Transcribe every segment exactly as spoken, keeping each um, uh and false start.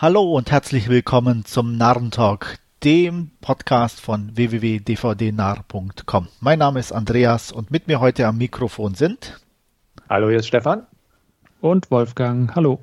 Hallo und herzlich willkommen zum Narrentalk, dem Podcast von w w w punkt d v d narr punkt com. Mein Name ist Andreas und mit mir heute am Mikrofon sind... Hallo, hier ist Stefan. Und Wolfgang. Hallo.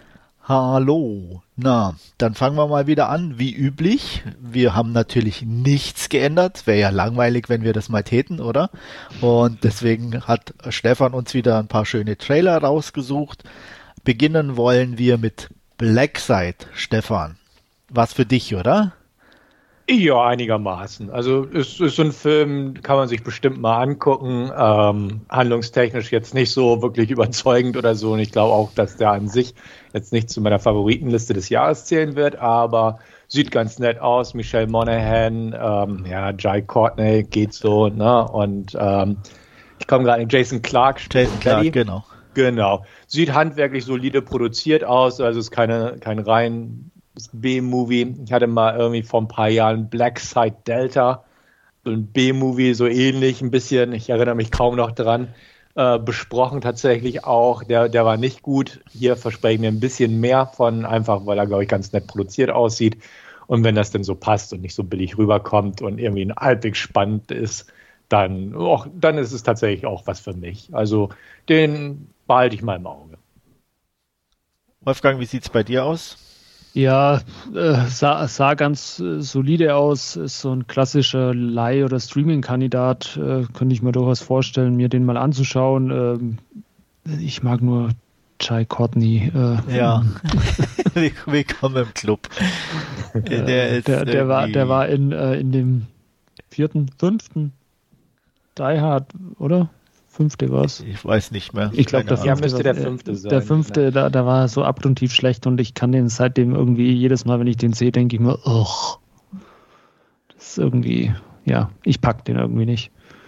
Hallo. Na, dann fangen wir mal wieder an, wie üblich. Wir haben natürlich nichts geändert. Wäre ja langweilig, wenn wir das mal täten, oder? Und deswegen hat Stefan uns wieder ein paar schöne Trailer rausgesucht. Beginnen wollen wir mit Blackside, Stefan. Was für dich, oder? Ja, einigermaßen. Also es ist so ein Film, kann man sich bestimmt mal angucken. Ähm, handlungstechnisch jetzt nicht so wirklich überzeugend oder so. Und ich glaube auch, dass der an sich jetzt nicht zu meiner Favoritenliste des Jahres zählen wird. Aber sieht ganz nett aus. Michelle Monaghan, ähm, ja, Jai Courtney geht so. Ne? Und ähm, ich komme gerade in Jason Clarke. Jason Clarke, genau. Genau. Sieht handwerklich solide produziert aus. Also es ist keine, kein rein B-Movie. Ich hatte mal irgendwie vor ein paar Jahren Blackside Delta, so ein B-Movie, so ähnlich ein bisschen, ich erinnere mich kaum noch dran, äh, besprochen tatsächlich auch. Der, der war nicht gut. Hier versprechen wir ein bisschen mehr von, einfach weil er, glaube ich, ganz nett produziert aussieht. Und wenn das denn so passt und nicht so billig rüberkommt und irgendwie ein halbwegs spannend ist, dann, oh, dann ist es tatsächlich auch was für mich. Also den behalte ich mal im Auge. Wolfgang, wie sieht's bei dir aus? Ja, äh, sah, sah ganz äh, solide aus, ist so ein klassischer Leih- oder Streaming-Kandidat, äh, könnte ich mir durchaus vorstellen, mir den mal anzuschauen. Ähm, ich mag nur Jai Courtney. Äh, ja, willkommen im Club. Äh, der, ist der, der, war, der war in, äh, in dem vierten, fünften Die Hard, oder? Fünfte war es. Ich weiß nicht mehr. Ich glaube, der ja, fünfte müsste war, der fünfte sein. Der fünfte, da, da war er so abgrundtief schlecht und ich kann den seitdem irgendwie, jedes Mal, wenn ich den sehe, denke ich mir, ugh, das ist irgendwie, ja, ich pack den irgendwie nicht.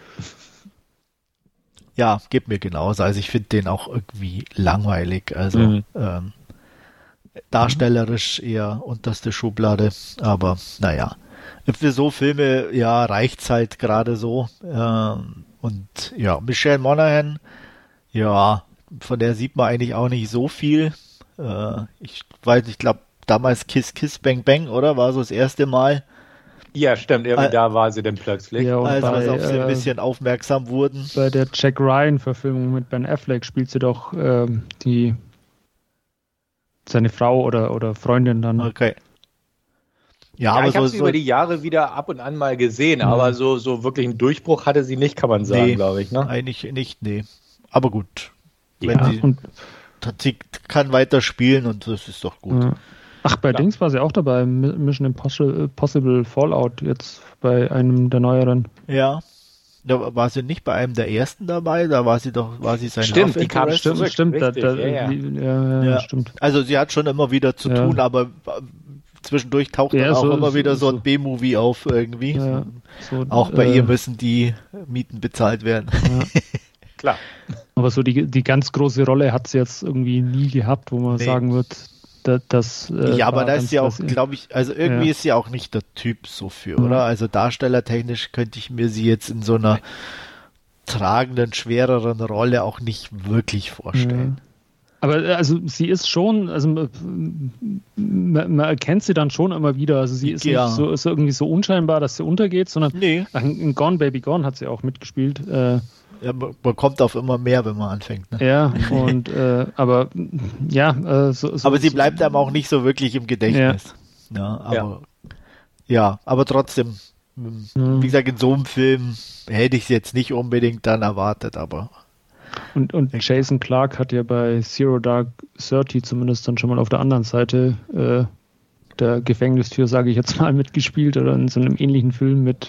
Ja, geht mir genauso. Also ich finde den auch irgendwie langweilig. Also mhm. ähm, darstellerisch eher unterste Schublade, aber naja. Für so Filme, ja, reicht's halt gerade so. Ähm, Und ja, Michelle Monaghan, ja, von der sieht man eigentlich auch nicht so viel. Äh, ich weiß, ich glaube, damals Kiss Kiss Bang Bang, oder? War so das erste Mal. Ja, stimmt, irgendwie äh, da war sie dann plötzlich. Ja, als bei, wir auf sie äh, ein bisschen aufmerksam wurden. Bei der Jack Ryan-Verfilmung mit Ben Affleck spielt sie doch ähm, die seine Frau oder, oder Freundin dann. Okay. Ja, ja, aber ich so, habe sie so über die Jahre wieder ab und an mal gesehen, mhm. aber so, so wirklich einen Durchbruch hatte sie nicht, kann man sagen, nee, glaube ich. Ne? Eigentlich nicht, nee. Aber gut. Ja, wenn sie, und sie kann weiter spielen und das ist doch gut. Ja. Ach, bei ja. Dings war sie auch dabei, Mission Impossible Possible Fallout, jetzt bei einem der neueren. Ja. Da war sie nicht bei einem der ersten dabei, da war sie doch, war sie sein Stimmt, die kam stimmt, zurück, stimmt, richtig, da, da, ja, ja. Ja, ja, ja. stimmt. Also sie hat schon immer wieder zu ja. tun, aber zwischendurch taucht ja, dann auch so, immer wieder so, so ein B-Movie auf irgendwie. Ja, so, auch bei äh, ihr müssen die Mieten bezahlt werden. Ja. Klar. Aber so die, die ganz große Rolle hat sie jetzt irgendwie nie gehabt, wo man nee. sagen wird, dass das äh, ja, aber da ist sie auch, glaube ich, also irgendwie ja. ist sie auch nicht der Typ so für, oder? Ja. Also darstellertechnisch könnte ich mir sie jetzt in so einer tragenden, schwereren Rolle auch nicht wirklich vorstellen. Ja. Aber also sie ist schon, also man, man erkennt sie dann schon immer wieder. Also sie ist ja. nicht so, ist irgendwie so unscheinbar, dass sie untergeht, sondern nee. in Gone Baby Gone hat sie auch mitgespielt. Äh, ja, man kommt auf immer mehr, wenn man anfängt. Ne? Ja, und äh, aber ja. Äh, so, so, aber sie so, bleibt einem auch nicht so wirklich im Gedächtnis. Ja, ja aber ja. ja, aber trotzdem, ja. wie gesagt, in so einem Film hätte ich es jetzt nicht unbedingt dann erwartet, aber Und, und Jason Clarke hat ja bei Zero Dark Thirty zumindest dann schon mal auf der anderen Seite äh, der Gefängnistür, sage ich jetzt mal, mitgespielt oder in so einem ähnlichen Film mit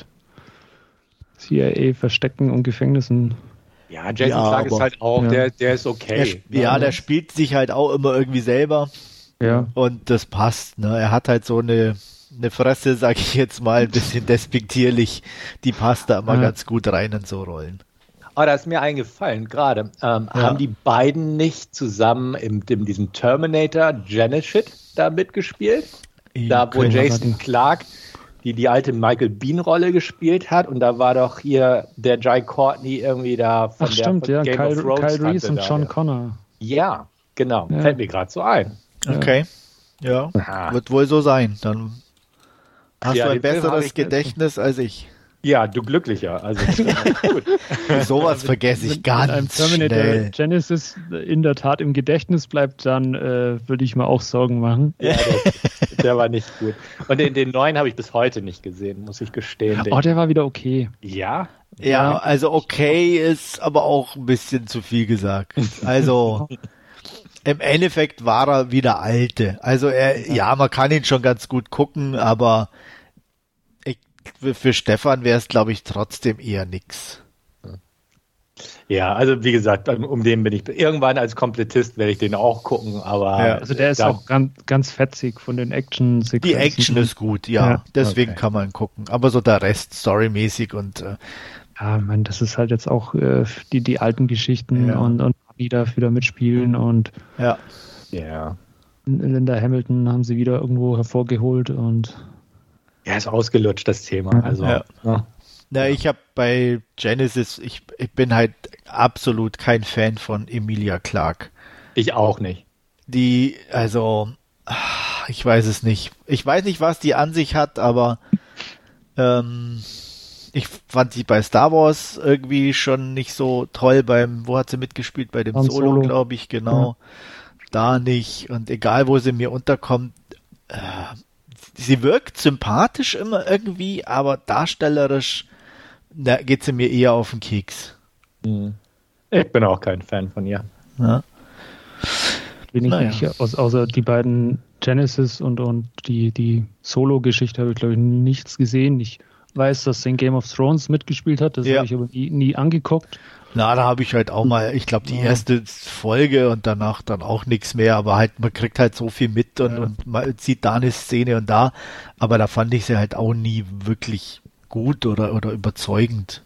C I A-Verstecken und Gefängnissen. Ja, Jason ja, Clarke ist halt auch, ja. der, der ist okay. Er, ja, der spielt sich halt auch immer irgendwie selber. Ja. Und das passt. Ne? Er hat halt so eine, eine Fresse, sage ich jetzt mal, ein bisschen despektierlich. Die passt da immer ja. ganz gut rein in so Rollen. Ah, da ist mir eingefallen, gerade. Ähm, ja. Haben die beiden nicht zusammen in, in diesem Terminator Genesis da mitgespielt? Ich da, wo Jason Clarke die die alte Michael Biehn-Rolle gespielt hat und da war doch hier der Jai Courtney irgendwie da von Ach, der stimmt, ja, Game Kyle, of Thrones Kyle Reese und da, John ja. Connor. Ja, genau. Ja. Fällt mir gerade so ein. Okay. Ja, Aha. wird wohl so sein. Dann hast ja, du ein besseres Gedächtnis als ich. Ja, du glücklicher. Also gut. Sowas vergesse ich ganz Wenn ein Terminator schnell. Genesis in der Tat im Gedächtnis bleibt, dann äh, würde ich mir auch Sorgen machen. Ja, der, der war nicht gut. Und den, den neuen habe ich bis heute nicht gesehen, muss ich gestehen. Oh, der war wieder okay. Ja? Ja, also okay ist aber auch ein bisschen zu viel gesagt. Also im Endeffekt war er wieder alte. Also er, ja, man kann ihn schon ganz gut gucken, aber für Stefan wäre es, glaube ich, trotzdem eher nix. Ja, also wie gesagt, um den bin ich irgendwann als Komplettist werde ich den auch gucken, aber ja, also der ist auch ganz, ganz fetzig von den Action-Sequenzen. Die Action ist gut, ja, ja. deswegen okay. kann man gucken, aber so der Rest storymäßig und äh, ja, ich meine, das ist halt jetzt auch äh, die, die alten Geschichten ja. und, und die da wieder mitspielen und ja, ja. Linda Hamilton haben sie wieder irgendwo hervorgeholt und ja, ist ausgelutscht, das Thema. Also, ja. Ja. Na, ich habe bei Genesis, ich, ich bin halt absolut kein Fan von Emilia Clarke. Ich auch nicht. Die, also, ich weiß es nicht. Ich weiß nicht, was die an sich hat, aber ähm, ich fand sie bei Star Wars irgendwie schon nicht so toll beim, wo hat sie mitgespielt? Bei dem Han Solo, Solo. glaube ich, genau. Ja. Da nicht. Und egal, wo sie mir unterkommt, äh, sie wirkt sympathisch immer irgendwie, aber darstellerisch da geht sie mir eher auf den Keks. Ich bin auch kein Fan von ihr. Ja. Wenig naja. aus, außer die beiden Genesis und, und die, die Solo-Geschichte habe ich, glaube ich, nichts gesehen. Ich weiß, dass sie in Game of Thrones mitgespielt hat, das ja. habe ich aber nie, nie angeguckt. Na, da habe ich halt auch mal, ich glaube, die erste Folge und danach dann auch nichts mehr, aber halt, man kriegt halt so viel mit und, ja. und man sieht da eine Szene und da, aber da fand ich sie halt auch nie wirklich gut oder, oder überzeugend.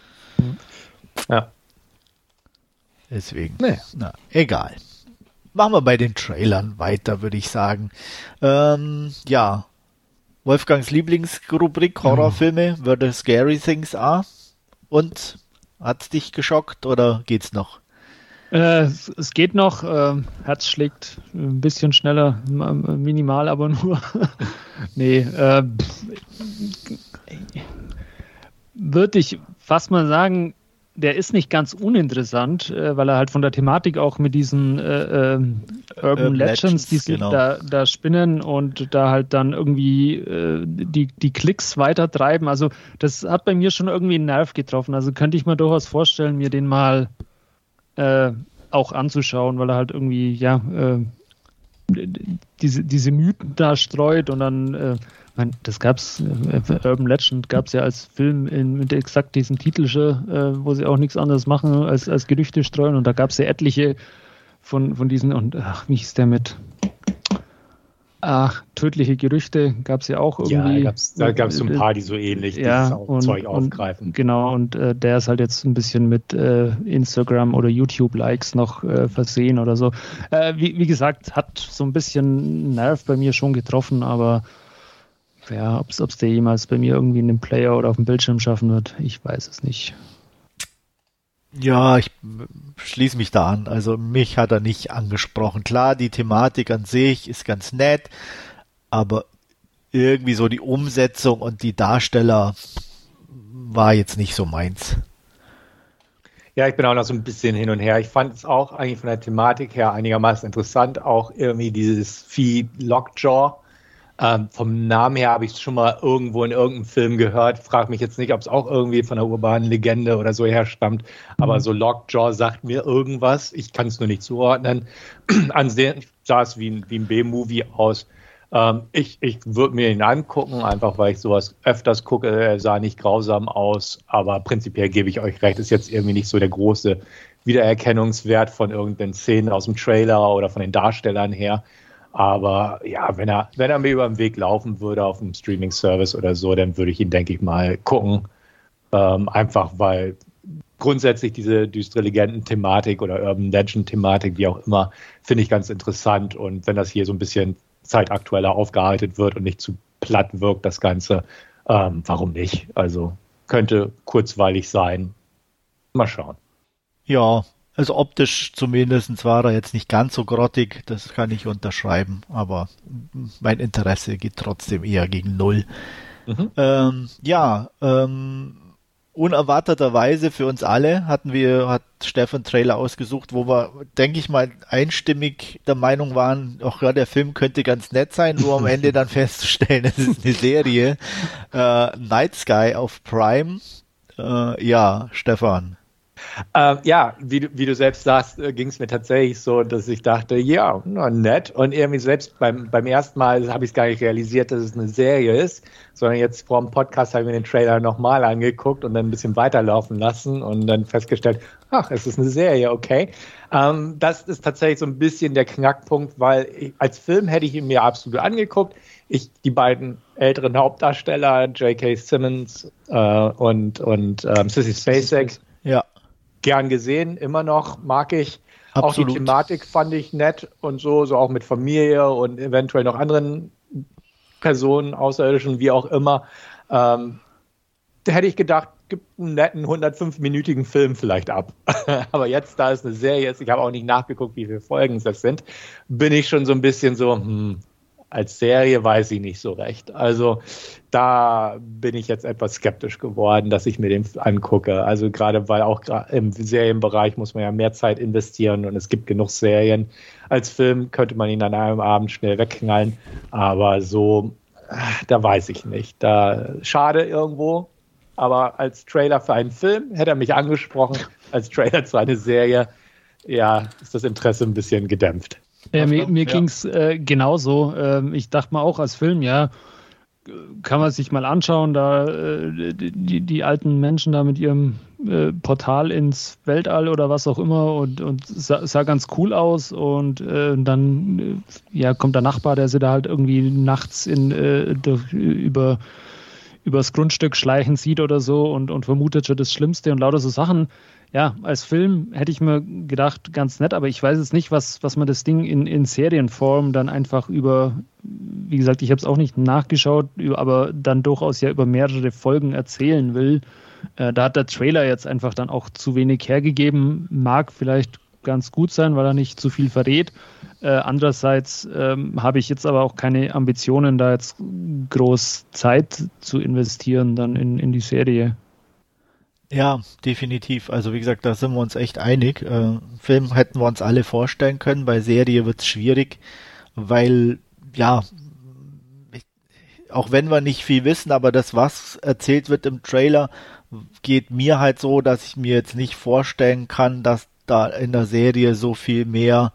Ja. Deswegen, naja. na, egal. Machen wir bei den Trailern weiter, würde ich sagen. Ähm, ja, Wolfgangs Lieblingsrubrik, Horrorfilme, where the scary things are. Und hat's dich geschockt oder geht's noch? Äh, es, es geht noch. Äh, Herz schlägt ein bisschen schneller, minimal, aber nur. nee, äh, würde ich fast mal sagen, der ist nicht ganz uninteressant, äh, weil er halt von der Thematik auch mit diesen äh, äh, Urban, Urban Legends, Legends, die sich genau. da, da spinnen und da halt dann irgendwie äh, die, die Klicks weitertreiben. Also das hat bei mir schon irgendwie einen Nerv getroffen. Also könnte ich mir durchaus vorstellen, mir den mal äh, auch anzuschauen, weil er halt irgendwie, ja, äh, diese, diese Mythen da streut und dann äh, meine, das gab's, äh, Urban Legend gab es ja als Film in, mit exakt diesem Titel schon, äh, wo sie auch nichts anderes machen als, als Gerüchte streuen und da gab es ja etliche von, von diesen und ach, wie hieß der mit ach, tödliche Gerüchte gab es ja auch irgendwie. Ja, da gab es so ein paar, die so ähnlich ja, dieses und, Zeug aufgreifen. Und, genau, und äh, der ist halt jetzt ein bisschen mit äh, Instagram oder YouTube-Likes noch äh, versehen oder so. Äh, wie, wie gesagt, hat so ein bisschen Nerv bei mir schon getroffen, aber ja, ob es der jemals bei mir irgendwie in dem Player oder auf dem Bildschirm schaffen wird, ich weiß es nicht. Ja, ich schließe mich da an. Also mich hat er nicht angesprochen. Klar, die Thematik an sich ist ganz nett, aber irgendwie so die Umsetzung und die Darsteller war jetzt nicht so meins. Ja, ich bin auch noch so ein bisschen hin und her. Ich fand es auch eigentlich von der Thematik her einigermaßen interessant, auch irgendwie dieses Vieh Lockjaw. Ähm, vom Namen her habe ich es schon mal irgendwo in irgendeinem Film gehört. Frag mich jetzt nicht, ob es auch irgendwie von einer urbanen Legende oder so herstammt. Aber so Lockjaw sagt mir irgendwas. Ich kann es nur nicht zuordnen. Ansehen sah es wie ein, wie ein B-Movie aus. Ähm, ich ich würde mir ihn angucken, einfach weil ich sowas öfters gucke. Er sah nicht grausam aus. Aber prinzipiell gebe ich euch recht, ist jetzt irgendwie nicht so der große Wiedererkennungswert von irgendeinen Szenen aus dem Trailer oder von den Darstellern her. Aber ja, wenn er, wenn er mir über den Weg laufen würde auf einem Streaming-Service oder so, dann würde ich ihn, denke ich mal, gucken. Ähm, einfach weil grundsätzlich diese düstere Legenden-Thematik oder Urban Legend-Thematik, wie auch immer, finde ich ganz interessant. Und wenn das hier so ein bisschen zeitaktueller aufgearbeitet wird und nicht zu platt wirkt, das Ganze, ähm, warum nicht? Also könnte kurzweilig sein. Mal schauen. Ja, Also optisch zumindest war er jetzt nicht ganz so grottig, das kann ich unterschreiben, aber mein Interesse geht trotzdem eher gegen Null. Mhm. Ähm, ja, ähm, unerwarteterweise für uns alle hatten wir, hat Stefan Trailer ausgesucht, wo wir, denke ich mal, einstimmig der Meinung waren, ach ja, der Film könnte ganz nett sein, nur am Ende dann festzustellen, es ist eine Serie. Äh, Night Sky auf Prime. Äh, ja, Stefan. Ähm, ja, wie du, wie du selbst sagst, äh, ging es mir tatsächlich so, dass ich dachte, ja, na, nett. Und irgendwie selbst beim, beim ersten Mal habe ich es gar nicht realisiert, dass es eine Serie ist, sondern jetzt vor dem Podcast habe ich mir den Trailer nochmal angeguckt und dann ein bisschen weiterlaufen lassen und dann festgestellt, ach, es ist eine Serie, okay. Ähm, das ist tatsächlich so ein bisschen der Knackpunkt, weil ich, als Film hätte ich ihn mir absolut angeguckt. Ich, die beiden älteren Hauptdarsteller, J K. Simmons äh, und, und ähm, Sissy Spacek, ja. Gern gesehen, immer noch, mag ich. Absolut. Auch die Thematik fand ich nett und so, so auch mit Familie und eventuell noch anderen Personen, Außerirdischen, wie auch immer. Ähm, da hätte ich gedacht, gibt einen netten hundertfünf-minütigen Film vielleicht ab. Aber jetzt, da es eine Serie ist, ich habe auch nicht nachgeguckt, wie viele Folgen das sind, bin ich schon so ein bisschen so, hm, als Serie weiß ich nicht so recht. Also da bin ich jetzt etwas skeptisch geworden, dass ich mir den angucke. Also gerade, weil auch im Serienbereich muss man ja mehr Zeit investieren und es gibt genug Serien. Als Film könnte man ihn an einem Abend schnell wegknallen, aber so, da weiß ich nicht. Da schade irgendwo, aber als Trailer für einen Film hätte er mich angesprochen. Als Trailer zu einer Serie, ja, ist das Interesse ein bisschen gedämpft. Ja, mir mir ja. ging es äh, genauso. Ähm, ich dachte mal auch als Film, ja, kann man sich mal anschauen, da äh, die, die alten Menschen da mit ihrem äh, Portal ins Weltall oder was auch immer und, und sah, sah ganz cool aus und äh, dann äh, ja, kommt der Nachbar, der sie da halt irgendwie nachts in, äh, durch, über übers Grundstück schleichen sieht oder so und, und vermutet schon das Schlimmste und lauter so Sachen. Ja, als Film hätte ich mir gedacht, ganz nett, aber ich weiß jetzt nicht, was, was man das Ding in, in Serienform dann einfach über, wie gesagt, ich habe es auch nicht nachgeschaut, aber dann durchaus ja über mehrere Folgen erzählen will. Äh, da hat der Trailer jetzt einfach dann auch zu wenig hergegeben. Mag vielleicht ganz gut sein, weil er nicht zu viel verrät. Äh, andererseits ähm, habe ich jetzt aber auch keine Ambitionen, da jetzt groß Zeit zu investieren dann in, in die Serie. Ja, definitiv. Also wie gesagt, da sind wir uns echt einig. Äh, Film hätten wir uns alle vorstellen können. Bei Serie wird es schwierig, weil, ja, ich, auch wenn wir nicht viel wissen, aber das, was erzählt wird im Trailer, geht mir halt so, dass ich mir jetzt nicht vorstellen kann, dass da in der Serie so viel mehr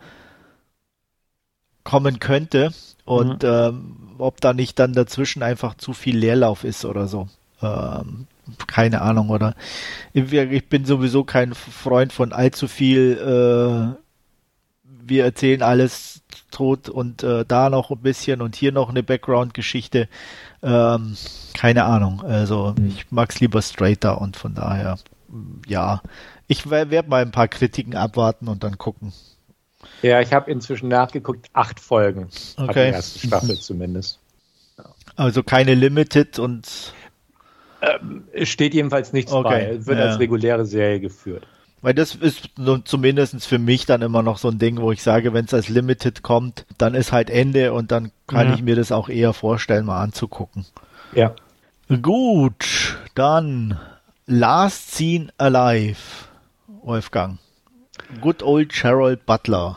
kommen könnte und mhm. ähm, ob da nicht dann dazwischen einfach zu viel Leerlauf ist oder so. Ähm, keine Ahnung, oder ich bin sowieso kein Freund von allzu viel äh, wir erzählen alles tot und äh, da noch ein bisschen und hier noch eine Background-Geschichte. Ähm, keine Ahnung, also mhm. ich mag's lieber straighter und von daher, ja, ich werde mal ein paar Kritiken abwarten und dann gucken. Ja, ich habe inzwischen nachgeguckt, acht Folgen. Okay. Hat die erste Staffel zumindest. Ja. Also keine Limited und ähm, es steht jedenfalls nichts okay. bei. Es wird ja. als reguläre Serie geführt. Weil das ist zumindest für mich dann immer noch so ein Ding, wo ich sage, wenn es als Limited kommt, dann ist halt Ende und dann kann ja. ich mir das auch eher vorstellen, mal anzugucken. Ja. Gut, dann Last Seen Alive, Wolfgang. Good old Gerald Butler.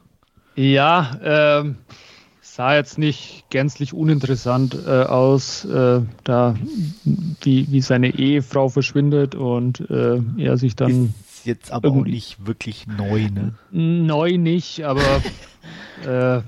Ja, ähm, sah jetzt nicht gänzlich uninteressant äh, aus, äh, da wie, wie seine Ehefrau verschwindet und äh, er sich dann... Ist jetzt aber auch nicht wirklich neu, ne? Neu nicht, aber äh,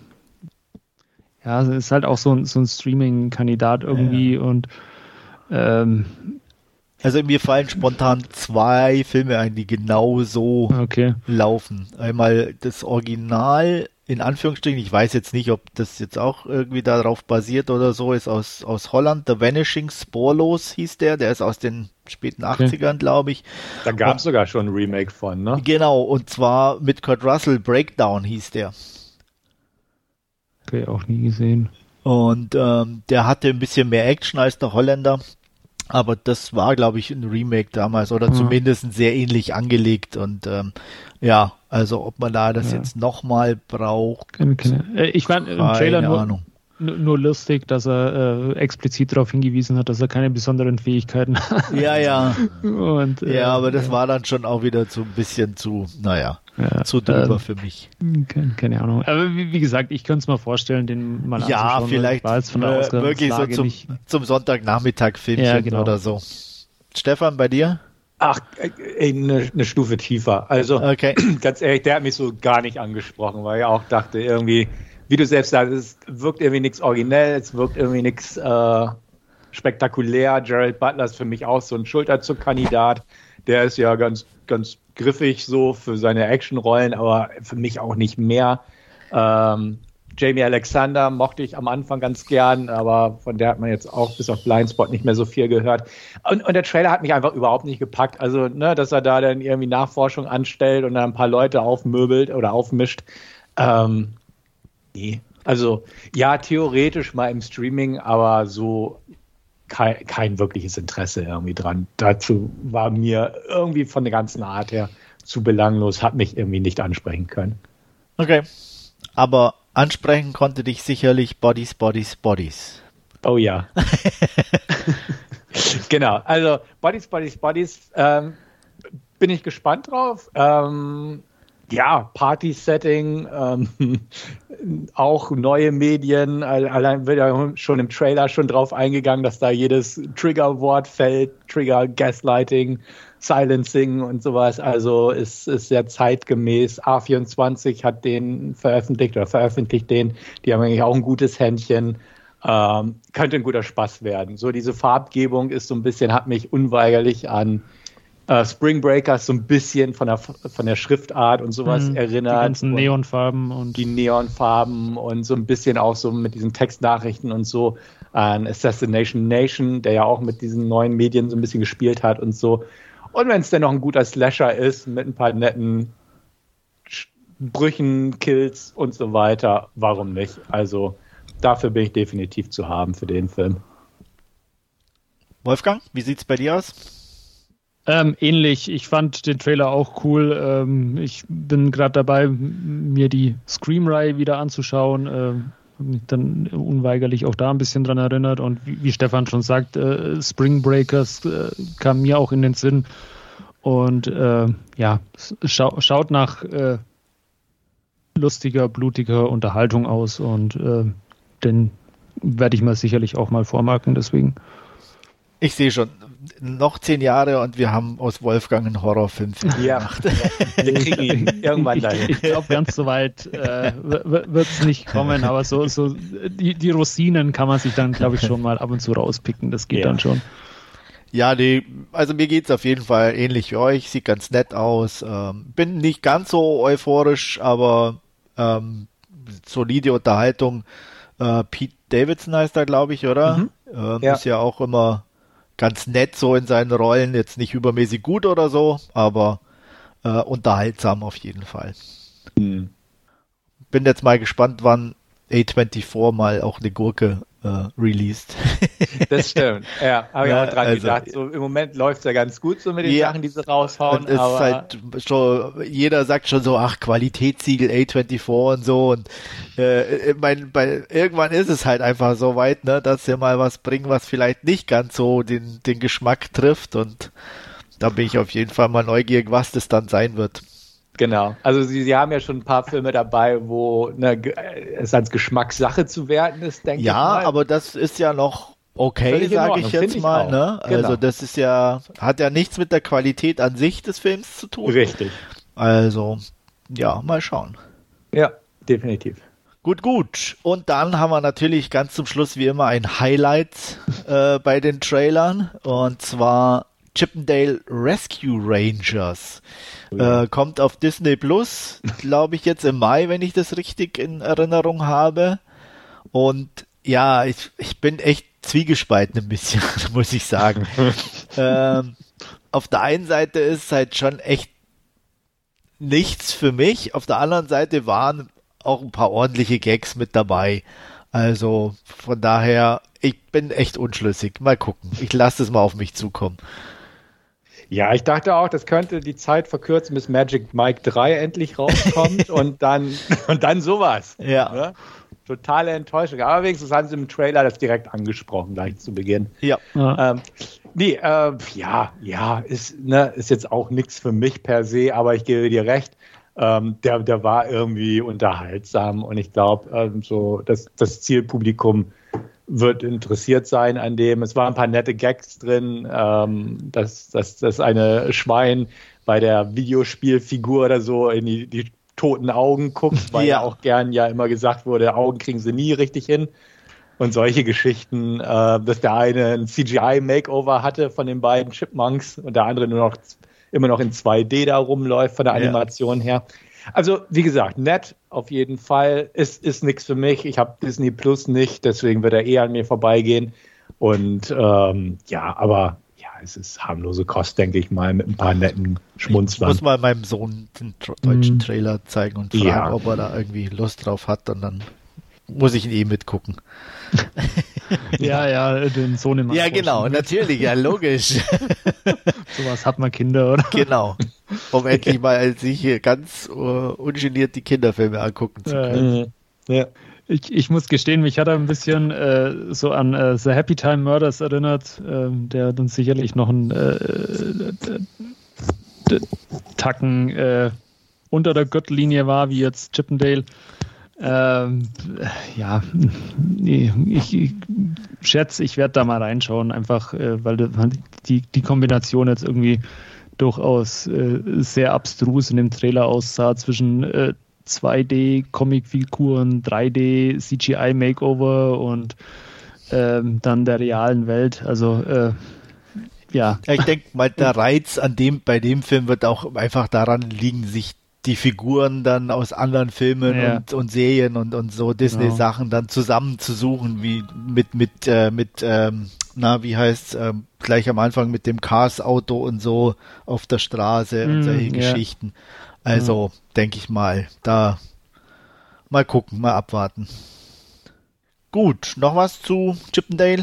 ja, es ist halt auch so ein, so ein Streaming-Kandidat irgendwie ja. und ähm, also mir fallen spontan zwei Filme ein, die genau so okay. laufen. Einmal das Original, in Anführungsstrichen, ich weiß jetzt nicht, ob das jetzt auch irgendwie darauf basiert oder so, ist aus, aus Holland, The Vanishing, Sporlos hieß der, der ist aus den späten okay. achtzigern, glaube ich. Da gab es sogar schon ein Remake von, ne? Genau, und zwar mit Kurt Russell, Breakdown hieß der. Okay, auch nie gesehen. Und ähm, der hatte ein bisschen mehr Action als der Holländer. Aber das war, glaube ich, ein Remake damals oder mhm. zumindest sehr ähnlich angelegt und ähm, ja, also ob man da das ja. jetzt nochmal braucht. Keine, keine. Ich war im Trailer nur, Ahnung. nur lustig, dass er äh, explizit darauf hingewiesen hat, dass er keine besonderen Fähigkeiten hat. Ja, ja. Und, äh, ja, aber das ja. war dann schon auch wieder zu ein bisschen zu, naja, ja, zu drüber äh, für mich. Keine, keine Ahnung. Aber wie, wie gesagt, ich könnte es mal vorstellen, den mal ja, anzuschauen. Ja, vielleicht war jetzt von der äh, wirklich so zum, nicht... zum Sonntagnachmittag-Filmchen ja, genau. oder so. Stefan, bei dir? Ach, eine, eine Stufe tiefer. Also, okay. ganz ehrlich, der hat mich so gar nicht angesprochen, weil ich auch dachte, irgendwie, wie du selbst sagst, es wirkt irgendwie nichts originell, es wirkt irgendwie nichts äh, spektakulär. Gerald Butler ist für mich auch so ein Schulterzuck-Kandidat. Der ist ja ganz, ganz griffig so für seine Actionrollen, aber für mich auch nicht mehr. Ähm, Jamie Alexander mochte ich am Anfang ganz gern, aber von der hat man jetzt auch bis auf Blindspot nicht mehr so viel gehört. Und, und der Trailer hat mich einfach überhaupt nicht gepackt. Also, ne, dass er da dann irgendwie Nachforschung anstellt und dann ein paar Leute aufmöbelt oder aufmischt. Ähm, nee. Also, ja, theoretisch mal im Streaming, aber so kein, kein wirkliches Interesse irgendwie dran. Dazu war mir irgendwie von der ganzen Art her zu belanglos, hat mich irgendwie nicht ansprechen können. Okay. Aber ansprechen konnte dich sicherlich Bodies, Bodies, Bodies. Oh ja. Genau, also Bodies, Bodies, Bodies, ähm, bin ich gespannt drauf. Ähm, ja, Party-Setting, ähm, auch neue Medien, allein wird ja schon im Trailer schon drauf eingegangen, dass da jedes Trigger-Wort fällt, Trigger, Gaslighting, Silencing und sowas, also ist, ist sehr zeitgemäß. A vierundzwanzig hat den veröffentlicht oder veröffentlicht den, die haben eigentlich auch ein gutes Händchen, ähm, könnte ein guter Spaß werden. So diese Farbgebung ist so ein bisschen, hat mich unweigerlich an äh, Spring Breakers so ein bisschen von der, von der Schriftart und sowas mhm, erinnert. Die ganzen Neonfarben und die Neonfarben und so ein bisschen auch so mit diesen Textnachrichten und so an Assassination Nation, der ja auch mit diesen neuen Medien so ein bisschen gespielt hat und so. Und wenn es dann noch ein guter Slasher ist, mit ein paar netten Brüchen, Kills und so weiter, warum nicht? Also dafür bin ich definitiv zu haben für den Film. Wolfgang, wie sieht's bei dir aus? Ähm, ähnlich. Ich fand den Trailer auch cool. Ähm, ich bin gerade dabei, mir die Scream-Reihe wieder anzuschauen. Ähm, mich dann unweigerlich auch da ein bisschen dran erinnert und wie, wie Stefan schon sagt, äh, Spring Breakers äh, kam mir auch in den Sinn und äh, ja, schau, schaut nach äh, lustiger, blutiger Unterhaltung aus und äh, den werde ich mir sicherlich auch mal vormarken, deswegen. Ich sehe schon, noch zehn Jahre und wir haben aus Wolfgang einen Horrorfilm gemacht. Ja, wir kriegen ihn irgendwann dahin. Ich, ich glaube, ganz so weit äh, wird es nicht kommen, aber so, so die, die Rosinen kann man sich dann, glaube ich, schon mal ab und zu rauspicken. Das geht ja. dann schon. Ja, nee, also mir geht es auf jeden Fall ähnlich wie euch. Sieht ganz nett aus. Ähm, bin nicht ganz so euphorisch, aber ähm, solide Unterhaltung. Äh, Pete Davidson heißt er, glaube ich, oder? Mhm. Ähm, ja. Ist ja auch immer ganz nett so in seinen Rollen, jetzt nicht übermäßig gut oder so, aber äh, unterhaltsam auf jeden Fall. Mhm. Bin jetzt mal gespannt, wann A vierundzwanzig mal auch eine Gurke äh, released. Das stimmt, ja, habe ich ja, auch dran also, gedacht. So, im Moment läuft es ja ganz gut so mit den ja, Sachen, die sie raushauen. Und es aber ist halt schon, jeder sagt schon so, ach, Qualitätssiegel A vierundzwanzig und so und äh, ich mein, bei, irgendwann ist es halt einfach so weit, ne, dass sie mal was bringen, was vielleicht nicht ganz so den, den Geschmack trifft und da bin ich auf jeden Fall mal neugierig, was das dann sein wird. Genau, also sie, sie haben ja schon ein paar Filme dabei, wo ne, es als Geschmackssache zu werten ist, denke ja, ich mal. Ja, aber das ist ja noch okay, sage ich jetzt mal. Ich ne? Genau. Also das ist ja, hat ja nichts mit der Qualität an sich des Films zu tun. Richtig. Also, ja, mal schauen. Ja, definitiv. Gut, gut. Und dann haben wir natürlich ganz zum Schluss wie immer ein Highlight äh, bei den Trailern und zwar Chippendale Rescue Rangers. Äh, kommt auf Disney Plus, glaube ich, jetzt im Mai, wenn ich das richtig in Erinnerung habe. Und ja, ich, ich bin echt zwiegespalten ein bisschen, muss ich sagen. ähm, auf der einen Seite ist es halt schon echt nichts für mich. Auf der anderen Seite waren auch ein paar ordentliche Gags mit dabei. Also von daher, ich bin echt unschlüssig. Mal gucken. Ich lasse es mal auf mich zukommen. Ja, ich dachte auch, das könnte die Zeit verkürzen, bis Magic Mike drei endlich rauskommt und dann und dann sowas. Ja. Ne? Totale Enttäuschung. Aber wenigstens haben sie im Trailer das direkt angesprochen, gleich zu Beginn. Ja. Ja. Ähm, nee, äh, ja, ja, ist, ne, ist jetzt auch nichts für mich per se, aber ich gebe dir recht. Ähm, der, der war irgendwie unterhaltsam und ich glaube, ähm, so das, das Zielpublikum wird interessiert sein an dem. Es waren ein paar nette Gags drin, ähm, dass, dass, dass eine Schwein bei der Videospielfigur oder so in die, die toten Augen guckt, weil ja. ja auch gern ja immer gesagt wurde, Augen kriegen sie nie richtig hin. Und solche Geschichten, äh, dass der eine ein C G I-Makeover hatte von den beiden Chipmunks und der andere nur noch immer noch in zwei D da rumläuft von der Animation ja. her. Also, wie gesagt, nett auf jeden Fall. Ist, ist nichts für mich. Ich habe Disney Plus nicht, deswegen wird er eher an mir vorbeigehen. Und ähm, ja, aber ja, es ist harmlose Kost, denke ich mal, mit ein paar netten Schmunzlern. Ich muss mal meinem Sohn den tra- deutschen Mhm. Trailer zeigen und fragen, Ja. ob er da irgendwie Lust drauf hat. Und dann muss ich ihn eh mitgucken. Ja, ja, den Sohn im Ja, genau, natürlich, ja, logisch. Sowas hat man Kinder, oder? Genau. Um endlich mal sich hier ganz uh, ungeniert die Kinderfilme angucken zu können. Mhm. Ja. Ich, ich muss gestehen, mich hat er ein bisschen äh, so an äh, The Happy Time Murders erinnert, ähm, der dann sicherlich noch ein äh, d- d- Tacken äh, unter der Gürtellinie war, wie jetzt Chippendale. Ähm, ja, nee, ich, ich schätze, ich werde da mal reinschauen, einfach äh, weil die, die Kombination jetzt irgendwie durchaus äh, sehr abstrus in dem Trailer aussah zwischen äh, zwei D Comicfiguren, drei D C G I Makeover und ähm, dann der realen Welt. Also äh, ja. Ja, ich denke mal, der Reiz an dem, bei dem Film wird auch einfach daran liegen, sich die Figuren dann aus anderen Filmen Ja. und, und Serien und, und so Disney-Sachen dann zusammenzusuchen, wie mit, mit, äh, mit, ähm, na, wie heißt ähm, gleich am Anfang mit dem Cars-Auto und so auf der Straße und Mm, solche ja. Geschichten. Also, denke ich mal, da mal gucken, mal abwarten. Gut, noch was zu Chippendale?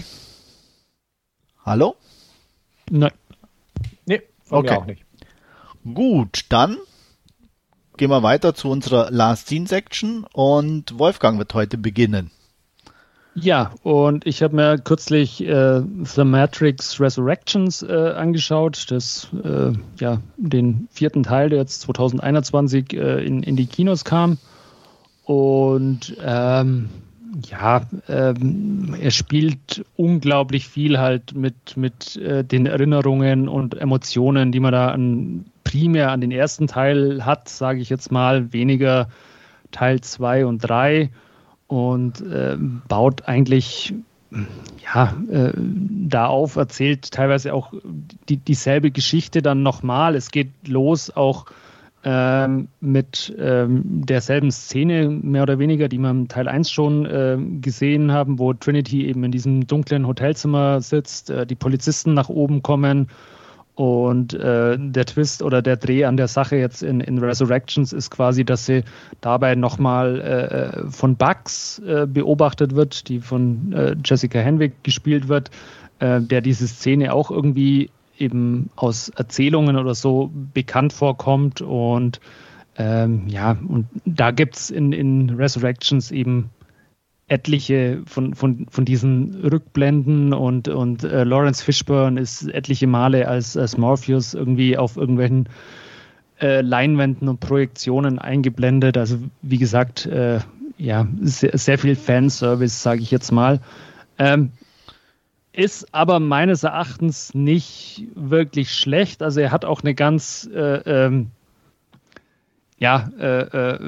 Hallo? Nein. Nee, von Okay. mir auch nicht. Gut, dann gehen wir weiter zu unserer Last Scene Section und Wolfgang wird heute beginnen. Ja, und ich habe mir kürzlich äh, The Matrix Resurrections äh, angeschaut, das, äh, ja, den vierten Teil, der jetzt zwanzig einundzwanzig äh, in, in die Kinos kam. Und ähm, ja, ähm, er spielt unglaublich viel halt mit, mit äh, den Erinnerungen und Emotionen, die man da an, primär an den ersten Teil hat, sage ich jetzt mal, weniger Teil zwei und drei. Und äh, baut eigentlich ja, äh, da auf, erzählt teilweise auch die, dieselbe Geschichte dann nochmal. Es geht los auch ähm, mit ähm, derselben Szene, mehr oder weniger, die wir im Teil eins schon äh, gesehen haben, wo Trinity eben in diesem dunklen Hotelzimmer sitzt, äh, die Polizisten nach oben kommen. Und äh, der Twist oder der Dreh an der Sache jetzt in, in Resurrections ist quasi, dass sie dabei nochmal äh, von Bugs äh, beobachtet wird, die von äh, Jessica Henwick gespielt wird, äh, der diese Szene auch irgendwie eben aus Erzählungen oder so bekannt vorkommt. Und ähm, ja, und da gibt es in, in Resurrections eben etliche von, von, von diesen Rückblenden und, und äh, Lawrence Fishburne ist etliche Male als, als Morpheus irgendwie auf irgendwelchen äh, Leinwänden und Projektionen eingeblendet. Also wie gesagt, äh, ja, sehr, sehr viel Fanservice, sage ich jetzt mal. Ähm, ist aber meines Erachtens nicht wirklich schlecht. Also er hat auch eine ganz äh, ähm, ja, äh, äh,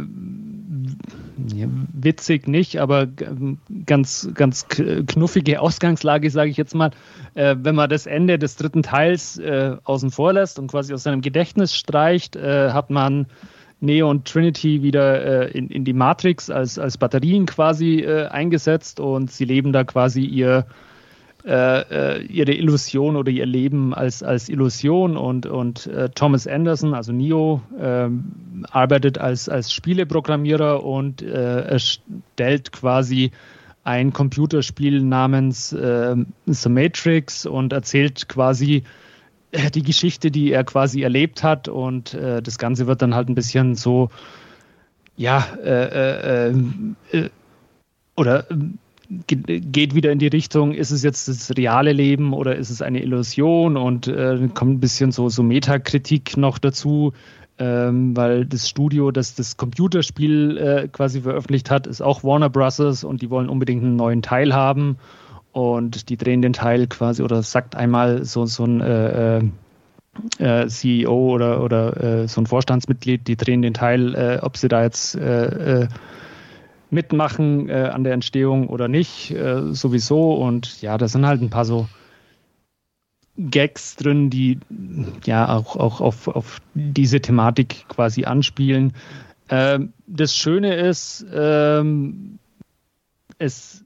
witzig nicht, aber ganz, ganz knuffige Ausgangslage, sage ich jetzt mal. Äh, wenn man das Ende des dritten Teils äh, außen vor lässt und quasi aus seinem Gedächtnis streicht, äh, hat man Neo und Trinity wieder äh, in, in die Matrix als, als Batterien quasi äh, eingesetzt und sie leben da quasi ihr Äh, ihre Illusion oder ihr Leben als, als Illusion und, und äh, Thomas Anderson, also Neo, ähm, arbeitet als, als Spieleprogrammierer und äh, erstellt quasi ein Computerspiel namens äh, The Matrix und erzählt quasi äh, die Geschichte, die er quasi erlebt hat, und äh, das Ganze wird dann halt ein bisschen so, ja, äh, äh, äh, oder ge- geht wieder in die Richtung, ist es jetzt das reale Leben oder ist es eine Illusion, und äh, kommt ein bisschen so, so Metakritik noch dazu. Ähm, weil das Studio, das das Computerspiel äh, quasi veröffentlicht hat, ist auch Warner Bros. Und die wollen unbedingt einen neuen Teil haben, und die drehen den Teil quasi, oder sagt einmal so, so ein äh, äh, C E O oder, oder äh, so ein Vorstandsmitglied, die drehen den Teil, äh, ob sie da jetzt äh, äh, mitmachen äh, an der Entstehung oder nicht, äh, sowieso. Und ja, da sind halt ein paar so Gags drin, die ja auch, auch auf, auf diese Thematik quasi anspielen. Ähm, das Schöne ist, ähm, es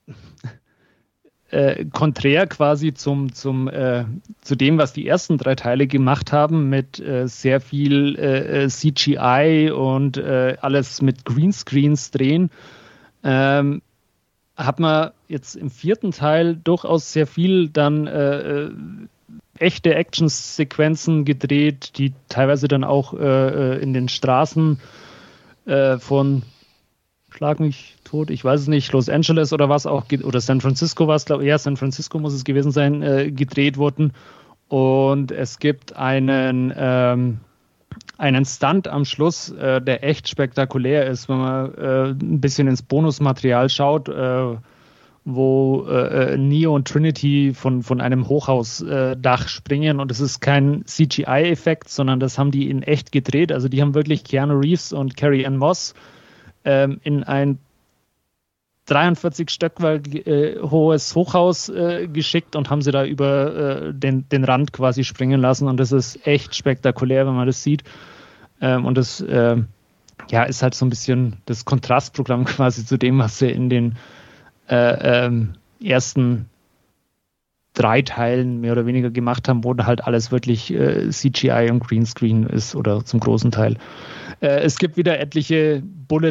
äh, konträr quasi zum, zum, äh, zu dem, was die ersten drei Teile gemacht haben, mit äh, sehr viel äh, C G I und äh, alles mit Greenscreens drehen, ähm, hat man jetzt im vierten Teil durchaus sehr viel dann äh, echte Action-Sequenzen gedreht, die teilweise dann auch äh, in den Straßen äh, von, schlag mich tot, ich weiß es nicht, Los Angeles oder was auch, oder San Francisco war es, glaube ich, ja, San Francisco muss es gewesen sein, äh, gedreht wurden. Und es gibt einen ähm, einen Stunt am Schluss, äh, der echt spektakulär ist, wenn man äh, ein bisschen ins Bonusmaterial schaut, äh, wo äh, Neo und Trinity von, von einem Hochhausdach äh, springen, und es ist kein C G I-Effekt, sondern das haben die in echt gedreht. Also die haben wirklich Keanu Reeves und Carrie-Anne Moss ähm, in ein dreiundvierzig Stöckwerk äh, hohes Hochhaus äh, geschickt und haben sie da über äh, den, den Rand quasi springen lassen, und das ist echt spektakulär, wenn man das sieht. Ähm, und das äh, ja, ist halt so ein bisschen das Kontrastprogramm quasi zu dem, was sie in den äh, ähm, ersten drei Teilen mehr oder weniger gemacht haben, wo halt alles wirklich äh, C G I und Greenscreen ist, oder zum großen Teil. Äh, es gibt wieder etliche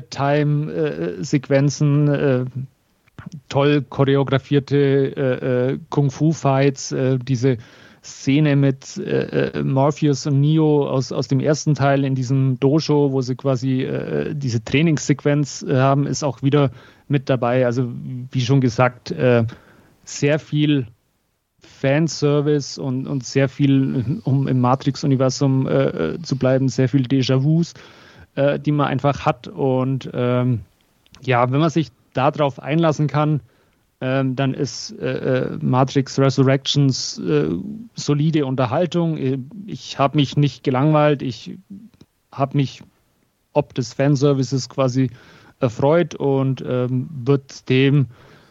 Bullet-Time-Sequenzen, äh, toll choreografierte äh, äh, Kung-Fu-Fights, äh, diese Szene mit äh, Morpheus und Neo aus, aus dem ersten Teil in diesem Dojo, wo sie quasi äh, diese Trainingssequenz äh, haben, ist auch wieder mit dabei. Also wie schon gesagt, äh, sehr viel Fanservice und, und sehr viel, um im Matrix-Universum äh, zu bleiben, sehr viel Déjà-vus, äh, die man einfach hat. Und ähm, ja, wenn man sich darauf einlassen kann, ähm, dann ist äh, Matrix Resurrections äh, solide Unterhaltung. Ich habe mich nicht gelangweilt, ich habe mich ob des Fanservices quasi erfreut und ähm, wird dem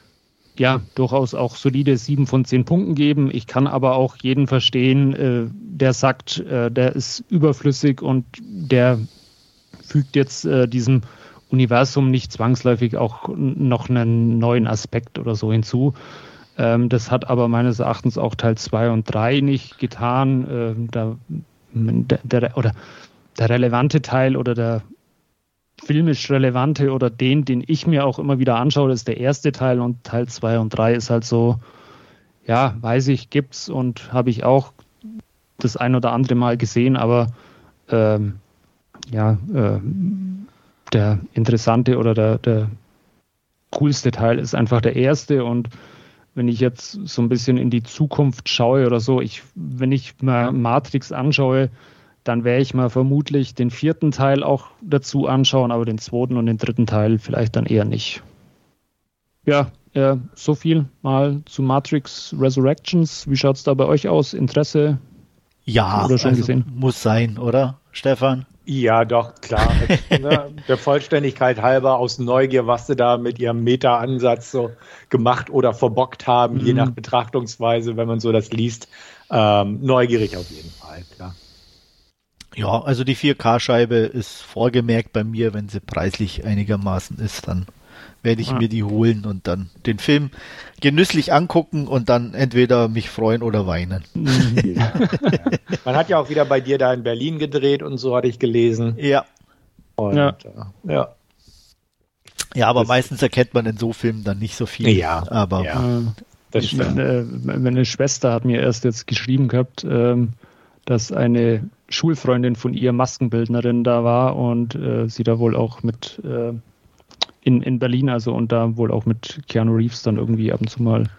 ja durchaus auch solide sieben von zehn Punkten geben. Ich kann aber auch jeden verstehen, äh, der sagt, äh, der ist überflüssig und der fügt jetzt äh, diesem Universum nicht zwangsläufig auch noch einen neuen Aspekt oder so hinzu. Ähm, das hat aber meines Erachtens auch Teil zwei und drei nicht getan. Ähm, da, der, der, oder der relevante Teil oder der filmisch relevante oder den, den ich mir auch immer wieder anschaue, ist der erste Teil, und Teil zwei und drei ist halt so, ja, weiß ich, gibt's und habe ich auch das ein oder andere Mal gesehen, aber ähm, ja, äh, der interessante oder der, der coolste Teil ist einfach der erste. Und wenn ich jetzt so ein bisschen in die Zukunft schaue oder so, ich, wenn ich mal Matrix anschaue, dann werde ich mal vermutlich den vierten Teil auch dazu anschauen, aber den zweiten und den dritten Teil vielleicht dann eher nicht. Ja, äh, so viel mal zu Matrix Resurrections. Wie schaut es da bei euch aus? Interesse? Ja, oder schon also gesehen? Muss sein, oder, Stefan? Ja, doch, klar. Der Vollständigkeit halber, aus Neugier, was sie da mit ihrem Meta-Ansatz so gemacht oder verbockt haben, mhm. je nach Betrachtungsweise, wenn man so das liest. Ähm, neugierig auf jeden Fall, klar. Ja, also die vier K-Scheibe ist vorgemerkt bei mir, wenn sie preislich einigermaßen ist, dann werde ich ah. mir die holen und dann den Film genüsslich angucken und dann entweder mich freuen oder weinen. Ja. Man hat ja auch wieder bei dir da in Berlin gedreht und so, hatte ich gelesen. Ja. Und, ja. Äh, ja. Ja, aber das, meistens erkennt man in so Filmen dann nicht so viel. Ja, aber ja. Äh, Das meine, meine Schwester hat mir erst jetzt geschrieben gehabt, ähm, dass eine Schulfreundin von ihr Maskenbildnerin da war und äh, sie da wohl auch mit äh, in, in Berlin, also und da wohl auch mit Keanu Reeves dann irgendwie ab und zu mal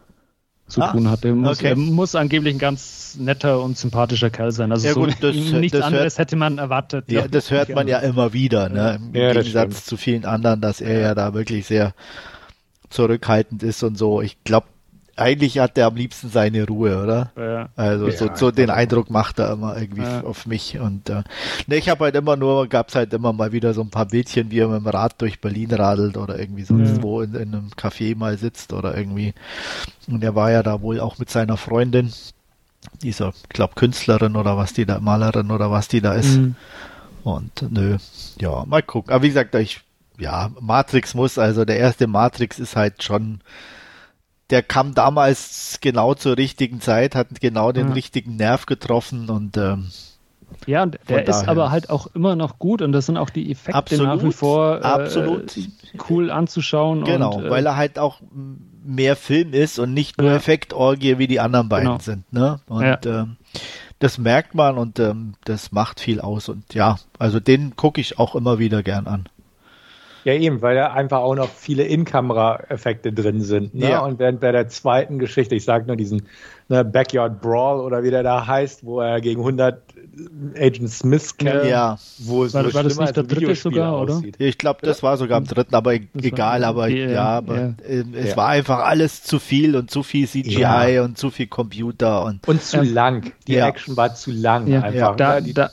zu Ah, tun hatte. Muss, okay. Er muss angeblich ein ganz netter und sympathischer Kerl sein. Also Ja, so gut, das- nichts das anderes hört- hätte man erwartet. ja, das hört man ja immer wieder, ne? Im Ja, das Gegensatz stimmt. zu vielen anderen, dass er ja da wirklich sehr zurückhaltend ist und so. Ich glaube, eigentlich hat er am liebsten seine Ruhe, oder? Ja. Also Ja, so, so den also- Eindruck macht er immer irgendwie Ja. auf mich. Und äh, ne, ich habe halt immer nur, gab's halt immer mal wieder so ein paar Bildchen, wie er mit dem Rad durch Berlin radelt oder irgendwie sonst Ja. wo in, in einem Café mal sitzt oder irgendwie. Und er war ja da wohl auch mit seiner Freundin, dieser, ich glaube, Künstlerin oder was die da, Malerin oder was die da ist. Mhm. Und nö, ja, mal gucken. Aber wie gesagt, ich, ja, Matrix muss, also der erste Matrix ist halt schon, der kam damals genau zur richtigen Zeit, hat genau den Ja. richtigen Nerv getroffen und ähm, Ja, und der Von ist daher. aber halt auch immer noch gut und das sind auch die Effekte Absolut, nach wie vor äh, absolut. cool anzuschauen. genau, und, äh, weil er halt auch m, mehr Film ist und nicht nur Ja. Effektorgie wie die anderen beiden Genau. sind, ne? Und Ja. ähm, das merkt man und ähm, das macht viel aus und ja, also den gucke ich auch immer wieder gern an. Ja, eben, weil da einfach auch noch viele In-Kamera-Effekte drin sind. Ne? Ja. Und während bei der zweiten Geschichte, ich sage nur diesen ne, Backyard Brawl oder wie der da heißt, wo er gegen hundert Agent Smiths kämpft, Ja. wo es War- so war das schlimmer nicht der als ein dritte Videospiel sogar, oder? aussieht. Ich glaube, das war sogar am dritten, aber e- Das egal, war- aber die, ja, äh, aber ja. ähm, es Ja. war einfach alles zu viel und zu viel C G I Ja. und zu viel Computer und Und zu Ähm, lang. Die ja. Action war zu lang ja, einfach. da, ne? Die, da,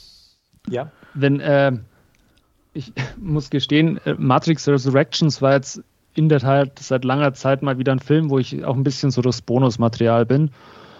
ja. wenn, äh, ich muss gestehen, äh, Matrix Resurrections war jetzt in der Tat seit langer Zeit mal wieder ein Film, wo ich auch ein bisschen so das Bonusmaterial bin.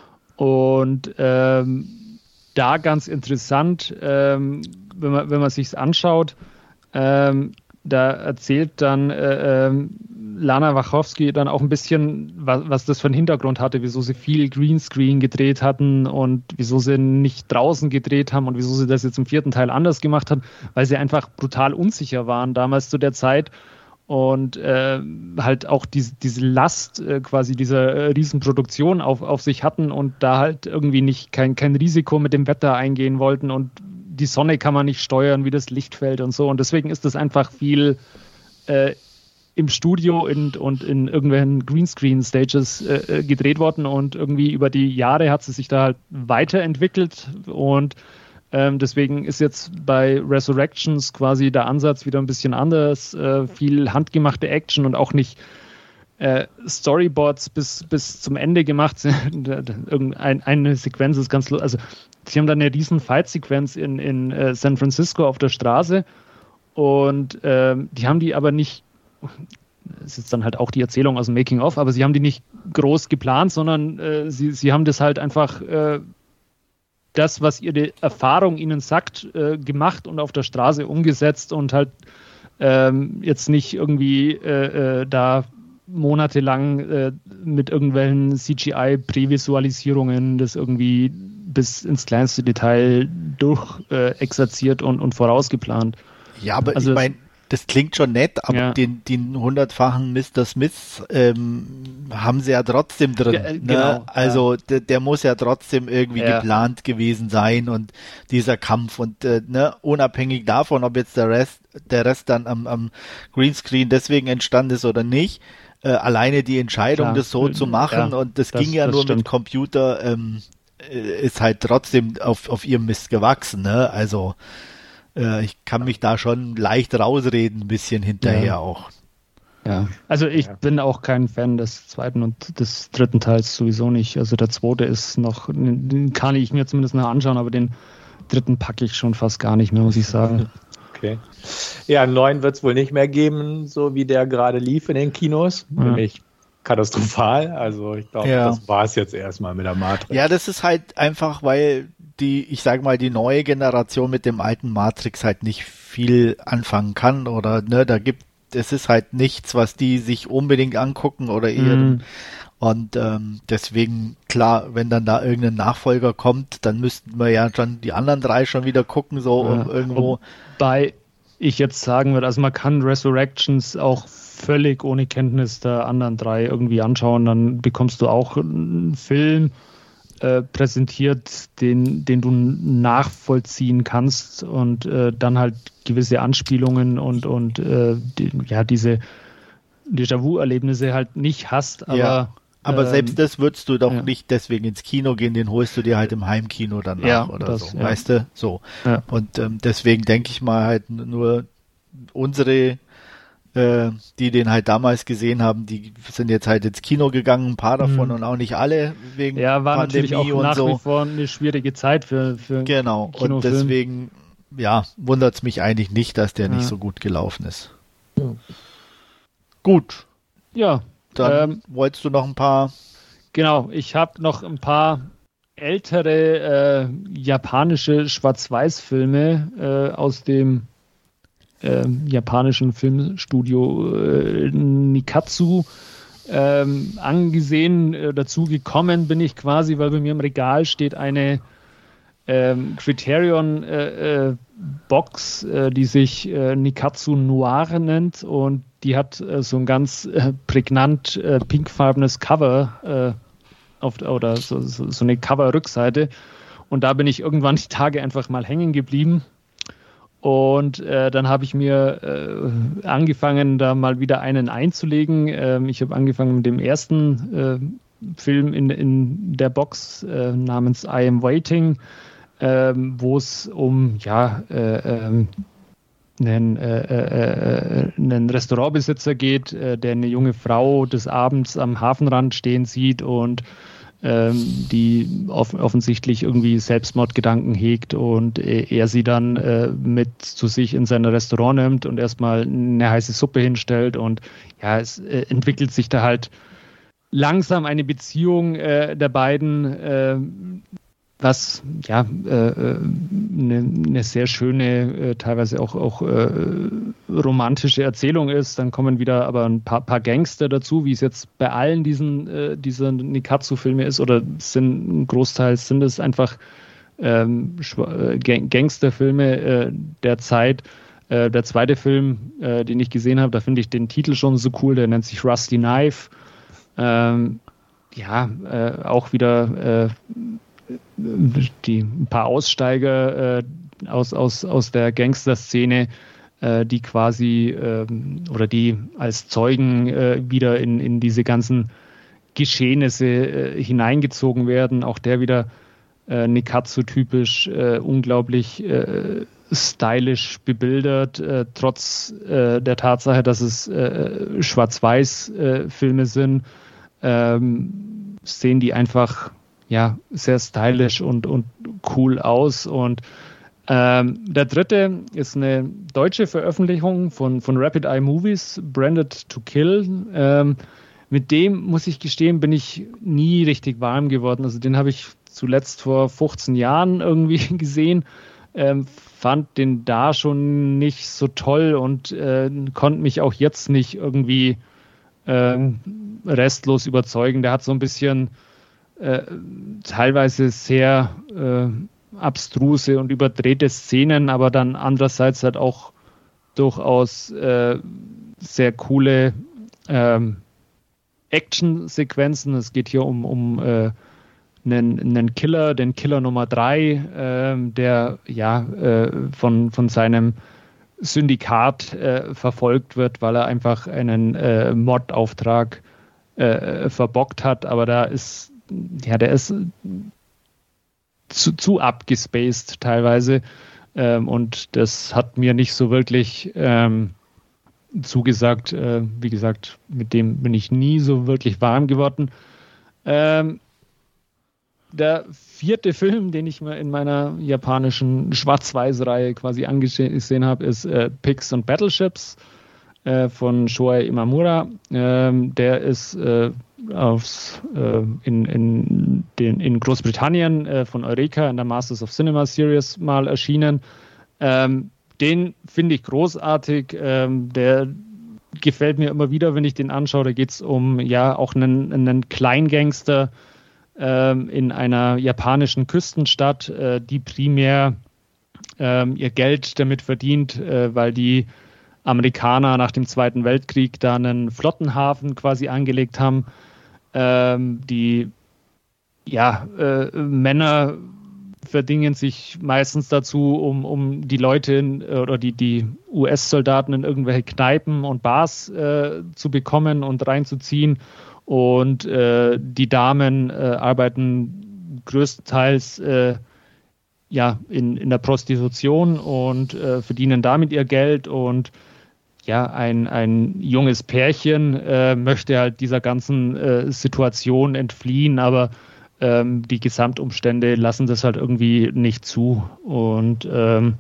Und ähm, da ganz interessant, ähm, wenn man, wenn man sich's anschaut, ähm, da erzählt dann äh, ähm, Lana Wachowski dann auch ein bisschen, was, was das für einen Hintergrund hatte, wieso sie viel Greenscreen gedreht hatten und wieso sie nicht draußen gedreht haben und wieso sie das jetzt im vierten Teil anders gemacht haben, weil sie einfach brutal unsicher waren damals zu der Zeit und äh, halt auch diese, diese Last äh, quasi dieser äh, Riesenproduktion auf, auf sich hatten und da halt irgendwie nicht kein, kein Risiko mit dem Wetter eingehen wollten und die Sonne kann man nicht steuern, wie das Licht fällt und so und deswegen ist das einfach viel äh, im Studio in, und in irgendwelchen Greenscreen-Stages äh, gedreht worden und irgendwie über die Jahre hat sie sich da halt weiterentwickelt und ähm, deswegen ist jetzt bei Resurrections quasi der Ansatz wieder ein bisschen anders, äh, viel handgemachte Action und auch nicht äh, Storyboards bis, bis zum Ende gemacht. Irgendeine eine Sequenz ist ganz, also sie haben da eine riesen Fight-Sequenz in, in äh, San Francisco auf der Straße und ähm, die haben die aber nicht, es ist dann halt auch die Erzählung aus dem Making-of, aber sie haben die nicht groß geplant, sondern äh, sie, sie haben das halt einfach äh, das, was ihre Erfahrung ihnen sagt, äh, gemacht und auf der Straße umgesetzt und halt ähm, jetzt nicht irgendwie äh, äh, da monatelang äh, mit irgendwelchen C G I-Prävisualisierungen das irgendwie bis ins kleinste Detail durch äh, exerziert und, und vorausgeplant. ja, aber Also ich meine, das klingt schon nett, aber Ja. den, den hundertfachen Mister Smith ähm, haben sie ja trotzdem drin. Ja, äh, ne? genau, Also der, der muss ja trotzdem irgendwie Ja. geplant gewesen sein und dieser Kampf und äh, ne, unabhängig davon, ob jetzt der Rest, der Rest dann am, am Greenscreen deswegen entstanden ist oder nicht, äh, alleine die Entscheidung, Klar. das so zu machen Ja, und das, das- ging ja das nur mit stimmt. Computer, ähm, äh, ist halt trotzdem auf, auf ihrem Mist gewachsen, ne? Also äh, ich kann mich da schon leicht rausreden, ein bisschen hinterher Ja. auch. Ja. Also ich Ja. bin auch kein Fan des zweiten und des dritten Teils sowieso nicht. Also der zweite ist noch, den kann ich mir zumindest noch anschauen, aber den dritten packe ich schon fast gar nicht mehr, muss ich sagen. Okay. Ja, einen neuen wird es wohl nicht mehr geben, so wie der gerade lief in den Kinos. Ja. Nämlich katastrophal. Also ich glaube, Ja. das war es jetzt erstmal mit der Matrix. Ja, das ist halt einfach, weil die, ich sag mal, die neue Generation mit dem alten Matrix halt nicht viel anfangen kann oder ne, da gibt es ist halt nichts, was die sich unbedingt angucken oder ihren Mhm. und ähm, deswegen, klar, wenn dann da irgendein Nachfolger kommt, dann müssten wir ja schon die anderen drei schon wieder gucken, so um Ja. irgendwo. Bei ich jetzt sagen würde, also man kann Resurrections auch völlig ohne Kenntnis der anderen drei irgendwie anschauen, dann bekommst du auch einen Film äh, präsentiert, den, den du nachvollziehen kannst und äh, dann halt gewisse Anspielungen und, und äh, die, ja, diese Déjà-vu-Erlebnisse halt nicht hast, aber ja. Aber ähm, selbst das würdest du doch ja. nicht deswegen ins Kino gehen, den holst du dir halt im Heimkino danach Ja, oder das, so, ja. weißt du? So. Ja. Und ähm, deswegen denke ich mal halt nur unsere, äh, die den halt damals gesehen haben, die sind jetzt halt ins Kino gegangen, ein paar davon Mhm. und auch nicht alle wegen Ja, war Pandemie natürlich auch und nach so. wie vor eine schwierige Zeit für, für Genau. Und Kinofilm. deswegen, ja, wundert es mich eigentlich nicht, dass der Ja. nicht so gut gelaufen ist. Ja. Gut. Ja, Dann ähm, wolltest du noch ein paar. genau. Ich habe noch ein paar ältere äh, japanische Schwarz-Weiß-Filme äh, aus dem äh, japanischen Filmstudio äh, Nikatsu ähm, angesehen. Äh, dazu gekommen bin ich quasi, weil bei mir im Regal steht eine ähm, Criterion äh, äh, Box, äh, die sich äh, Nikatsu Noir nennt und die hat äh, so ein ganz äh, prägnant äh, pinkfarbenes Cover äh, auf, oder so, so, so eine Cover-Rückseite und da bin ich irgendwann die Tage einfach mal hängen geblieben und äh, dann habe ich mir äh, angefangen, da mal wieder einen einzulegen. Ähm, ich habe angefangen mit dem ersten äh, Film in, in der Box äh, namens I Am Waiting, ähm, wo es um ja äh, ähm, einen, äh, äh, einen Restaurantbesitzer geht, äh, der eine junge Frau des Abends am Hafenrand stehen sieht und ähm, die off- offensichtlich irgendwie Selbstmordgedanken hegt und äh, er sie dann äh, mit zu sich in sein Restaurant nimmt und erstmal eine heiße Suppe hinstellt und ja, es äh, entwickelt sich da halt langsam eine Beziehung äh, der beiden, äh, was ja eine äh, ne, ne sehr schöne, äh, teilweise auch, auch äh, romantische Erzählung ist. Dann kommen wieder aber ein paar, paar Gangster dazu, wie es jetzt bei allen diesen äh, dieser Nikatsu-Filme ist, oder sind ein Großteil sind es einfach ähm, äh, Gangsterfilme äh, der Zeit. Äh, der zweite Film, äh, den ich gesehen habe, da finde ich den Titel schon so cool, der nennt sich Rusty Knife. Ähm, ja, äh, auch wieder äh, die ein paar Aussteiger äh, aus, aus, aus der Gangster-Szene, äh, die quasi äh, oder die als Zeugen äh, wieder in, in diese ganzen Geschehnisse äh, hineingezogen werden. Auch der wieder äh, Nikatsu-typisch, äh, unglaublich äh, stylisch bebildert, äh, trotz äh, der Tatsache, dass es äh, Schwarz-Weiß-Filme äh, sind, ähm, sehen die einfach ja, sehr stylisch und, und cool aus. Und ähm, der dritte ist eine deutsche Veröffentlichung von, von Rapid Eye Movies, Branded to Kill. Ähm, mit dem, muss ich gestehen, bin ich nie richtig warm geworden. Also den habe ich zuletzt vor fünfzehn Jahren irgendwie gesehen, ähm, fand den da schon nicht so toll und äh, konnte mich auch jetzt nicht irgendwie ähm, restlos überzeugen. Der hat so ein bisschen Äh, teilweise sehr äh, abstruse und überdrehte Szenen, aber dann andererseits halt auch durchaus äh, sehr coole ähm, Action-Sequenzen. Es geht hier um, um äh, einen, einen Killer, den Killer Nummer drei, äh, der ja äh, von, von seinem Syndikat äh, verfolgt wird, weil er einfach einen äh, Mordauftrag äh, verbockt hat, aber da ist ja, der ist zu, zu abgespaced teilweise ähm, und das hat mir nicht so wirklich ähm, zugesagt. Äh, wie gesagt, mit dem bin ich nie so wirklich warm geworden. Ähm, der vierte Film, den ich mal in meiner japanischen Schwarz-Weiß-Reihe quasi angesehen habe, ist äh, Pigs and Battleships äh, von Shoei Imamura. Ähm, der ist äh, Aufs, äh, in, in, den, in Großbritannien äh, von Eureka in der Masters of Cinema Series mal erschienen. Ähm, den finde ich großartig. Ähm, der gefällt mir immer wieder, wenn ich den anschaue. Da geht es um ja auch einen, einen Kleingangster ähm, in einer japanischen Küstenstadt, äh, die primär ähm, ihr Geld damit verdient, äh, weil die Amerikaner nach dem Zweiten Weltkrieg da einen Flottenhafen quasi angelegt haben. Ähm, die ja, äh, Männer verdingen sich meistens dazu, um, um die Leute in, oder die, die U S-Soldaten in irgendwelche Kneipen und Bars äh, zu bekommen und reinzuziehen. Und äh, die Damen äh, arbeiten größtenteils äh, ja, in, in der Prostitution und äh, verdienen damit ihr Geld. Und ja, ein, ein junges Pärchen äh, möchte halt dieser ganzen äh, Situation entfliehen, aber ähm, die Gesamtumstände lassen das halt irgendwie nicht zu. Und ähm,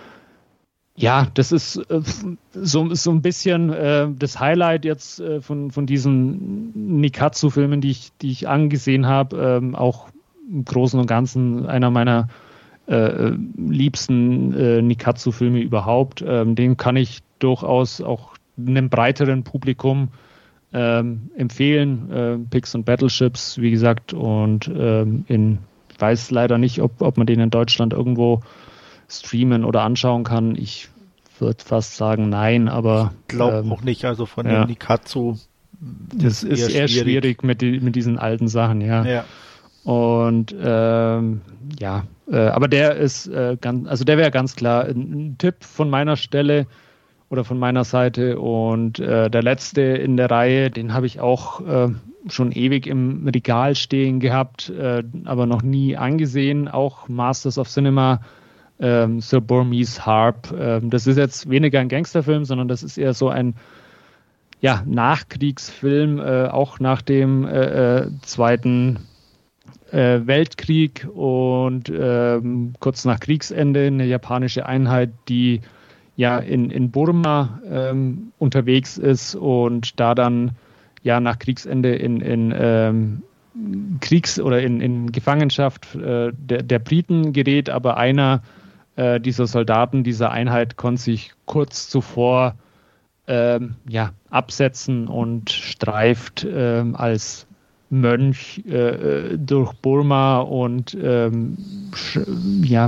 ja, das ist äh, so, so ein bisschen äh, das Highlight jetzt äh, von, von diesen Nikatsu-Filmen, die ich, die ich angesehen habe. Ähm, auch im Großen und Ganzen einer meiner äh, liebsten äh, Nikatsu-Filme überhaupt. Ähm, den kann ich durchaus auch einem breiteren Publikum ähm, empfehlen. Äh, Pigs und Battleships, wie gesagt. Und ähm, in, ich weiß leider nicht, ob, ob man den in Deutschland irgendwo streamen oder anschauen kann. Ich würde fast sagen nein, aber ich glaube ähm, auch nicht. Also von ja. dem Nikatsu, das ist eher, eher schwierig, schwierig mit, die, mit diesen alten Sachen, ja. ja. Und ähm, ja, äh, aber der ist äh, ganz, also der wäre ganz klar ein, ein Tipp von meiner Stelle oder von meiner Seite. Und äh, der letzte in der Reihe, den habe ich auch äh, schon ewig im Regal stehen gehabt, äh, aber noch nie angesehen. Auch Masters of Cinema, ähm, The Burmese Harp. Ähm, das ist jetzt weniger ein Gangsterfilm, sondern das ist eher so ein ja, Nachkriegsfilm, äh, auch nach dem äh, äh, Zweiten äh, Weltkrieg und ähm, kurz nach Kriegsende eine japanische Einheit, die ja in, in Burma ähm, unterwegs ist und da dann ja nach Kriegsende in, in ähm, Kriegs- oder in, in Gefangenschaft äh, der, der Briten gerät, aber einer äh, dieser Soldaten dieser Einheit konnte sich kurz zuvor ähm, ja, absetzen und streift ähm, als Mönch äh, durch Burma und ähm, sch- ja,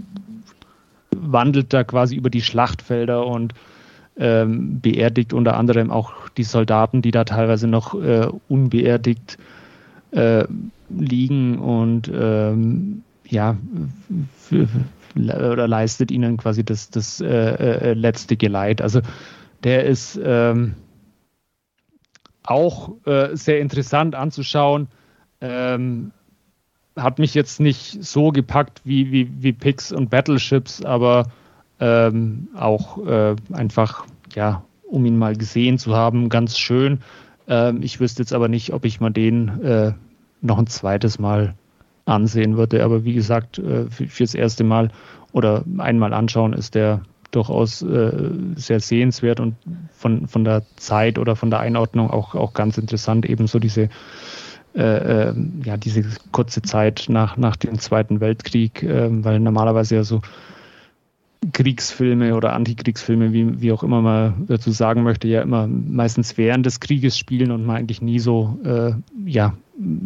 wandelt da quasi über die Schlachtfelder und ähm, beerdigt unter anderem auch die Soldaten, die da teilweise noch äh, unbeerdigt äh, liegen und ähm, ja, f- oder leistet ihnen quasi das, das äh, äh, letzte Geleit. Also der ist ähm, auch äh, sehr interessant anzuschauen. Ähm, hat mich jetzt nicht so gepackt wie, wie, wie Pigs und Battleships, aber ähm, auch äh, einfach, ja, um ihn mal gesehen zu haben, ganz schön. Ähm, ich wüsste jetzt aber nicht, ob ich mal den äh, noch ein zweites Mal ansehen würde. Aber wie gesagt, äh, für, fürs erste Mal oder einmal anschauen ist der durchaus äh, sehr sehenswert und von, von der Zeit oder von der Einordnung auch, auch ganz interessant, ebenso diese Äh, äh, ja, diese kurze Zeit nach, nach dem Zweiten Weltkrieg, äh, weil normalerweise ja so Kriegsfilme oder Antikriegsfilme, wie, wie auch immer man dazu sagen möchte, ja immer meistens während des Krieges spielen und man eigentlich nie so äh, ja,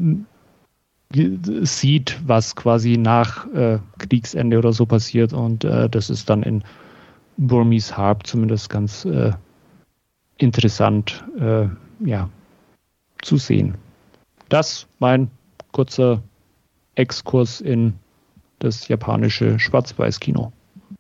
sieht, was quasi nach äh, Kriegsende oder so passiert, und äh, das ist dann in Burmese Harp zumindest ganz äh, interessant äh, ja, zu sehen. Das mein kurzer Exkurs in das japanische Schwarz-Weiß-Kino.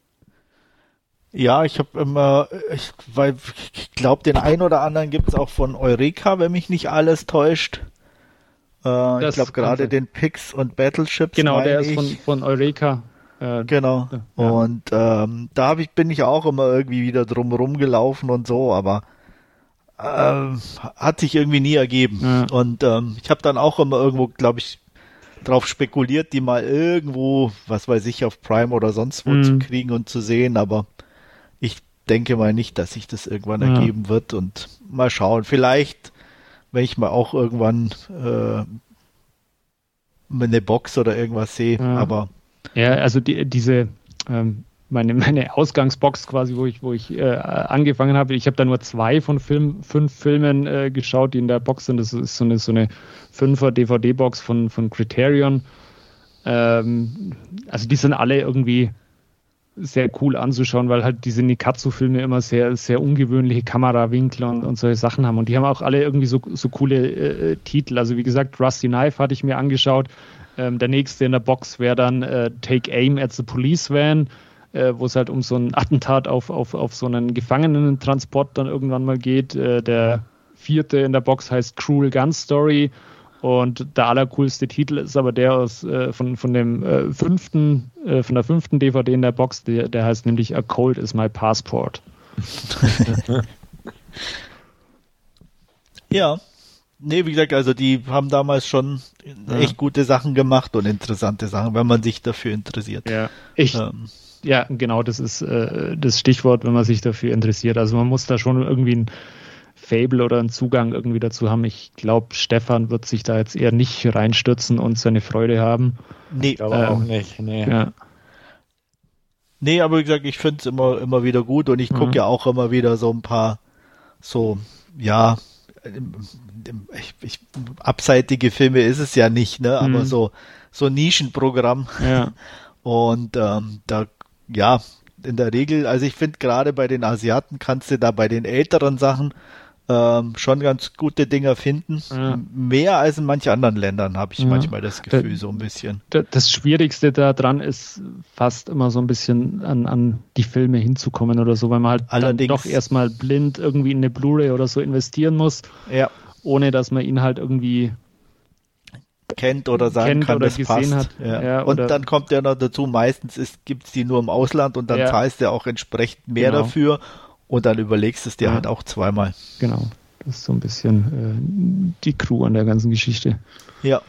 Ja, ich habe immer, ich, weil ich glaube, den einen oder anderen gibt es auch von Eureka, wenn mich nicht alles täuscht. Äh, ich glaube gerade den Pigs und Battleships. Genau, der ich. ist von, von Eureka. Äh, genau. Ja. Und ähm, da hab ich, bin ich auch immer irgendwie wieder drum rumgelaufen und so, aber Ähm, hat sich irgendwie nie ergeben. Ja. Und ähm, ich habe dann auch immer irgendwo, glaube ich, drauf spekuliert, die mal irgendwo, was weiß ich, auf Prime oder sonst wo mhm. zu kriegen und zu sehen, aber ich denke mal nicht, dass sich das irgendwann ja. ergeben wird, und mal schauen. Vielleicht, wenn ich mal auch irgendwann äh, eine Box oder irgendwas sehe, ja. aber ja, also die, diese ähm Meine, meine Ausgangsbox quasi, wo ich, wo ich äh, angefangen habe. Ich habe da nur zwei von Film, fünf Filmen äh, geschaut, die in der Box sind. Das ist so eine, so eine Fünfer D V D-Box von, von Criterion. Ähm, also die sind alle irgendwie sehr cool anzuschauen, weil halt diese Nikatsu-Filme immer sehr, sehr ungewöhnliche Kamerawinkel und, und solche Sachen haben. Und die haben auch alle irgendwie so, so coole äh, Titel. Also wie gesagt, Rusty Knife hatte ich mir angeschaut. Ähm, der nächste in der Box wäre dann äh, Take Aim at the Police Van, äh, wo es halt um so ein Attentat auf, auf, auf so einen Gefangenentransport dann irgendwann mal geht. Äh, der vierte in der Box heißt Cruel Gun Story. Und der allercoolste Titel ist aber der aus äh, von, von dem äh, fünften, äh, von der fünften D V D in der Box, der, der heißt nämlich A Cold is My Passport. Ja. Nee, wie gesagt, also die haben damals schon ja. echt gute Sachen gemacht und interessante Sachen, wenn man sich dafür interessiert. Ja, ich, ähm. ja genau, das ist äh, das Stichwort, wenn man sich dafür interessiert. Also man muss da schon irgendwie ein Fable oder einen Zugang irgendwie dazu haben. Ich glaube, Stefan wird sich da jetzt eher nicht reinstürzen und seine Freude haben. Nee, aber ähm, auch nicht. Nee. Ja. nee, aber wie gesagt, ich finde es immer, immer wieder gut und ich gucke mhm. ja auch immer wieder so ein paar so, ja, ich, ich, abseitige Filme ist es ja nicht, ne? Aber mhm. so, so Nischenprogramm. Ja. Und ähm, da, ja, in der Regel, also ich finde gerade bei den Asiaten kannst du da bei den älteren Sachen ähm, schon ganz gute Dinger finden. Ja. Mehr als in manchen anderen Ländern, habe ich ja. manchmal das Gefühl, da, so ein bisschen. Das Schwierigste daran ist fast immer so ein bisschen an, an die Filme hinzukommen oder so, weil man halt Allerdings, dann doch erstmal blind irgendwie in eine Blu-ray oder so investieren muss, ja. ohne dass man ihn halt irgendwie kennt oder sagen kennt kann, oder das gesehen passt. hat. Ja. Ja, und dann kommt ja noch dazu, meistens gibt es die nur im Ausland und dann ja. zahlst du auch entsprechend mehr genau. dafür und dann überlegst du es dir ja. halt auch zweimal. Genau, das ist so ein bisschen äh, die Crew an der ganzen Geschichte. Ja.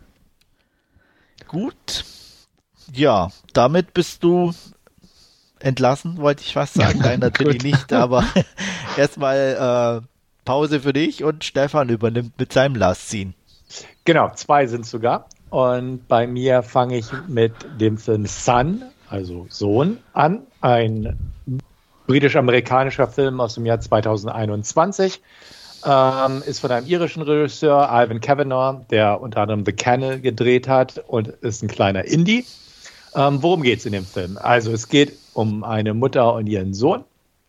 Gut. Ja, damit bist du entlassen, wollte ich fast sagen. Nein, natürlich nicht, aber erstmal äh, Pause für dich und Stefan übernimmt mit seinem Last Scene. Genau, zwei sind sogar. Und bei mir fange ich mit dem Film Son, also Sohn, an. Ein britisch-amerikanischer Film aus dem Jahr zweitausendeinundzwanzig. Ähm, ist von einem irischen Regisseur, Ivan Kavanagh, der unter anderem The Kennel gedreht hat und ist ein kleiner Indie. Ähm, worum geht es in dem Film? Also es geht um eine Mutter und ihren Sohn.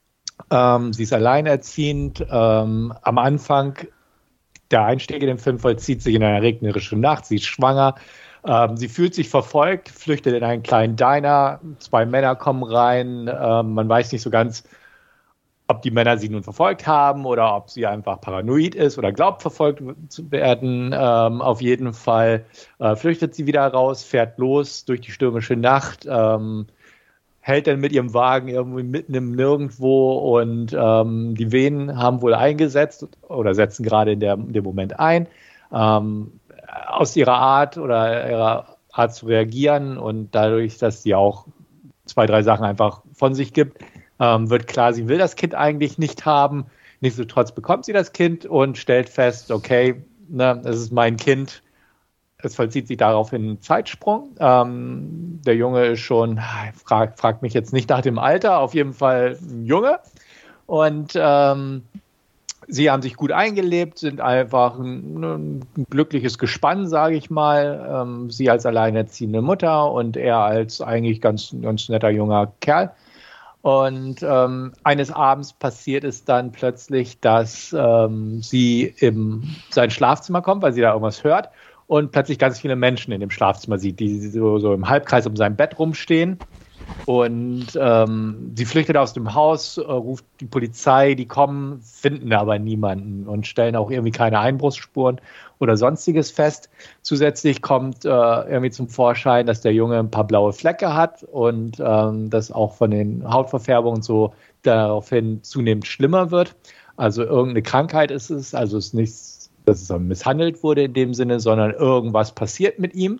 Ähm, sie ist alleinerziehend. Ähm, am Anfang, der Einstieg in den Film vollzieht sich in einer regnerischen Nacht. Sie ist schwanger. Ähm, sie fühlt sich verfolgt, flüchtet in einen kleinen Diner. Zwei Männer kommen rein. Ähm, man weiß nicht so ganz, ob die Männer sie nun verfolgt haben oder ob sie einfach paranoid ist oder glaubt, verfolgt zu werden. Ähm, auf jeden Fall äh, flüchtet sie wieder raus, fährt los durch die stürmische Nacht, ähm, hält dann mit ihrem Wagen irgendwie mitten im Nirgendwo und ähm, die Venen haben wohl eingesetzt oder setzen gerade in, der, in dem Moment ein. Ähm, aus ihrer Art oder ihrer Art zu reagieren und dadurch, dass sie auch zwei, drei Sachen einfach von sich gibt, ähm, wird klar, sie will das Kind eigentlich nicht haben. Nichtsdestotrotz bekommt sie das Kind und stellt fest, okay, ne, es ist mein Kind. Es vollzieht sich daraufhin ein Zeitsprung. Ähm, der Junge ist schon, frag, frag mich jetzt nicht nach dem Alter, auf jeden Fall ein Junge. Und ähm, sie haben sich gut eingelebt, sind einfach ein, ein glückliches Gespann, sage ich mal. Ähm, sie als alleinerziehende Mutter und er als eigentlich ganz, ganz netter junger Kerl. Und ähm, eines Abends passiert es dann plötzlich, dass ähm, sie in sein Schlafzimmer kommt, weil sie da irgendwas hört und plötzlich ganz viele Menschen in dem Schlafzimmer sieht, die so, so im Halbkreis um sein Bett rumstehen. Und ähm, sie flüchtet aus dem Haus, äh, ruft die Polizei, die kommen, finden aber niemanden und stellen auch irgendwie keine Einbruchsspuren oder sonstiges fest. Zusätzlich kommt äh, irgendwie zum Vorschein, dass der Junge ein paar blaue Flecke hat und ähm, das auch von den Hautverfärbungen so daraufhin zunehmend schlimmer wird. Also irgendeine Krankheit ist es, also es ist nichts, dass es misshandelt wurde in dem Sinne, sondern irgendwas passiert mit ihm.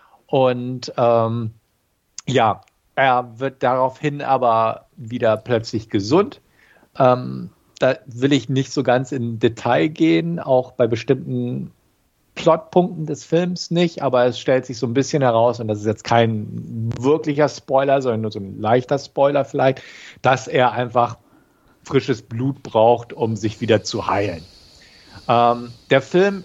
Und ähm, ja, er wird daraufhin aber wieder plötzlich gesund. Ähm, da will ich nicht so ganz in Detail gehen, auch bei bestimmten Plotpunkten des Films nicht, aber es stellt sich so ein bisschen heraus, und das ist jetzt kein wirklicher Spoiler, sondern nur so ein leichter Spoiler vielleicht, dass er einfach frisches Blut braucht, um sich wieder zu heilen. Ähm, der Film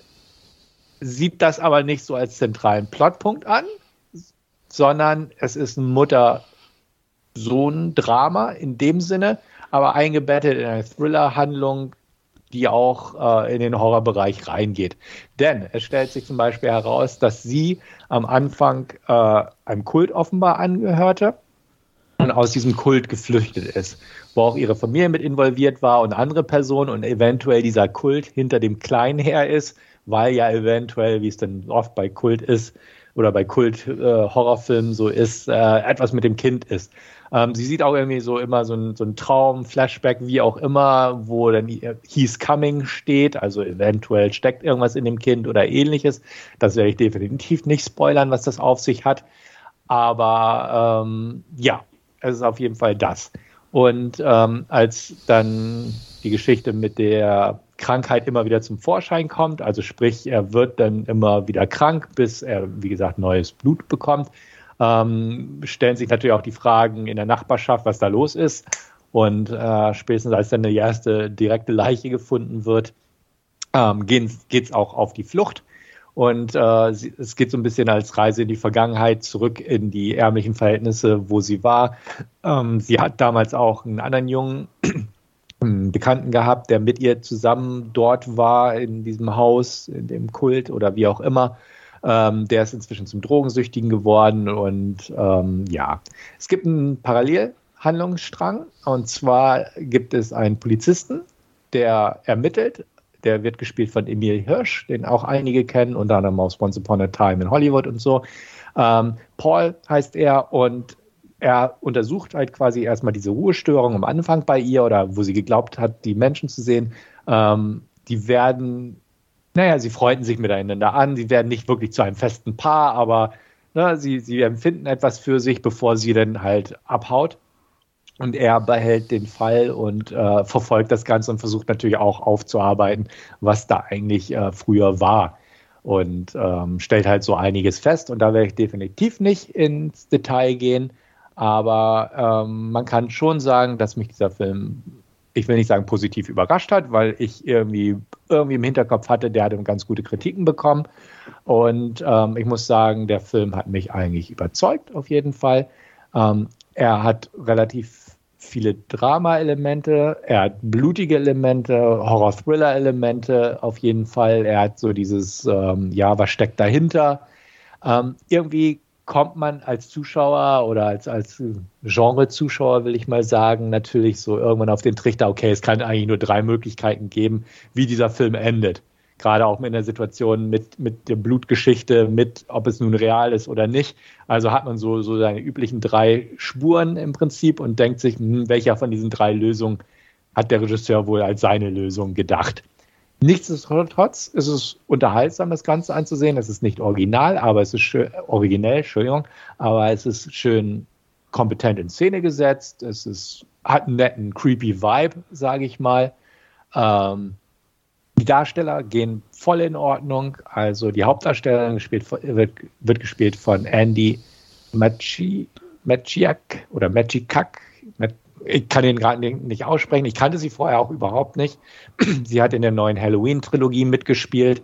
sieht das aber nicht so als zentralen Plotpunkt an, sondern es ist ein Mutter-Sohn-Film, so ein Drama in dem Sinne, aber eingebettet in eine Thriller-Handlung, die auch äh, in den Horrorbereich reingeht. Denn es stellt sich zum Beispiel heraus, dass sie am Anfang äh, einem Kult offenbar angehörte und aus diesem Kult geflüchtet ist, wo auch ihre Familie mit involviert war und andere Personen und eventuell dieser Kult hinter dem Kleinen her ist, weil ja eventuell, wie es dann oft bei Kult ist oder bei Kult-Horrorfilmen äh, so ist, äh, etwas mit dem Kind ist. Ähm, sie sieht auch irgendwie so immer so ein, so ein Traum, Flashback, wie auch immer, wo dann He's Coming steht, also eventuell steckt irgendwas in dem Kind oder ähnliches. Das werde ich definitiv nicht spoilern, was das auf sich hat. Aber ähm, ja, es ist auf jeden Fall das. Und ähm, als dann die Geschichte mit der Krankheit immer wieder zum Vorschein kommt, also sprich, er wird dann immer wieder krank, bis er, wie gesagt, neues Blut bekommt, ähm, stellen sich natürlich auch die Fragen in der Nachbarschaft, was da los ist. Und äh, spätestens als dann die erste direkte Leiche gefunden wird, ähm, geht es auch auf die Flucht. Und äh, sie, es geht so ein bisschen als Reise in die Vergangenheit, zurück in die ärmlichen Verhältnisse, wo sie war. Ähm, sie hat damals auch einen anderen Jungen, einen Bekannten gehabt, der mit ihr zusammen dort war, in diesem Haus, in dem Kult oder wie auch immer. Ähm, der ist inzwischen zum Drogensüchtigen geworden. Und ähm, ja, es gibt einen Parallelhandlungsstrang. Und zwar gibt es einen Polizisten, der ermittelt. Der wird gespielt von Emil Hirsch, den auch einige kennen, unter anderem aus Once Upon a Time in Hollywood und so. Ähm, Paul heißt er und er untersucht halt quasi erstmal diese Ruhestörung am Anfang bei ihr oder wo sie geglaubt hat, die Menschen zu sehen. Ähm, die werden, naja, sie freunden sich miteinander an, sie werden nicht wirklich zu einem festen Paar, aber ne, sie, sie empfinden etwas für sich, bevor sie dann halt abhaut. Und er behält den Fall und äh, verfolgt das Ganze und versucht natürlich auch aufzuarbeiten, was da eigentlich äh, früher war. Und ähm, stellt halt so einiges fest. Und da werde ich definitiv nicht ins Detail gehen. Aber ähm, man kann schon sagen, dass mich dieser Film, ich will nicht sagen positiv überrascht hat, weil ich irgendwie, irgendwie im Hinterkopf hatte, der hatte ganz gute Kritiken bekommen. Und ähm, ich muss sagen, der Film hat mich eigentlich überzeugt, auf jeden Fall. Ähm, er hat relativ viele Drama-Elemente, er hat blutige Elemente, Horror-Thriller-Elemente auf jeden Fall. Er hat so dieses, ähm, ja, was steckt dahinter? Ähm, irgendwie kommt man als Zuschauer oder als, als Genre-Zuschauer, will ich mal sagen, natürlich so irgendwann auf den Trichter, okay, es kann eigentlich nur drei Möglichkeiten geben, wie dieser Film endet. Gerade auch in der Situation mit, mit der Blutgeschichte, mit ob es nun real ist oder nicht. Also hat man so, so seine üblichen drei Spuren im Prinzip und denkt sich, hm, welcher von diesen drei Lösungen hat der Regisseur wohl als seine Lösung gedacht. Nichtsdestotrotz ist es unterhaltsam, das Ganze anzusehen. Es ist nicht original, aber es ist schön, originell, Entschuldigung, aber es ist schön kompetent in Szene gesetzt. Es ist, hat einen netten, creepy Vibe, sage ich mal. Ähm, Die Darsteller gehen voll in Ordnung. Also die Hauptdarstellerin gespielt, wird, wird gespielt von Andy Machi, Machiak oder Machikak. Ich kann den gerade nicht aussprechen. Ich kannte sie vorher auch überhaupt nicht. Sie hat in der neuen Halloween-Trilogie mitgespielt.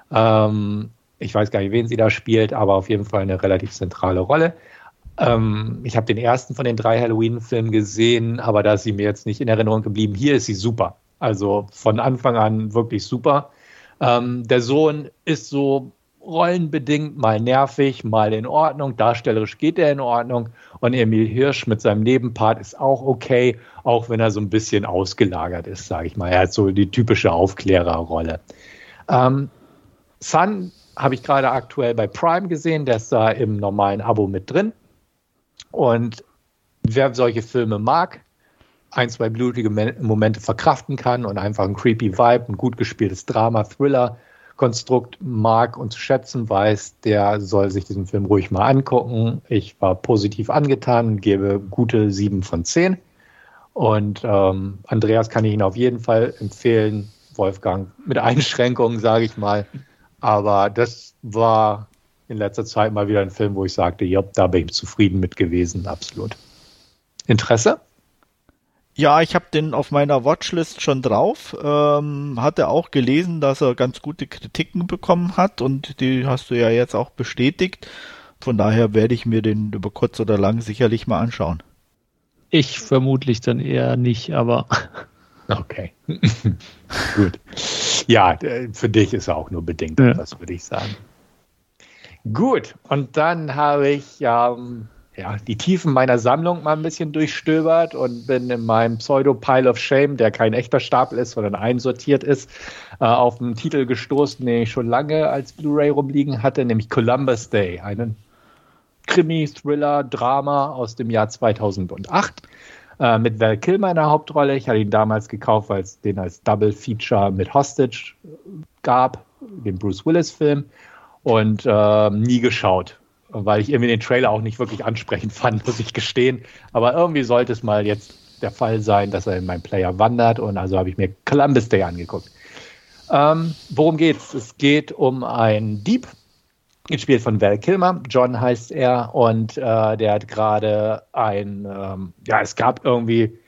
Ähm, ich weiß gar nicht, wen sie da spielt, aber auf jeden Fall eine relativ zentrale Rolle. Ähm, ich habe den ersten von den drei Halloween-Filmen gesehen, aber da ist sie mir jetzt nicht in Erinnerung geblieben. Hier ist sie super. Also von Anfang an wirklich super. Ähm, der Sohn ist so rollenbedingt mal nervig, mal in Ordnung. Darstellerisch geht er in Ordnung. Und Emil Hirsch mit seinem Nebenpart ist auch okay, auch wenn er so ein bisschen ausgelagert ist, sage ich mal. Er hat so die typische Aufklärerrolle. Ähm, Sun habe ich gerade aktuell bei Prime gesehen. Der ist da im normalen Abo mit drin. Und wer solche Filme mag, ein, zwei blutige Momente verkraften kann und einfach ein creepy Vibe, ein gut gespieltes Drama, Thriller, Konstrukt mag und zu schätzen weiß, der soll sich diesen Film ruhig mal angucken. Ich war positiv angetan und gebe gute sieben von zehn. Und ähm, Andreas kann ich Ihnen auf jeden Fall empfehlen, Wolfgang, mit Einschränkungen, sage ich mal. Aber das war in letzter Zeit mal wieder ein Film, wo ich sagte, ja, da bin ich zufrieden mit gewesen, absolut. Interesse? Ja, ich habe den auf meiner Watchlist schon drauf. Ähm, hatte auch gelesen, dass er ganz gute Kritiken bekommen hat und die hast du ja jetzt auch bestätigt. Von daher werde ich mir den über kurz oder lang sicherlich mal anschauen. Ich vermutlich dann eher nicht, aber... Okay, gut. Ja, für dich ist er auch nur bedingt, ja. Das würde ich sagen. Gut, und dann habe ich ja, ja die Tiefen meiner Sammlung mal ein bisschen durchstöbert und bin in meinem Pseudo-Pile of Shame, der kein echter Stapel ist, sondern einsortiert ist, äh, auf einen Titel gestoßen, den ich schon lange als Blu-ray rumliegen hatte, nämlich Columbus Day, einen Krimi, Thriller, Drama aus dem Jahr zweitausendacht. Äh, mit Val Kilmer in der Hauptrolle. Ich hatte ihn damals gekauft, weil es den als Double Feature mit Hostage gab, den Bruce Willis-Film, und äh, nie geschaut, weil ich irgendwie den Trailer auch nicht wirklich ansprechend fand, muss ich gestehen. Aber irgendwie sollte es mal jetzt der Fall sein, dass er in meinen Player wandert, und also habe ich mir Columbus Day angeguckt. Ähm, worum geht's? Es geht um einen Dieb, gespielt von Val Kilmer. John heißt er, und äh, der hat gerade ein, ähm, ja, es gab irgendwie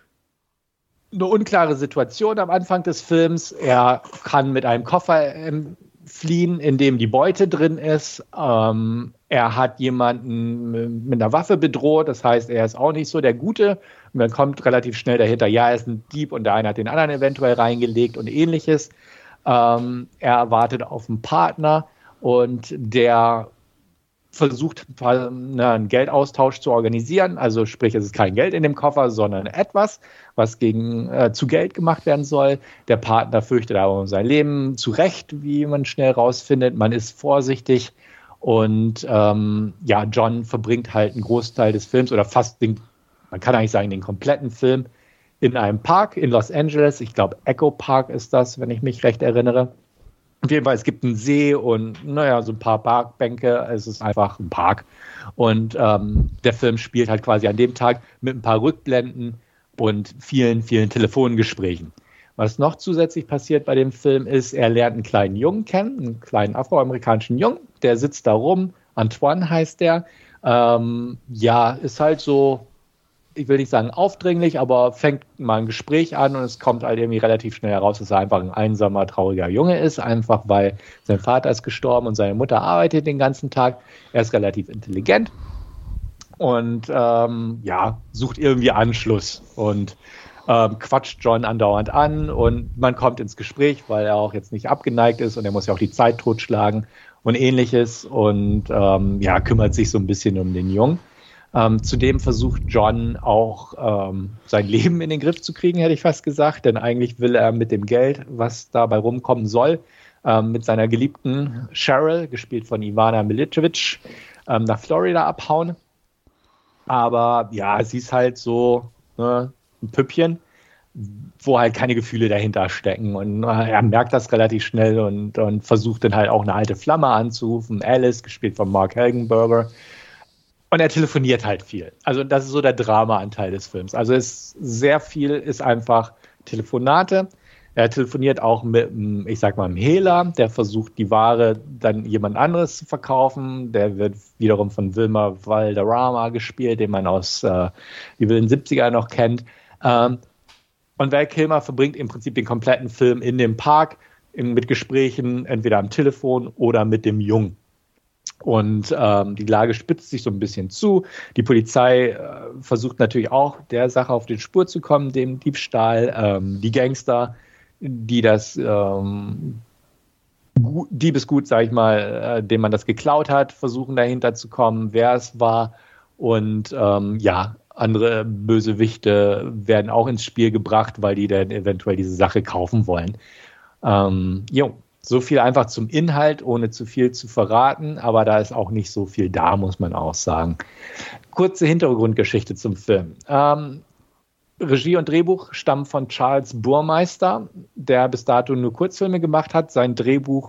eine unklare Situation am Anfang des Films. Er kann mit einem Koffer ähm, fliehen, in dem die Beute drin ist. Ähm, er hat jemanden mit einer Waffe bedroht, das heißt, er ist auch nicht so der Gute. Und dann kommt relativ schnell dahinter, ja, er ist ein Dieb und der eine hat den anderen eventuell reingelegt und ähnliches. Ähm, er wartet auf einen Partner, und der versucht, einen Geldaustausch zu organisieren. Also sprich, es ist kein Geld in dem Koffer, sondern etwas, was gegen, äh, zu Geld gemacht werden soll. Der Partner fürchtet aber um sein Leben, zu Recht, wie man schnell rausfindet. Man ist vorsichtig, und ähm, ja, John verbringt halt einen Großteil des Films oder fast den, man kann eigentlich sagen, den kompletten Film in einem Park in Los Angeles. Ich glaube, Echo Park ist das, wenn ich mich recht erinnere. Auf jeden Fall, es gibt einen See und, naja, so ein paar Parkbänke. Es ist einfach ein Park. Und ähm, der Film spielt halt quasi an dem Tag mit ein paar Rückblenden und vielen, vielen Telefongesprächen. Was noch zusätzlich passiert bei dem Film ist, er lernt einen kleinen Jungen kennen, einen kleinen afroamerikanischen Jungen, der sitzt da rum. Antoine heißt der. Ähm, ja, ist halt so, ich will nicht sagen aufdringlich, aber fängt mal ein Gespräch an, und es kommt halt irgendwie relativ schnell heraus, dass er einfach ein einsamer, trauriger Junge ist, einfach weil sein Vater ist gestorben und seine Mutter arbeitet den ganzen Tag. Er ist relativ intelligent und ähm, ja, sucht irgendwie Anschluss und ähm, quatscht John andauernd an, und man kommt ins Gespräch, weil er auch jetzt nicht abgeneigt ist und er muss ja auch die Zeit totschlagen und ähnliches, und ähm, ja, kümmert sich so ein bisschen um den Jungen. Ähm, zudem versucht John auch ähm, sein Leben in den Griff zu kriegen, hätte ich fast gesagt, denn eigentlich will er mit dem Geld, was dabei rumkommen soll, ähm, mit seiner geliebten Cheryl, gespielt von Ivana Milicevic, ähm, nach Florida abhauen. Aber ja, sie ist halt so, ne, ein Püppchen, wo halt keine Gefühle dahinter stecken, und äh, er merkt das relativ schnell und, und versucht dann halt auch eine alte Flamme anzurufen, Alice, gespielt von Mark Helgenberger. Und er telefoniert halt viel. Also das ist so der Drama-Anteil des Films. Also es sehr viel ist einfach Telefonate. Er telefoniert auch mit, ich sag mal, einem Hehler, der versucht, die Ware dann jemand anderes zu verkaufen. Der wird wiederum von Wilmer Valderrama gespielt, den man aus äh, die wilden siebziger noch kennt. Ähm, und Val Kilmer verbringt im Prinzip den kompletten Film in dem Park in, mit Gesprächen, entweder am Telefon oder mit dem Jungen. Und ähm, die Lage spitzt sich so ein bisschen zu. Die Polizei äh, versucht natürlich auch, der Sache auf die Spur zu kommen, dem Diebstahl. Ähm, die Gangster, die das ähm, Gu- Diebesgut, sag ich mal, äh, dem man das geklaut hat, versuchen dahinter zu kommen, wer es war. Und ähm, ja, andere Bösewichte werden auch ins Spiel gebracht, weil die dann eventuell diese Sache kaufen wollen. Ähm, jo. So viel einfach zum Inhalt, ohne zu viel zu verraten, aber da ist auch nicht so viel da, muss man auch sagen. Kurze Hintergrundgeschichte zum Film. Ähm, Regie und Drehbuch stammen von Charles Burmeister, der bis dato nur Kurzfilme gemacht hat. Sein Drehbuch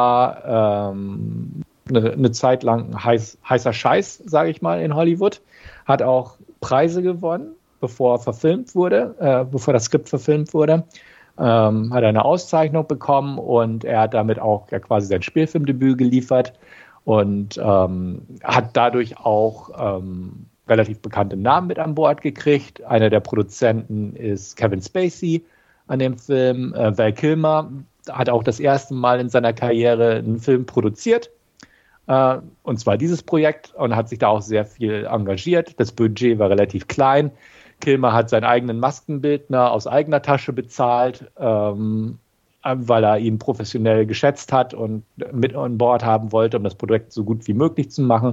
war ähm, eine, eine Zeit lang heiß, heißer Scheiß, sage ich mal, in Hollywood. Hat auch Preise gewonnen, bevor verfilmt wurde, äh, bevor das Skript verfilmt wurde. Ähm, hat eine Auszeichnung bekommen, und er hat damit auch ja, quasi sein Spielfilmdebüt geliefert und ähm, hat dadurch auch ähm, relativ bekannte Namen mit an Bord gekriegt. Einer der Produzenten ist Kevin Spacey an dem Film. Äh, Val Kilmer hat auch das erste Mal in seiner Karriere einen Film produziert, äh, und zwar dieses Projekt, und hat sich da auch sehr viel engagiert. Das Budget war relativ klein. Kilmer hat seinen eigenen Maskenbildner aus eigener Tasche bezahlt, ähm, weil er ihn professionell geschätzt hat und mit an Bord haben wollte, um das Projekt so gut wie möglich zu machen.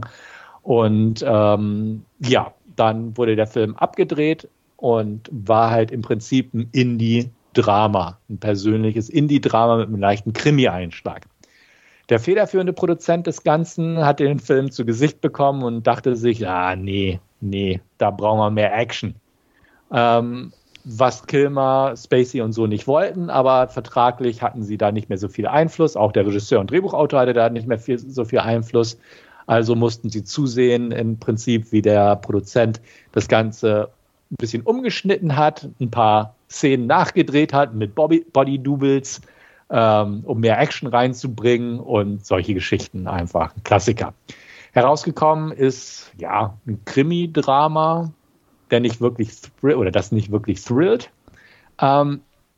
Und ähm, ja, dann wurde der Film abgedreht und war halt im Prinzip ein Indie-Drama, ein persönliches Indie-Drama mit einem leichten Krimi-Einschlag. Der federführende Produzent des Ganzen hat den Film zu Gesicht bekommen und dachte sich, ah nee, nee, da brauchen wir mehr Action. Ähm, was Kilmer, Spacey und so nicht wollten, aber vertraglich hatten sie da nicht mehr so viel Einfluss. Auch der Regisseur und Drehbuchautor hatte da nicht mehr viel, so viel Einfluss. Also mussten sie zusehen, im Prinzip, wie der Produzent das Ganze ein bisschen umgeschnitten hat, ein paar Szenen nachgedreht hat mit Body-Doubles, ähm, um mehr Action reinzubringen und solche Geschichten einfach. Ein Klassiker. Herausgekommen ist, ja, ein Krimi-Drama, der nicht wirklich thrill, oder das nicht wirklich thrillt. Ähm,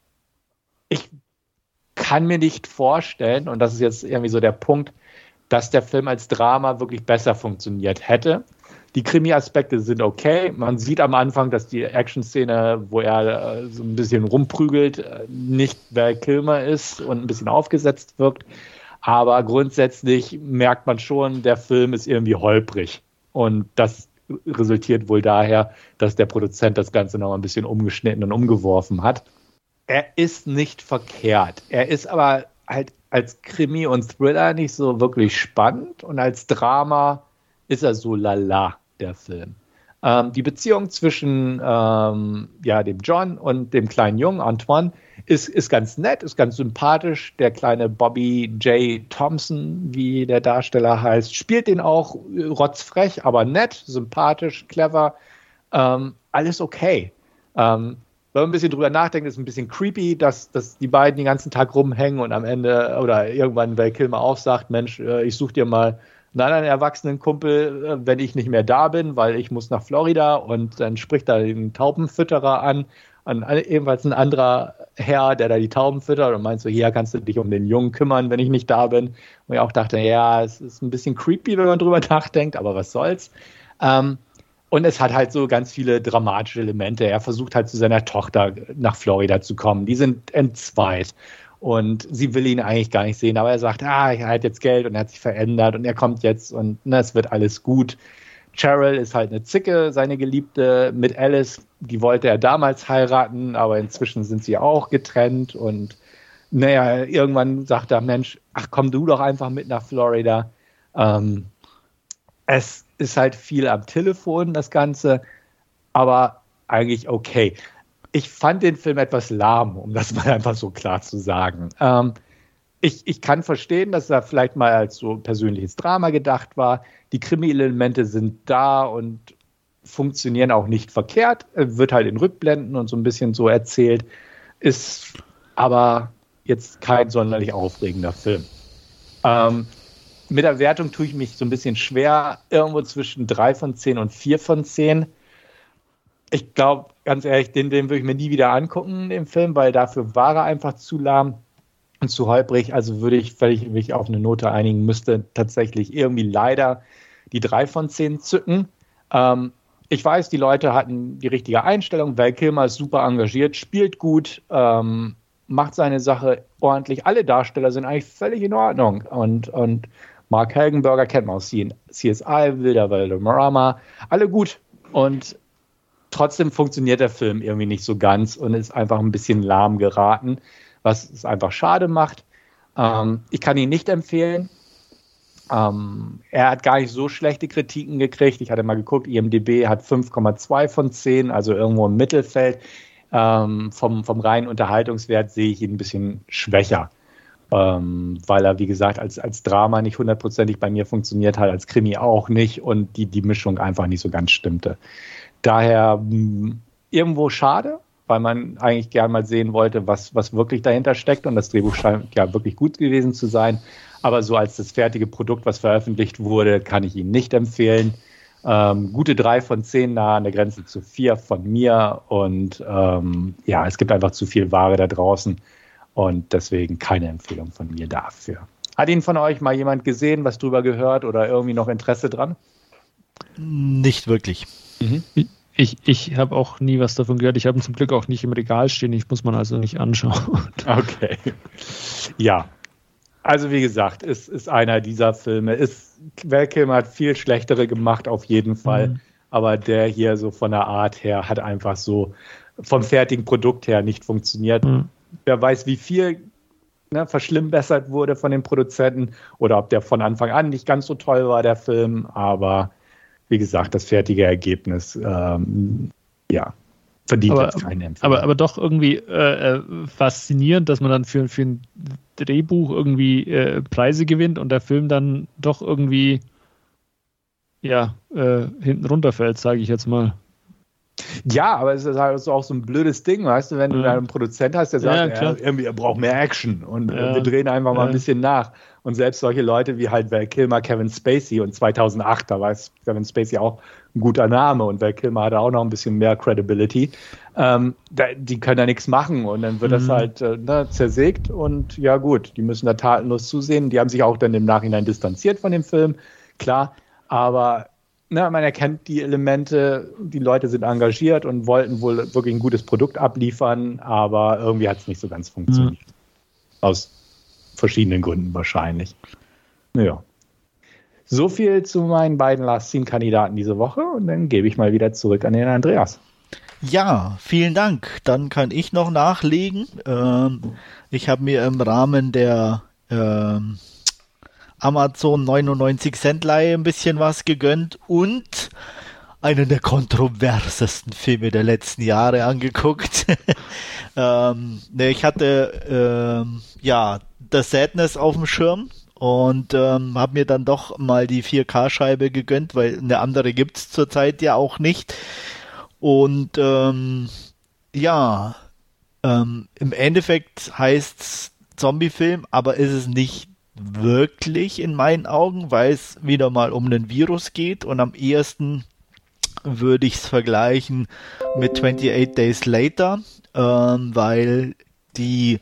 ich kann mir nicht vorstellen, und das ist jetzt irgendwie so der Punkt, dass der Film als Drama wirklich besser funktioniert hätte. Die Krimi-Aspekte sind okay. Man sieht am Anfang, dass die Action-Szene, wo er äh, so ein bisschen rumprügelt, äh, nicht Val Kilmer ist und ein bisschen aufgesetzt wirkt. Aber grundsätzlich merkt man schon, der Film ist irgendwie holprig. Und das resultiert wohl daher, dass der Produzent das Ganze noch ein bisschen umgeschnitten und umgeworfen hat. Er ist nicht verkehrt. Er ist aber halt als Krimi und Thriller nicht so wirklich spannend und als Drama ist er so lala, der Film. Ähm, die Beziehung zwischen ähm, ja, dem John und dem kleinen Jungen, Antoine, ist, ist ganz nett, ist ganz sympathisch. Der kleine Bobby J. Thompson, wie der Darsteller heißt, spielt den auch rotzfrech, aber nett, sympathisch, clever. Ähm, alles okay. Ähm, wenn man ein bisschen drüber nachdenkt, ist es ein bisschen creepy, dass, dass die beiden den ganzen Tag rumhängen und am Ende oder irgendwann Val Kilmer auch sagt, Mensch, ich suche dir mal einen anderen erwachsenen Kumpel, wenn ich nicht mehr da bin, weil ich muss nach Florida, und dann spricht er den Taubenfütterer an, an ebenfalls ein anderer Herr, der da die Tauben füttert und meint so, hier kannst du dich um den Jungen kümmern, wenn ich nicht da bin. Und ich auch dachte, ja, es ist ein bisschen creepy, wenn man drüber nachdenkt, aber was soll's. Ähm, Und es hat halt so ganz viele dramatische Elemente. Er versucht halt zu seiner Tochter nach Florida zu kommen. Die sind entzweit. Und sie will ihn eigentlich gar nicht sehen. Aber er sagt, ah, er hat jetzt Geld und er hat sich verändert. Und er kommt jetzt und na, es wird alles gut. Cheryl ist halt eine Zicke, seine Geliebte. Mit Alice, die wollte er damals heiraten. Aber inzwischen sind sie auch getrennt. Und naja, irgendwann sagt er, Mensch, ach komm du doch einfach mit nach Florida. Ähm, es ist halt viel am Telefon, das Ganze, aber eigentlich okay. Ich fand den Film etwas lahm, um das mal einfach so klar zu sagen. Ähm, ich, ich kann verstehen, dass er vielleicht mal als so persönliches Drama gedacht war. Die Krimi-Elemente sind da und funktionieren auch nicht verkehrt. Wird halt in Rückblenden und so ein bisschen so erzählt. Ist aber jetzt kein sonderlich aufregender Film. Ähm, Mit der Wertung tue ich mich so ein bisschen schwer, irgendwo zwischen drei von zehn und vier von zehn. Ich glaube, ganz ehrlich, den, den würde ich mir nie wieder angucken, den Film, weil dafür war er einfach zu lahm und zu holprig. Also würde ich, wenn ich mich auf eine Note einigen müsste, tatsächlich irgendwie leider die drei von zehn zücken. Ähm, ich weiß, die Leute hatten die richtige Einstellung. Val Kilmer ist super engagiert, spielt gut, ähm, macht seine Sache ordentlich. Alle Darsteller sind eigentlich völlig in Ordnung. Und, und Mark Helgenberger kennt man aus C S I, Wilder Valderrama, alle gut. Und trotzdem funktioniert der Film irgendwie nicht so ganz und ist einfach ein bisschen lahm geraten, was es einfach schade macht. Ähm, ich kann ihn nicht empfehlen. Ähm, er hat gar nicht so schlechte Kritiken gekriegt. Ich hatte mal geguckt, I M D B hat fünf Komma zwei von zehn, also irgendwo im Mittelfeld. Ähm, vom, vom reinen Unterhaltungswert sehe ich ihn ein bisschen schwächer. Ähm, weil er, wie gesagt, als, als Drama nicht hundertprozentig bei mir funktioniert hat, als Krimi auch nicht und die, die Mischung einfach nicht so ganz stimmte. Daher mh, irgendwo schade, weil man eigentlich gern mal sehen wollte, was, was wirklich dahinter steckt, und das Drehbuch scheint ja wirklich gut gewesen zu sein, aber so als das fertige Produkt, was veröffentlicht wurde, kann ich ihn nicht empfehlen. Ähm, gute drei von zehn, nah an der Grenze zu vier von mir, und ähm, ja, es gibt einfach zu viel Ware da draußen. Und deswegen keine Empfehlung von mir dafür. Hat ihn von euch mal jemand gesehen, was drüber gehört oder irgendwie noch Interesse dran? Nicht wirklich. Mhm. Ich, Ich, ich habe auch nie was davon gehört. Ich habe ihn zum Glück auch nicht im Regal stehen. Ich muss man also nicht anschauen. Okay. Ja. Also wie gesagt, es ist einer dieser Filme. Ist, Val Kilmer hat viel schlechtere gemacht, auf jeden Fall. Mhm. Aber der hier so von der Art her hat einfach so vom fertigen Produkt her nicht funktioniert. Mhm. Wer weiß, wie viel ne, verschlimmbessert wurde von den Produzenten oder ob der von Anfang an nicht ganz so toll war, der Film. Aber wie gesagt, das fertige Ergebnis, ähm, ja, verdient aber, jetzt keinen Empfehlung. Aber, aber doch irgendwie äh, faszinierend, dass man dann für, für ein Drehbuch irgendwie äh, Preise gewinnt und der Film dann doch irgendwie ja, äh, hinten runterfällt, sage ich jetzt mal. Ja, aber es ist halt auch so ein blödes Ding, weißt du, wenn du ja. da einen Produzent hast, der sagt, ja, er, irgendwie, er braucht mehr Action und ja. wir drehen einfach mal ja. ein bisschen nach. Und selbst solche Leute wie halt Val Kilmer, Kevin Spacey und zweitausendacht, da war Kevin Spacey auch ein guter Name und Val Kilmer hatte auch noch ein bisschen mehr Credibility, ähm, da, die können da nichts machen und dann wird mhm. das halt äh, ne, zersägt und ja gut, die müssen da tatenlos zusehen. Die haben sich auch dann im Nachhinein distanziert von dem Film, klar, aber ne, man erkennt die Elemente, die Leute sind engagiert und wollten wohl wirklich ein gutes Produkt abliefern, aber irgendwie hat es nicht so ganz funktioniert. Mhm. Aus verschiedenen Gründen wahrscheinlich. Naja. So viel zu meinen beiden Last-Scene-Kandidaten diese Woche und dann gebe ich mal wieder zurück an den Andreas. Ja, vielen Dank. Dann kann ich noch nachlegen. Ähm, ich habe mir im Rahmen der ähm, Amazon neunundneunzig Cent Leihe ein bisschen was gegönnt und einen der kontroversesten Filme der letzten Jahre angeguckt. ähm, ne, ich hatte ähm, ja The Sadness auf dem Schirm und ähm, habe mir dann doch mal die vier K-Scheibe gegönnt, weil eine andere gibt's zurzeit ja auch nicht. Und ähm, ja, ähm, im Endeffekt heißt's Zombie-Film, aber ist es nicht wirklich in meinen Augen, weil es wieder mal um einen Virus geht und am ehesten würde ich es vergleichen mit twenty-eight Days Later, ähm, weil die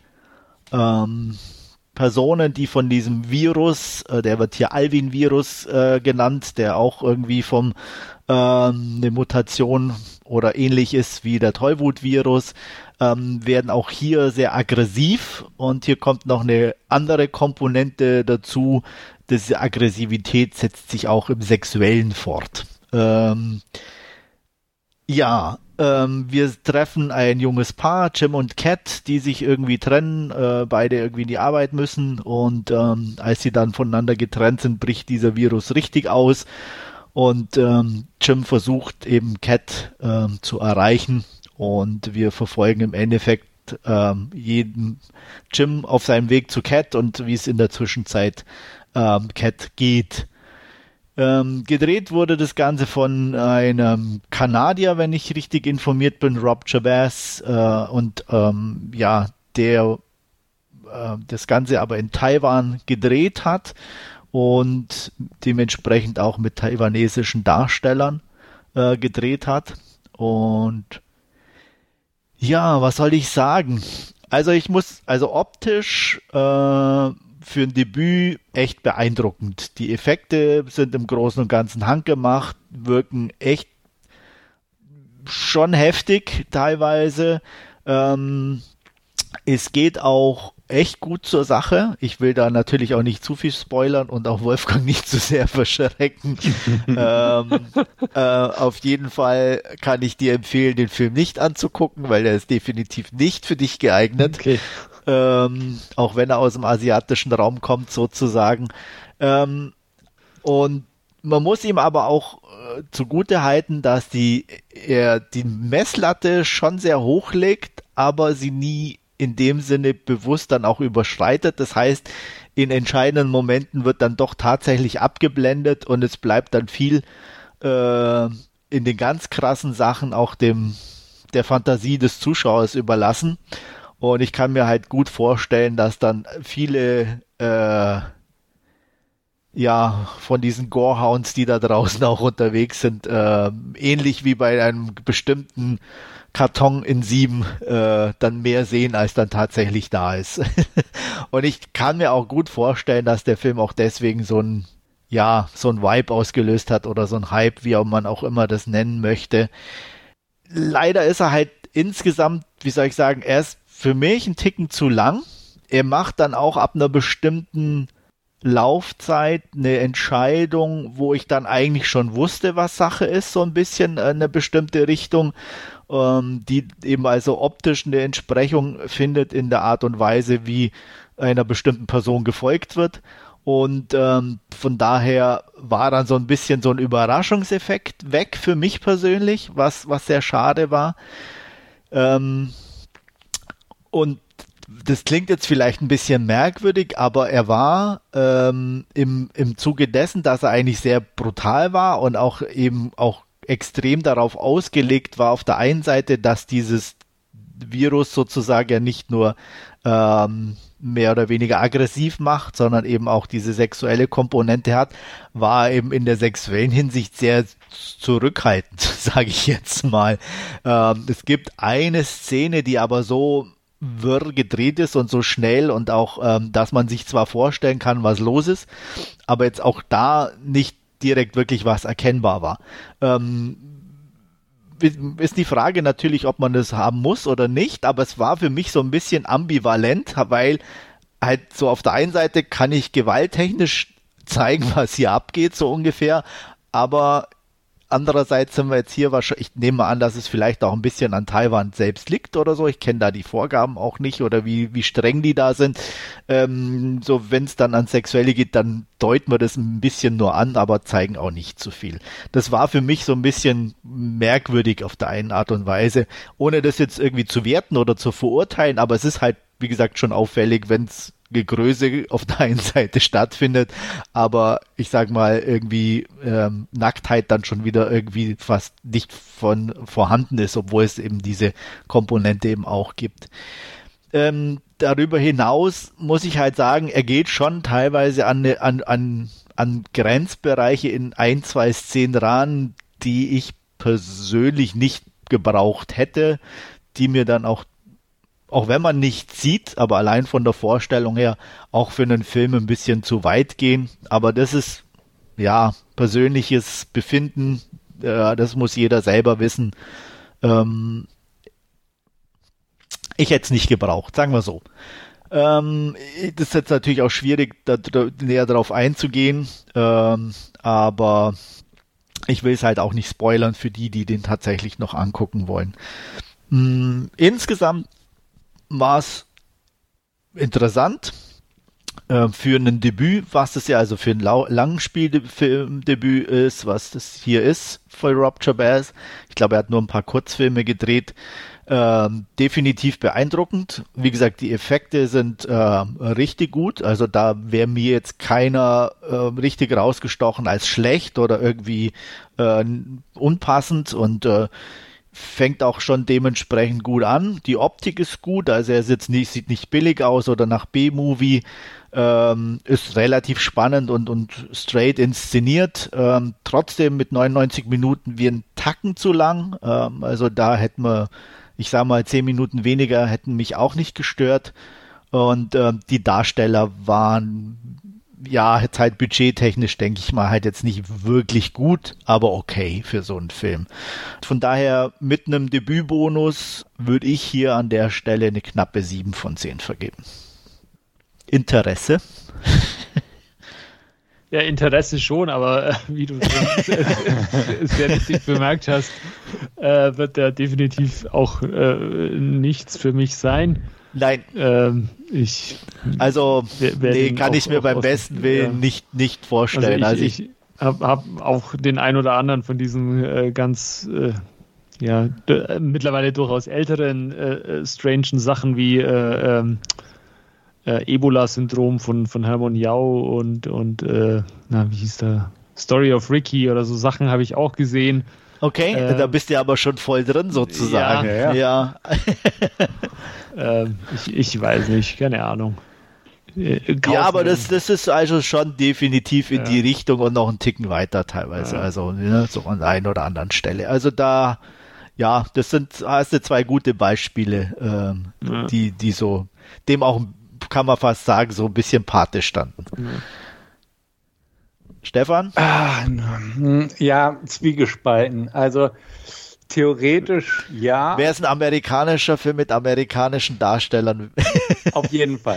ähm, Personen, die von diesem Virus, äh, der wird hier Alvin-Virus äh, genannt, der auch irgendwie vom ähm, eine Mutation oder ähnlich ist wie der Tollwut-Virus, ähm, werden auch hier sehr aggressiv und hier kommt noch eine andere Komponente dazu. Diese Aggressivität setzt sich auch im Sexuellen fort. Ähm, ja, ähm, wir treffen ein junges Paar, Jim und Cat, die sich irgendwie trennen, äh, beide irgendwie in die Arbeit müssen und ähm, als sie dann voneinander getrennt sind, bricht dieser Virus richtig aus und ähm, Jim versucht eben Cat ähm, zu erreichen und wir verfolgen im Endeffekt ähm, jeden Jim auf seinem Weg zu Cat und wie es in der Zwischenzeit ähm, Cat geht. Ähm, gedreht wurde das Ganze von einem Kanadier, wenn ich richtig informiert bin, Rob Chabas, äh, und ähm, ja, der äh, das Ganze aber in Taiwan gedreht hat und dementsprechend auch mit taiwanesischen Darstellern äh, gedreht hat. Und ja, was soll ich sagen? Also ich muss, also optisch äh, für ein Debüt echt beeindruckend. Die Effekte sind im Großen und Ganzen handgemacht, wirken echt schon heftig teilweise. Ähm, es geht auch echt gut zur Sache. Ich will da natürlich auch nicht zu viel spoilern und auch Wolfgang nicht zu sehr verschrecken. ähm, äh, auf jeden Fall kann ich dir empfehlen, den Film nicht anzugucken, weil der ist definitiv nicht für dich geeignet. Okay. Ähm, auch wenn er aus dem asiatischen Raum kommt sozusagen. Ähm, und man muss ihm aber auch äh, zugute halten, dass die, er die Messlatte schon sehr hoch legt, aber sie nie in dem Sinne bewusst dann auch überschreitet. Das heißt, in entscheidenden Momenten wird dann doch tatsächlich abgeblendet und es bleibt dann viel äh, in den ganz krassen Sachen auch dem der Fantasie des Zuschauers überlassen. Und ich kann mir halt gut vorstellen, dass dann viele äh, ja von diesen Gorehounds, die da draußen auch unterwegs sind, äh, ähnlich wie bei einem bestimmten Karton in sieben, äh, dann mehr sehen, als dann tatsächlich da ist. Und ich kann mir auch gut vorstellen, dass der Film auch deswegen so ein ja so ein Vibe ausgelöst hat oder so ein Hype, wie man auch immer das nennen möchte. leider ist er halt insgesamt, wie soll ich sagen, er ist für mich ein Ticken zu lang. Er macht dann auch ab einer bestimmten Laufzeit eine Entscheidung, wo ich dann eigentlich schon wusste, was Sache ist, so ein bisschen eine bestimmte Richtung, ähm, die eben also optisch eine Entsprechung findet in der Art und Weise, wie einer bestimmten Person gefolgt wird. Und ähm, von daher war dann so ein bisschen so ein Überraschungseffekt weg für mich persönlich, was, was sehr schade war. Ähm, und das klingt jetzt vielleicht ein bisschen merkwürdig, aber er war ähm, im, im Zuge dessen, dass er eigentlich sehr brutal war und auch eben auch extrem darauf ausgelegt war, auf der einen Seite, dass dieses Virus sozusagen ja nicht nur ähm, mehr oder weniger aggressiv macht, sondern eben auch diese sexuelle Komponente hat, war eben in der sexuellen Hinsicht sehr zurückhaltend, sage ich jetzt mal. Ähm, es gibt eine Szene, die aber so wirr gedreht ist und so schnell und auch, ähm, dass man sich zwar vorstellen kann, was los ist, aber jetzt auch da nicht direkt wirklich was erkennbar war. Ähm, ist die Frage natürlich, ob man das haben muss oder nicht, aber es war für mich so ein bisschen ambivalent, weil halt so auf der einen Seite kann ich gewalttechnisch zeigen, was hier abgeht, so ungefähr, aber andererseits sind wir jetzt hier wahrscheinlich, ich nehme mal an, dass es vielleicht auch ein bisschen an Taiwan selbst liegt oder so. Ich kenne da die Vorgaben auch nicht oder wie, wie streng die da sind. Ähm, so, wenn es dann an Sexuelle geht, dann deuten wir das ein bisschen nur an, aber zeigen auch nicht zu viel. Das war für mich so ein bisschen merkwürdig auf der einen Art und Weise, ohne das jetzt irgendwie zu werten oder zu verurteilen, aber es ist halt, wie gesagt, schon auffällig, wenn es Gegröße auf der einen Seite stattfindet, aber ich sag mal irgendwie ähm, Nacktheit dann schon wieder irgendwie fast nicht von vorhanden ist, obwohl es eben diese Komponente eben auch gibt. Ähm, darüber hinaus muss ich halt sagen, er geht schon teilweise an, an, an, an Grenzbereiche in ein, zwei Szenen ran, die ich persönlich nicht gebraucht hätte, die mir dann auch auch wenn man nichts sieht, aber allein von der Vorstellung her auch für einen Film ein bisschen zu weit gehen. Aber das ist, ja, persönliches Befinden, äh, das muss jeder selber wissen. Ähm, ich hätte es nicht gebraucht, sagen wir so. Ähm, das ist jetzt natürlich auch schwierig, da, da näher darauf einzugehen, ähm, aber ich will es halt auch nicht spoilern für die, die den tatsächlich noch angucken wollen. Ähm, insgesamt war es interessant äh, für ein Debüt, was es ja also für ein Langspielfilmdebüt ist, was das hier ist für Rob Chabaz. Ich glaube, er hat nur ein paar Kurzfilme gedreht. Ähm, definitiv beeindruckend. Wie gesagt, die Effekte sind äh, richtig gut. Also da wäre mir jetzt keiner äh, richtig rausgestochen als schlecht oder irgendwie äh, unpassend und äh, fängt auch schon dementsprechend gut an. Die Optik ist gut, also er sieht nicht, sieht nicht billig aus oder nach B-Movie, ähm, ist relativ spannend und, und straight inszeniert. Ähm, trotzdem mit neunundneunzig Minuten wie ein Tacken zu lang. Ähm, also da hätten wir, ich sag mal, zehn Minuten weniger hätten mich auch nicht gestört. Und ähm, die Darsteller waren ja, jetzt halt budgettechnisch, denke ich mal, halt jetzt nicht wirklich gut, aber okay für so einen Film. Von daher mit einem Debütbonus würde ich hier an der Stelle eine knappe sieben von zehn vergeben. Interesse? Ja, Interesse schon, aber äh, wie du sehr richtig bemerkt hast, äh, wird der definitiv auch äh, nichts für mich sein. Nein. Ähm, ich also, nee, kann ich mir beim besten Willen ja. nicht, nicht vorstellen. Also ich, also ich, ich habe hab auch den ein oder anderen von diesen äh, ganz äh, ja, d- mittlerweile durchaus älteren äh, strangen Sachen wie äh, ähm, äh, Ebola-Syndrom von, von Hermann Yau und, und äh, na, wie hieß der? Story of Ricky oder so Sachen habe ich auch gesehen. Okay, äh, da bist du aber schon voll drin sozusagen. Ja, ja. ja. ähm, ich, ich weiß nicht, keine Ahnung. Äh, ja, aber das, das ist also schon definitiv in ja. die Richtung und noch einen Ticken weiter teilweise. Ja. Also ne, so an der einen oder anderen Stelle. Also da, ja, das sind hast du zwei gute Beispiele, ähm, ja. die, die so dem auch, kann man fast sagen, so ein bisschen Pate standen. Ja. Stefan? Ah, ja, zwiegespalten. Also theoretisch ja. Wäre es ein amerikanischer Film mit amerikanischen Darstellern? Auf jeden Fall.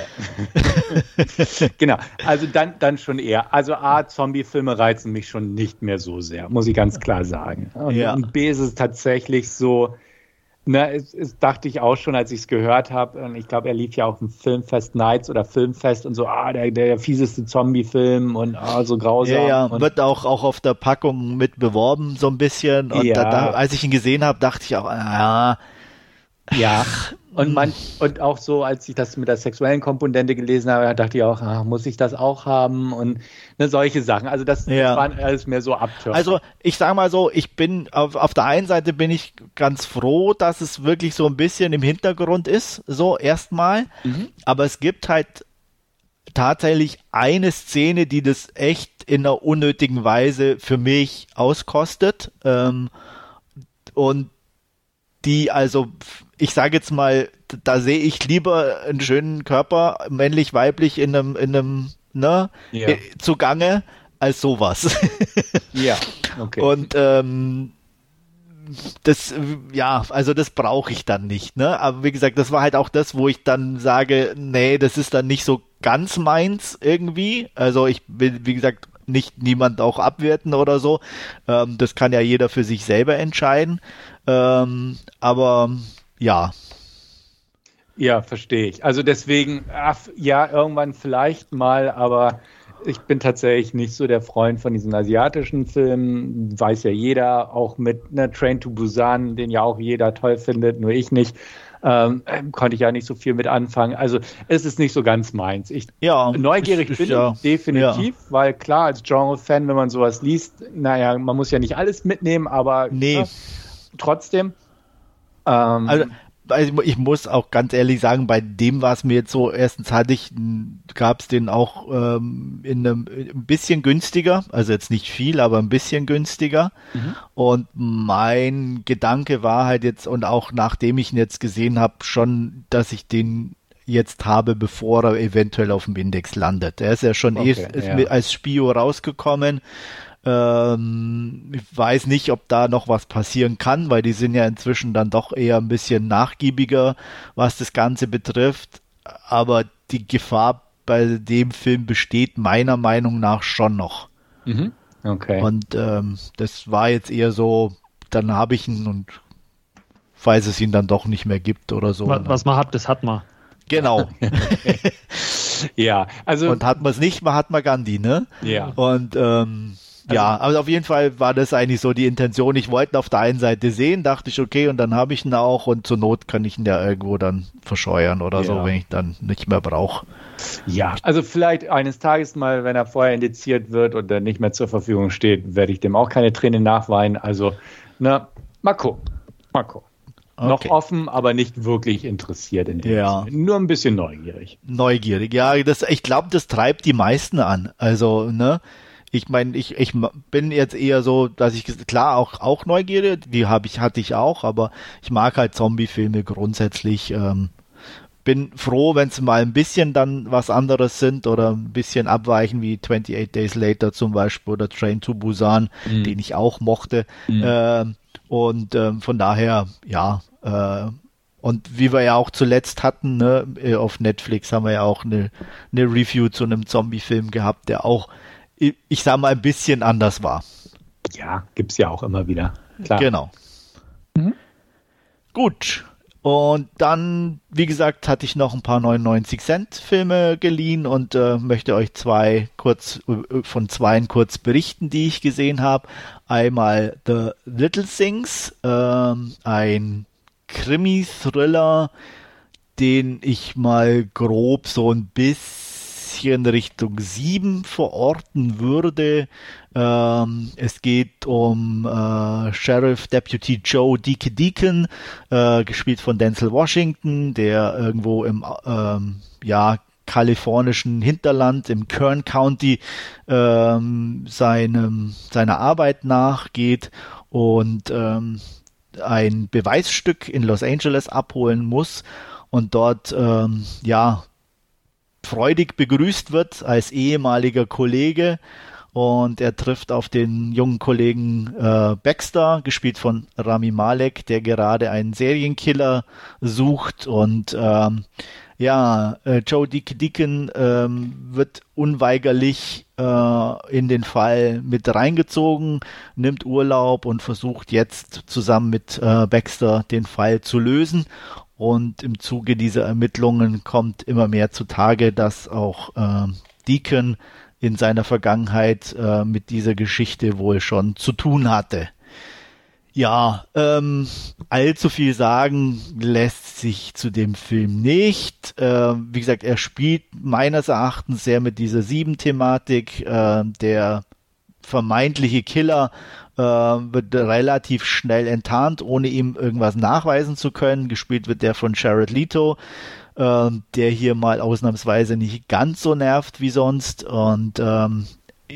Genau, also dann, dann schon eher. Also A, Zombie-Filme reizen mich schon nicht mehr so sehr, muss ich ganz klar sagen. Und, ja. und B ist es tatsächlich so, na, es, es dachte ich auch schon, als ich es gehört habe, und ich glaube, er lief ja auf dem Filmfest Nights oder Filmfest und so, ah, der, der fieseste Zombie-Film und ah, so grausam. Ja, ja, und wird auch, auch auf der Packung mit beworben, so ein bisschen. Und ja. da, da, als ich ihn gesehen habe, dachte ich auch, ah. Ja, und man, und auch so, als ich das mit der sexuellen Komponente gelesen habe, dachte ich auch, ah, muss ich das auch haben und ne, solche Sachen. Also das, ja. das waren alles mehr so Abtörner. Also ich sage mal so, ich bin, auf, auf der einen Seite bin ich ganz froh, dass es wirklich so ein bisschen im Hintergrund ist, so erstmal. Mhm. Aber es gibt halt tatsächlich eine Szene, die das echt in einer unnötigen Weise für mich auskostet. Ähm, und die also, ich sage jetzt mal, da sehe ich lieber einen schönen Körper, männlich, weiblich, in einem, in einem, ne, ja. zugange, als sowas. Ja, okay. Und ähm, das, ja, also das brauche ich dann nicht, ne? Aber wie gesagt, das war halt auch das, wo ich dann sage, nee, das ist dann nicht so ganz meins irgendwie. Also ich will, wie gesagt, nicht niemand auch abwerten oder so. Ähm, das kann ja jeder für sich selber entscheiden. Ähm, aber ja. Ja, verstehe ich. Also deswegen, ach, ja, irgendwann vielleicht mal, aber ich bin tatsächlich nicht so der Freund von diesen asiatischen Filmen. Weiß ja jeder, auch mit ne, Train to Busan, den ja auch jeder toll findet, nur ich nicht. Ähm, konnte ich ja nicht so viel mit anfangen. Also es ist nicht so ganz meins. Ich, ja, neugierig ist, bin ja, ich definitiv, ja. weil klar, als Genre-Fan, wenn man sowas liest, naja, man muss ja nicht alles mitnehmen, aber nee. ja, trotzdem. Ähm, also, also ich muss auch ganz ehrlich sagen, bei dem war es mir jetzt so, erstens hatte ich, gab es den auch ähm, in einem ein bisschen günstiger, also jetzt nicht viel, aber ein bisschen günstiger. Mhm. Und mein Gedanke war halt jetzt, und auch nachdem ich ihn jetzt gesehen habe, schon, dass ich den jetzt habe, bevor er eventuell auf dem Index landet. Er ist ja schon okay, eh ja. als Spio rausgekommen. Ähm, ich weiß nicht, ob da noch was passieren kann, weil die sind ja inzwischen dann doch eher ein bisschen nachgiebiger, was das Ganze betrifft. Aber die Gefahr bei dem Film besteht meiner Meinung nach schon noch. Mhm. Okay. Und ähm, das war jetzt eher so, dann habe ich ihn und falls es ihn dann doch nicht mehr gibt oder so. Was, was man hat, das hat man. Genau. Okay. Ja, also. Und hat man es nicht, man hat man Gandhi, ne? Ja. Und ähm, ja, also, aber auf jeden Fall war das eigentlich so die Intention. Ich wollte ihn auf der einen Seite sehen, dachte ich, okay, und dann habe ich ihn auch und zur Not kann ich ihn ja irgendwo dann verscheuern oder ja. so, wenn ich dann nicht mehr brauche. Ja, also vielleicht eines Tages mal, wenn er vorher indiziert wird und dann nicht mehr zur Verfügung steht, werde ich dem auch keine Tränen nachweinen. Also, na, mal gucken. Mal gucken. Okay. Noch offen, aber nicht wirklich interessiert in dem ja. Sinne. Nur ein bisschen neugierig. Neugierig, ja, das, ich glaube, das treibt die meisten an. Also, ne, ich meine, ich, ich bin jetzt eher so, dass ich, klar, auch, auch Neugierde, die habe ich, hatte ich auch, aber ich mag halt Zombie-Filme grundsätzlich. Ähm, bin froh, wenn es mal ein bisschen dann was anderes sind oder ein bisschen abweichen, wie twenty-eight Days Later zum Beispiel oder Train to Busan, mhm. den ich auch mochte. Mhm. Ähm, und ähm, von daher, ja, äh, und wie wir ja auch zuletzt hatten, ne, auf Netflix haben wir ja auch eine, eine Review zu einem Zombie-Film gehabt, der auch, ich, ich sag mal, ein bisschen anders war. Ja, gibt's ja auch immer wieder. Klar. Genau. Mhm. Gut. Und dann, wie gesagt, hatte ich noch ein paar neunundneunzig Cent Filme geliehen und äh, möchte euch zwei kurz von zweien kurz berichten, die ich gesehen habe. Einmal The Little Things, äh, ein Krimi-Thriller, den ich mal grob so ein bisschen Richtung sieben verorten würde. Ähm, es geht um äh, Sheriff Deputy Joe Deacon Deacon, äh, gespielt von Denzel Washington, der irgendwo im ähm, ja, kalifornischen Hinterland im Kern County ähm, seinem, seiner Arbeit nachgeht und ähm, ein Beweisstück in Los Angeles abholen muss und dort ähm, ja freudig begrüßt wird als ehemaliger Kollege. und er trifft auf den jungen Kollegen äh, Baxter, gespielt von Rami Malek, der gerade einen Serienkiller sucht und ähm, ja, äh, Joe Deacon ähm, wird unweigerlich äh, in den Fall mit reingezogen, nimmt Urlaub und versucht jetzt zusammen mit äh, Baxter den Fall zu lösen. Und im Zuge dieser Ermittlungen kommt immer mehr zutage, dass auch äh, Deacon in seiner Vergangenheit äh, mit dieser Geschichte wohl schon zu tun hatte. Ja, ähm, allzu viel sagen lässt sich zu dem Film nicht. Äh, wie gesagt, er spielt meines Erachtens sehr mit dieser Sieben-Thematik. Äh, der vermeintliche Killer äh, wird relativ schnell enttarnt, ohne ihm irgendwas nachweisen zu können. Gespielt wird der von Jared Leto, äh, der hier mal ausnahmsweise nicht ganz so nervt wie sonst. Und ähm,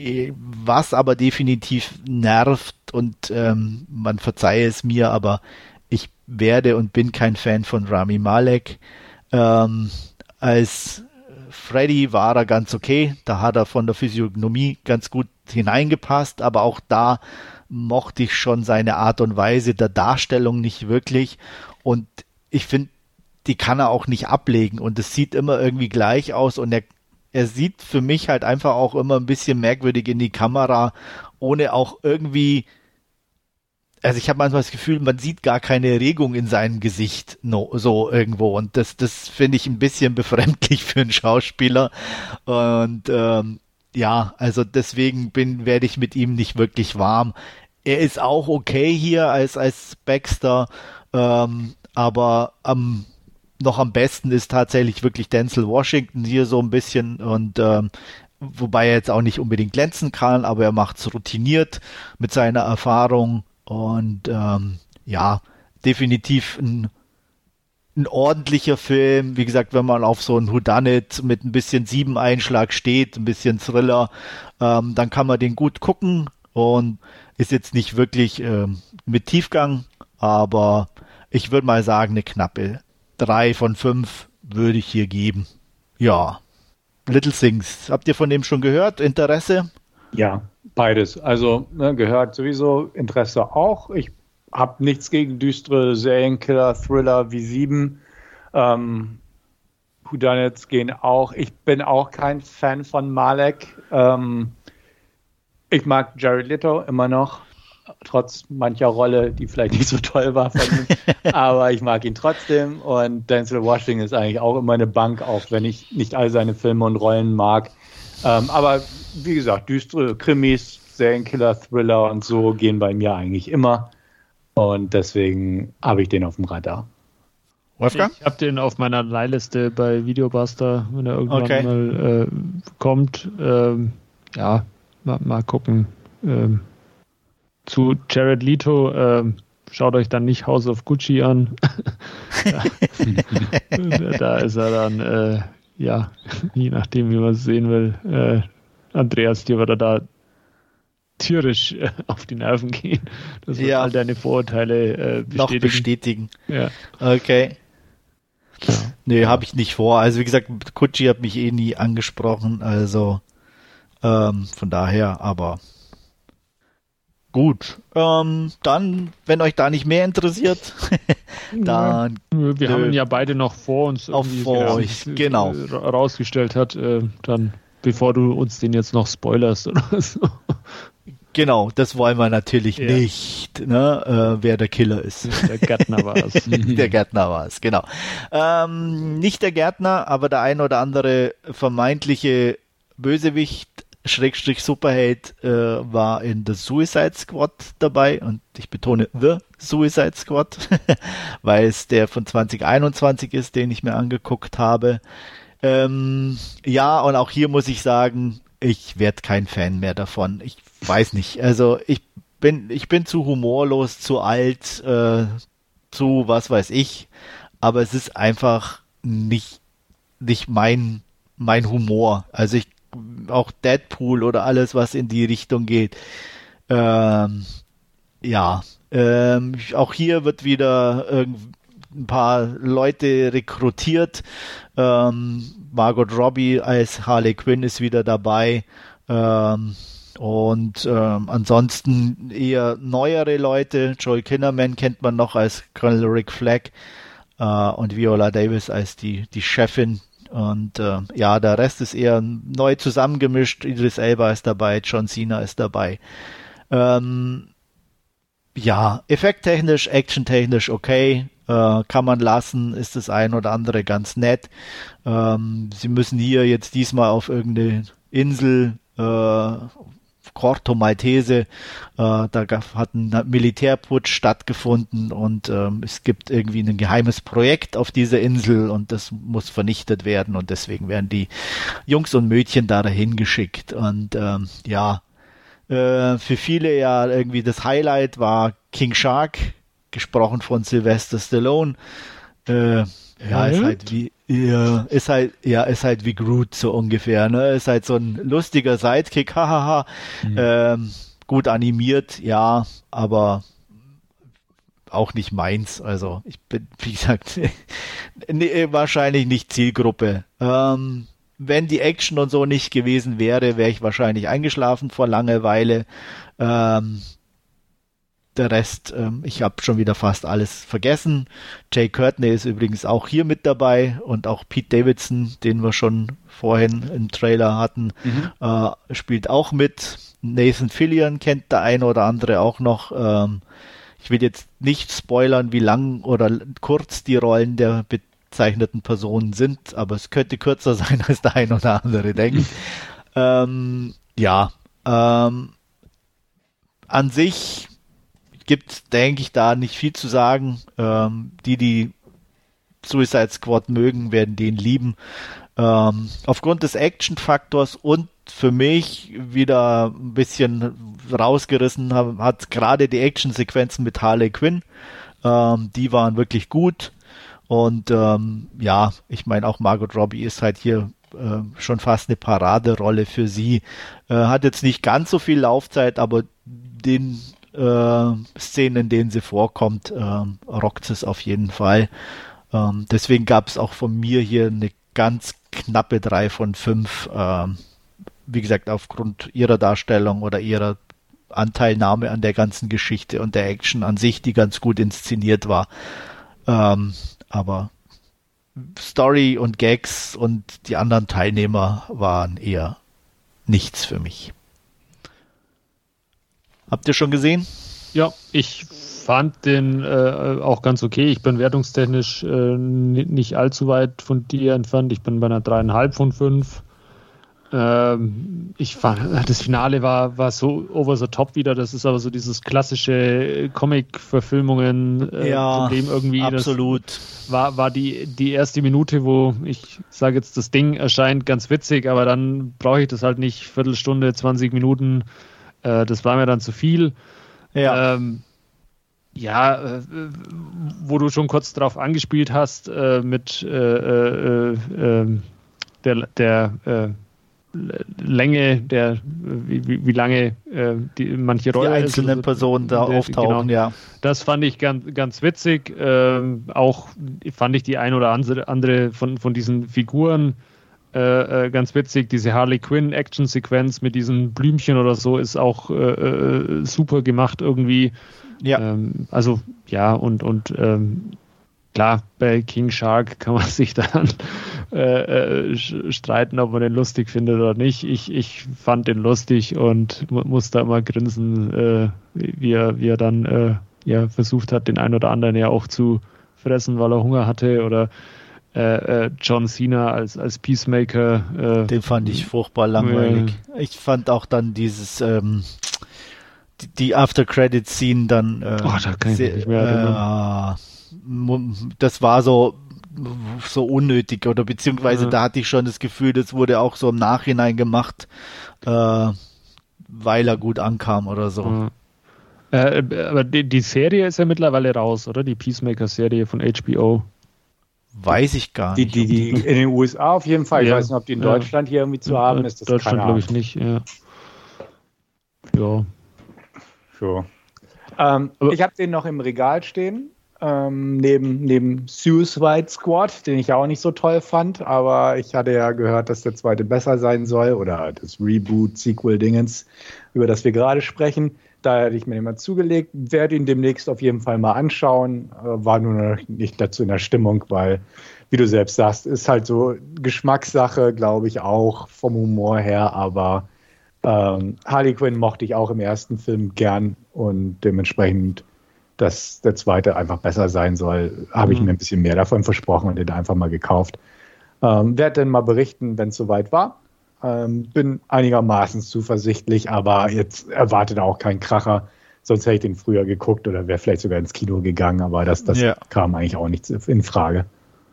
was aber definitiv nervt, und ähm, man verzeihe es mir, aber ich werde und bin kein Fan von Rami Malek. Ähm, als Freddy war er ganz okay, da hat er von der Physiognomie ganz gut hineingepasst, aber auch da mochte ich schon seine Art und Weise der Darstellung nicht wirklich, und ich finde, die kann er auch nicht ablegen, und es sieht immer irgendwie gleich aus, und er Er sieht für mich halt einfach auch immer ein bisschen merkwürdig in die Kamera, ohne auch irgendwie, also ich habe manchmal das Gefühl, man sieht gar keine Regung in seinem Gesicht, no, so irgendwo, und das, das finde ich ein bisschen befremdlich für einen Schauspieler, und ähm, ja, also deswegen bin, werde ich mit ihm nicht wirklich warm. Er ist auch okay hier als, als Baxter, ähm, aber am noch am besten ist tatsächlich wirklich Denzel Washington hier so ein bisschen, und ähm, wobei er jetzt auch nicht unbedingt glänzen kann, aber er macht's routiniert mit seiner Erfahrung, und ähm, ja, definitiv ein, ein ordentlicher Film. Wie gesagt, wenn man auf so ein Whodunit mit ein bisschen Sieben-Einschlag steht, ein bisschen Thriller, ähm, dann kann man den gut gucken, und ist jetzt nicht wirklich ähm, mit Tiefgang, aber ich würde mal sagen, eine knappe Drei von fünf würde ich hier geben. Ja. Little Things. Habt ihr von dem schon gehört? Interesse? Ja, beides. Also ne, gehört sowieso, Interesse auch. Ich habe nichts gegen düstere Serienkiller, Thriller wie Sieben. Ähm, Whodunits gehen auch. Ich bin auch kein Fan von Malek. Ähm, ich mag Jared Leto immer noch. Trotz mancher Rolle, die vielleicht nicht so toll war von ihm, aber ich mag ihn trotzdem, und Denzel Washington ist eigentlich auch immer eine Bank, auch wenn ich nicht all seine Filme und Rollen mag. Ähm, aber wie gesagt, düstere Krimis, Serienkiller, Thriller und so gehen bei mir eigentlich immer, und deswegen habe ich den auf dem Radar. Wolfgang? Ich habe den auf meiner Leihliste bei Videobuster, wenn er irgendwann okay. mal äh, kommt. Ähm, ja, mal, mal gucken. Ähm, Zu Jared Leto, ähm, schaut euch dann nicht House of Gucci an. da, da ist er dann, äh, ja, je nachdem, wie man es sehen will, äh, Andreas, dir wird er da tierisch äh, auf die Nerven gehen. Das wird ja. all deine Vorurteile äh, bestätigen. Noch bestätigen. Ja. Okay. Ja. Nee, habe ich nicht vor. Also wie gesagt, Gucci hat mich eh nie angesprochen, also ähm, von daher, aber gut, ähm, dann, wenn euch da nicht mehr interessiert, dann... Wir nö, haben ihn ja beide noch vor uns Auch irgendwie, vor ja, euch, genau. rausgestellt hat, äh, dann, bevor du uns den jetzt noch spoilerst oder so. Genau, das wollen wir natürlich Ja. nicht, ne, äh, wer der Killer ist. Der Gärtner war es. Der Gärtner war es, genau. Ähm, nicht der Gärtner, aber der ein oder andere vermeintliche Bösewicht, Schrägstrich Superheld, äh, war in The Suicide Squad dabei, und ich betone The Suicide Squad, weil es der von zwanzig einundzwanzig ist, den ich mir angeguckt habe. Ähm, ja, und auch hier muss ich sagen, ich werde kein Fan mehr davon. Ich weiß nicht, also ich bin, ich bin zu humorlos, zu alt, äh, zu was weiß ich, aber es ist einfach nicht, nicht mein, mein Humor. Also ich auch Deadpool oder alles, was in die Richtung geht. Ähm, ja, ähm, auch hier wird wieder irgend- ein paar Leute rekrutiert. Ähm, Margot Robbie als Harley Quinn ist wieder dabei. Ähm, und ähm, ansonsten eher neuere Leute. Joel Kinnaman kennt man noch als Colonel Rick Flag äh, und Viola Davis als die, die Chefin. Und äh, ja, der Rest ist eher neu zusammengemischt. Idris Elba ist dabei, John Cena ist dabei. Ähm, ja, effekttechnisch, actiontechnisch okay. Äh, kann man lassen, ist das ein oder andere ganz nett. Ähm, sie müssen hier jetzt diesmal auf irgendeine Insel, äh, Corto Maltese, äh, da hat ein Militärputsch stattgefunden und ähm, es gibt irgendwie ein geheimes Projekt auf dieser Insel und das muss vernichtet werden und deswegen werden die Jungs und Mädchen da dahin geschickt und ähm, ja, äh, für viele ja irgendwie das Highlight war King Shark, gesprochen von Sylvester Stallone. Äh, ja, ist halt wie, ja, ist halt, ja, ist halt wie Groot so ungefähr, ne? Ist halt so ein lustiger Sidekick, hahaha. Mhm. Ähm, gut animiert, ja, aber auch nicht meins. Also ich bin, wie gesagt, nee, wahrscheinlich nicht Zielgruppe. Ähm, wenn die Action und so nicht gewesen wäre, wäre ich wahrscheinlich eingeschlafen vor Langeweile. Ähm, Der Rest, ähm, ich habe schon wieder fast alles vergessen. Jay Courtney ist übrigens auch hier mit dabei und auch Pete Davidson, den wir schon vorhin im Trailer hatten, mhm. äh, spielt auch mit. Nathan Fillion kennt der eine oder andere auch noch. Ähm, ich will jetzt nicht spoilern, wie lang oder kurz die Rollen der bezeichneten Personen sind, aber es könnte kürzer sein, als der ein oder andere denkt. ähm, ja, ähm, an sich gibt, denke ich, da nicht viel zu sagen. Ähm, die, die Suicide Squad mögen, werden den lieben. Ähm, aufgrund des Action-Faktors und für mich wieder ein bisschen rausgerissen hat gerade die Action-Sequenzen mit Harley Quinn. Ähm, die waren wirklich gut. Und ähm, ja, ich meine auch Margot Robbie ist halt hier äh, schon fast eine Paraderolle für sie. Äh, hat jetzt nicht ganz so viel Laufzeit, aber den Äh, Szenen, in denen sie vorkommt, äh, rockt es auf jeden Fall. Ähm, deswegen gab es auch von mir hier eine ganz knappe drei von fünf. Ähm, wie gesagt, aufgrund ihrer Darstellung oder ihrer Anteilnahme an der ganzen Geschichte und der Action an sich, die ganz gut inszeniert war. Ähm, aber Story und Gags und die anderen Teilnehmer waren eher nichts für mich. Habt ihr schon gesehen? Ja, ich fand den äh, auch ganz okay. Ich bin wertungstechnisch äh, nicht allzu weit von dir entfernt. Ich bin bei einer dreieinhalb von fünf. Ähm, ich fand, das Finale war, war so over the top wieder. Das ist aber so dieses klassische Comic-Verfilmungen äh, ja, Problem irgendwie. Absolut. Das war, war die, die erste Minute, wo ich sage jetzt, das Ding erscheint ganz witzig, aber dann brauche ich das halt nicht Viertelstunde, zwanzig Minuten. Äh, das war mir dann zu viel. Ja. Ähm, ja, äh, wo du schon kurz drauf angespielt hast, äh, mit äh, äh, äh, der, der äh, Länge, der wie, wie lange äh, die, manche Rollen die einzelnen ist, Personen da der, auftauchen, genau. ja. Das fand ich ganz, ganz witzig. Ähm, auch fand ich die ein oder andere von, von diesen Figuren äh, äh, ganz witzig. Diese Harley Quinn Action-Sequenz mit diesen Blümchen oder so ist auch äh, äh, super gemacht irgendwie. Ja. Ähm, also ja, und, und ähm, klar, bei King Shark kann man sich dann äh, äh, streiten, ob man den lustig findet oder nicht. Ich, ich fand den lustig und mu- muss da immer grinsen, äh, wie, er, wie er dann äh, ja, versucht hat, den einen oder anderen ja auch zu fressen, weil er Hunger hatte, oder äh, äh, John Cena als, als Peacemaker. Äh, den fand ich furchtbar langweilig. Äh, ich fand auch dann dieses ähm, die, die After-Credit-Scene dann äh, oh, da kann ich sehr, nicht mehr erinnern. Äh, das war so so unnötig, oder beziehungsweise ja. Da hatte ich schon das Gefühl, das wurde auch so im Nachhinein gemacht, äh, weil er gut ankam oder so. Ja. Äh, aber die, die Serie ist ja mittlerweile raus, oder? Die Peacemaker-Serie von H B O. Weiß ich gar die, nicht. Die, die, in den U S A auf jeden Fall. Ich ja. weiß nicht, ob die in Deutschland ja. hier irgendwie zu haben ist. Das Deutschland glaube ich nicht, ja. Ja. So. Ähm, ich habe den noch im Regal stehen. ähm, neben, neben Suicide Squad, den ich ja auch nicht so toll fand, aber ich hatte ja gehört, dass der zweite besser sein soll oder das Reboot-Sequel-Dingens, über das wir gerade sprechen. Da hätte ich mir den mal zugelegt, werde ihn demnächst auf jeden Fall mal anschauen, war nur noch nicht dazu in der Stimmung, weil, wie du selbst sagst, ist halt so Geschmackssache, glaube ich auch, vom Humor her, aber ähm, Harley Quinn mochte ich auch im ersten Film gern und dementsprechend, dass der zweite einfach besser sein soll, habe ich mhm. mir ein bisschen mehr davon versprochen und den einfach mal gekauft. Ähm, werde dann mal berichten, wenn es soweit war. Ähm, bin einigermaßen zuversichtlich, aber jetzt erwartet auch kein Kracher. Sonst hätte ich den früher geguckt oder wäre vielleicht sogar ins Kino gegangen, aber das, das ja. kam eigentlich auch nicht in Frage.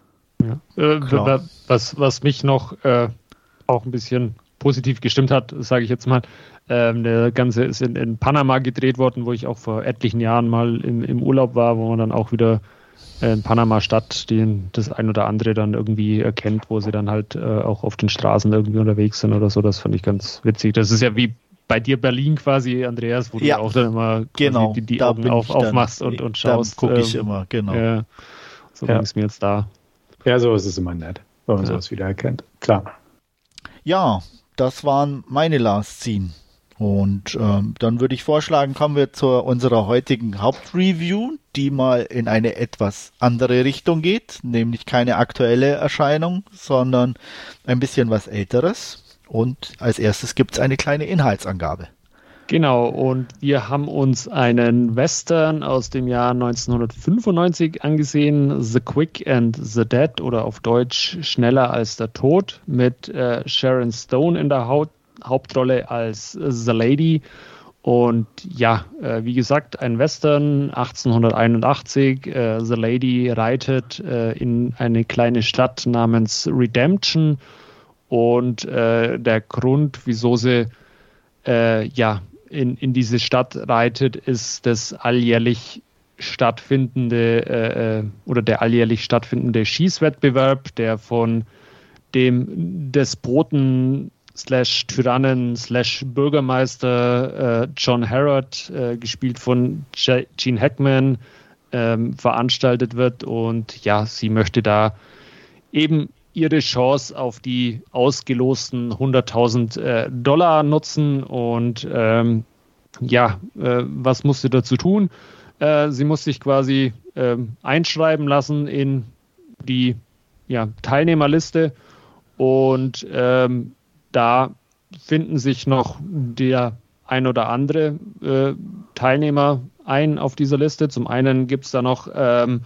Ja. Äh, was, was mich noch äh, auch ein bisschen positiv gestimmt hat, sage ich jetzt mal, ähm, der Ganze ist in, in Panama gedreht worden, wo ich auch vor etlichen Jahren mal im, im Urlaub war, wo man dann auch wieder in Panama-Stadt den, das ein oder andere dann irgendwie erkennt, wo sie dann halt äh, auch auf den Straßen irgendwie unterwegs sind oder so. Das fand ich ganz witzig. Das ist ja wie bei dir Berlin quasi, Andreas, wo ja, du auch dann immer genau, die, die Augen auf, aufmachst und, und schaust. Da gucke ich ähm, immer, genau. Ja, so ja. ging es mir jetzt da. Ja, so ist es immer nett, wenn man ja. sowas wieder erkennt. Klar. Ja, das waren meine Last Scene. Und ähm, dann würde ich vorschlagen, kommen wir zu unserer heutigen Hauptreview, die mal in eine etwas andere Richtung geht, nämlich keine aktuelle Erscheinung, sondern ein bisschen was Älteres. Und als erstes gibt es eine kleine Inhaltsangabe. Genau, und wir haben uns einen Western aus dem Jahr neunzehnhundertfünfundneunzig angesehen, The Quick and the Dead oder auf Deutsch Schneller als der Tod, mit äh, Sharon Stone in der Haut. Hauptrolle als The Lady und ja, äh, wie gesagt, ein Western achtzehnhunderteinundachtzig. Äh, The Lady reitet äh, in eine kleine Stadt namens Redemption und äh, der Grund, wieso sie äh, ja, in, in diese Stadt reitet, ist das alljährlich stattfindende äh, oder der alljährlich stattfindende Schießwettbewerb, der von dem Despoten slash Tyrannen slash Bürgermeister äh, John Harrod, äh, gespielt von Gene Hackman, ähm, veranstaltet wird. Und ja, sie möchte da eben ihre Chance auf die ausgelosten hunderttausend äh, Dollar nutzen. Und ähm, ja, äh, was muss sie dazu tun? Äh, sie muss sich quasi äh, einschreiben lassen in die ja, Teilnehmerliste und ähm, da finden sich noch der ein oder andere äh, Teilnehmer ein auf dieser Liste. Zum einen gibt es da noch ähm,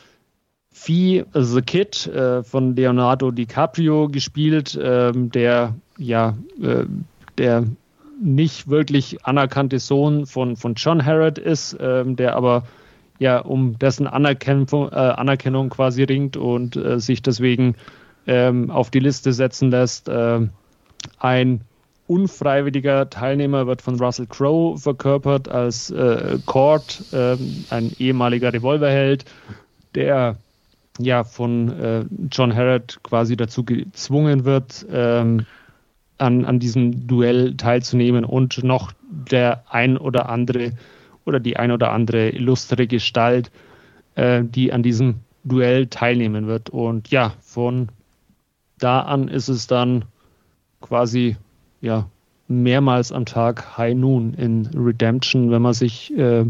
Fee the Kid äh, von Leonardo DiCaprio gespielt, ähm, der ja äh, der nicht wirklich anerkannte Sohn von, von John Harrod ist, ähm, der aber ja um dessen Anerkennung, äh, Anerkennung quasi ringt und äh, sich deswegen ähm, auf die Liste setzen lässt. Äh, Ein unfreiwilliger Teilnehmer wird von Russell Crowe verkörpert als äh, Cord, äh, ein ehemaliger Revolverheld, der ja von äh, John Harrod quasi dazu gezwungen wird, ähm, an, an diesem Duell teilzunehmen, und noch der ein oder andere oder die ein oder andere illustre Gestalt, äh, die an diesem Duell teilnehmen wird. Und ja, von da an ist es dann quasi ja mehrmals am Tag High Noon in Redemption, wenn man sich äh,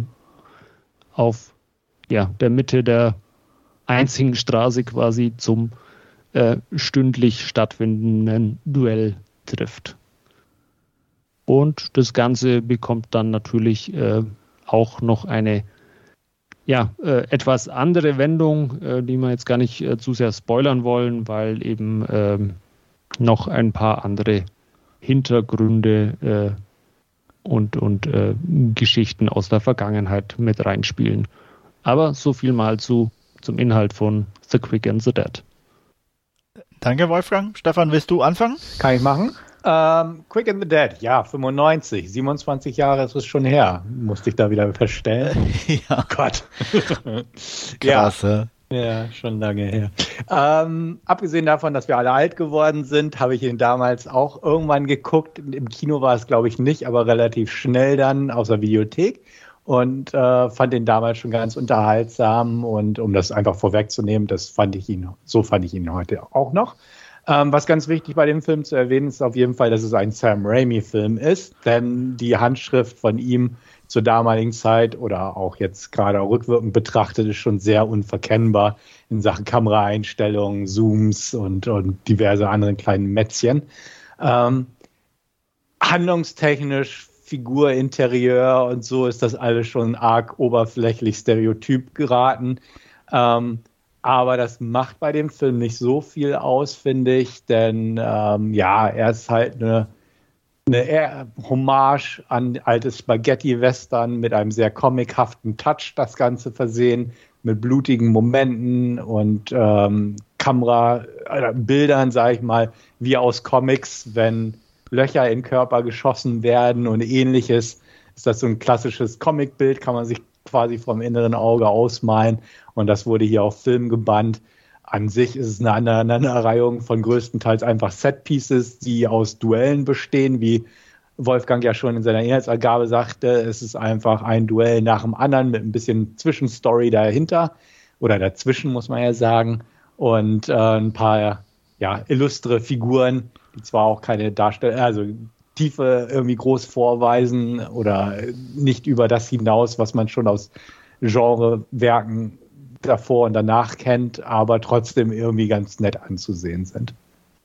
auf ja, der Mitte der einzigen Straße quasi zum äh, stündlich stattfindenden Duell trifft. Und das Ganze bekommt dann natürlich äh, auch noch eine ja, äh, etwas andere Wendung, äh, die wir jetzt gar nicht äh, zu sehr spoilern wollen, weil eben ähm, noch ein paar andere Hintergründe äh, und, und äh, Geschichten aus der Vergangenheit mit reinspielen. Aber so viel mal zu, zum Inhalt von The Quick and the Dead. Danke, Wolfgang. Stefan, willst du anfangen? Kann ich machen. Ähm, Quick and the Dead, ja, fünfundneunzig, siebenundzwanzig Jahre ist es schon her. Musste ich da wieder verstellen. Ja. Gott. Krass, ja. Ja, schon lange her. Ähm, abgesehen davon, dass wir alle alt geworden sind, habe ich ihn damals auch irgendwann geguckt. Im Kino war es, glaube ich, nicht, aber relativ schnell dann aus der Videothek. und äh, fand den damals schon ganz unterhaltsam. Und um das einfach vorwegzunehmen, das fand ich ihn, so fand ich ihn heute auch noch. Ähm, was ganz wichtig bei dem Film zu erwähnen ist auf jeden Fall, dass es ein Sam Raimi-Film ist, denn die Handschrift von ihm zur damaligen Zeit oder auch jetzt gerade rückwirkend betrachtet ist schon sehr unverkennbar in Sachen Kameraeinstellungen, Zooms und, und diverse anderen kleinen Mätzchen. Ähm, handlungstechnisch, Figur, Interieur und so ist das alles schon arg oberflächlich stereotyp geraten. Ähm, Aber das macht bei dem Film nicht so viel aus, finde ich, denn ähm, ja, er ist halt eine, eine Hommage an altes Spaghetti-Western mit einem sehr comichaften Touch, das Ganze versehen, mit blutigen Momenten und ähm, Kamera, äh, Bildern, sage ich mal, wie aus Comics, wenn Löcher in Körper geschossen werden und ähnliches. Ist das so ein klassisches Comicbild, kann man sich quasi vom inneren Auge ausmalen. Und das wurde hier auf Film gebannt. An sich ist es eine Aneinanderreihung von größtenteils einfach Setpieces, die aus Duellen bestehen, wie Wolfgang ja schon in seiner Inhaltsangabe sagte. Es ist einfach ein Duell nach dem anderen mit ein bisschen Zwischenstory dahinter oder dazwischen, muss man ja sagen. Und äh, ein paar ja, illustre Figuren, die zwar auch keine Darsteller, also Tiefe irgendwie groß vorweisen oder nicht über das hinaus, was man schon aus Genrewerken davor und danach kennt, aber trotzdem irgendwie ganz nett anzusehen sind.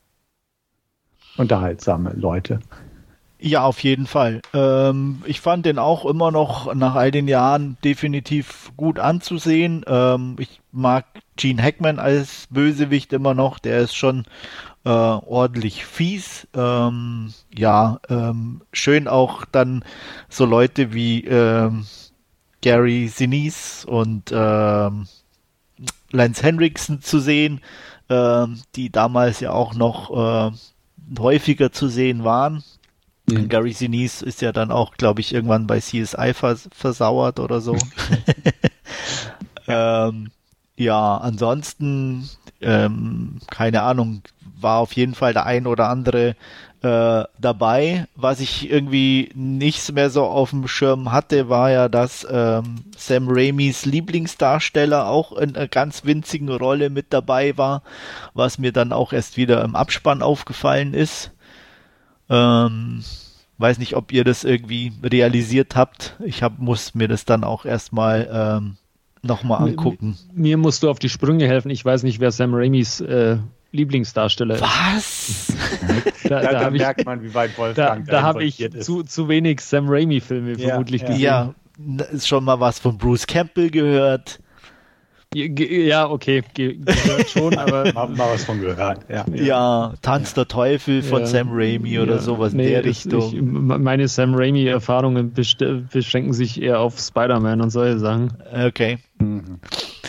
Unterhaltsame Leute. Ja, auf jeden Fall. Ähm, ich fand den auch immer noch nach all den Jahren definitiv gut anzusehen. Ähm, ich mag Gene Hackman als Bösewicht immer noch. Der ist schon äh, ordentlich fies. Ähm, ja, ähm, schön auch dann so Leute wie ähm, Gary Sinise und ähm, Lance Henriksen zu sehen, ähm, die damals ja auch noch äh, häufiger zu sehen waren. Mhm. Gary Sinise ist ja dann auch, glaube ich, irgendwann bei C S I vers- versauert oder so. ja. ähm, ja, ansonsten, ähm, keine Ahnung, war auf jeden Fall der ein oder andere äh, dabei. Was ich irgendwie nicht mehr so auf dem Schirm hatte, war ja, dass ähm, Sam Raimis Lieblingsdarsteller auch in einer ganz winzigen Rolle mit dabei war, was mir dann auch erst wieder im Abspann aufgefallen ist. Ähm, weiß nicht, ob ihr das irgendwie realisiert habt. Ich hab, muss mir das dann auch erstmal ähm, nochmal angucken. Mir, mir musst du auf die Sprünge helfen. Ich weiß nicht, wer Sam Raimis äh, Lieblingsdarsteller ist. Was? da da, da merkt ich, man, wie weit Wolfgang da, da habe ich zu, zu wenig Sam Raimi-Filme ja, vermutlich ja. gesehen. Ja, ist schon mal was von Bruce Campbell gehört. Ja, okay, ge- gehört schon, aber... mal, mal was von gehört, ja. Ja, Tanz der Teufel von ja, Sam Raimi oder ja, sowas in nee, der Richtung. Ich, meine Sam Raimi-Erfahrungen best- beschränken sich eher auf Spider-Man und solche Sachen. Okay. Mhm.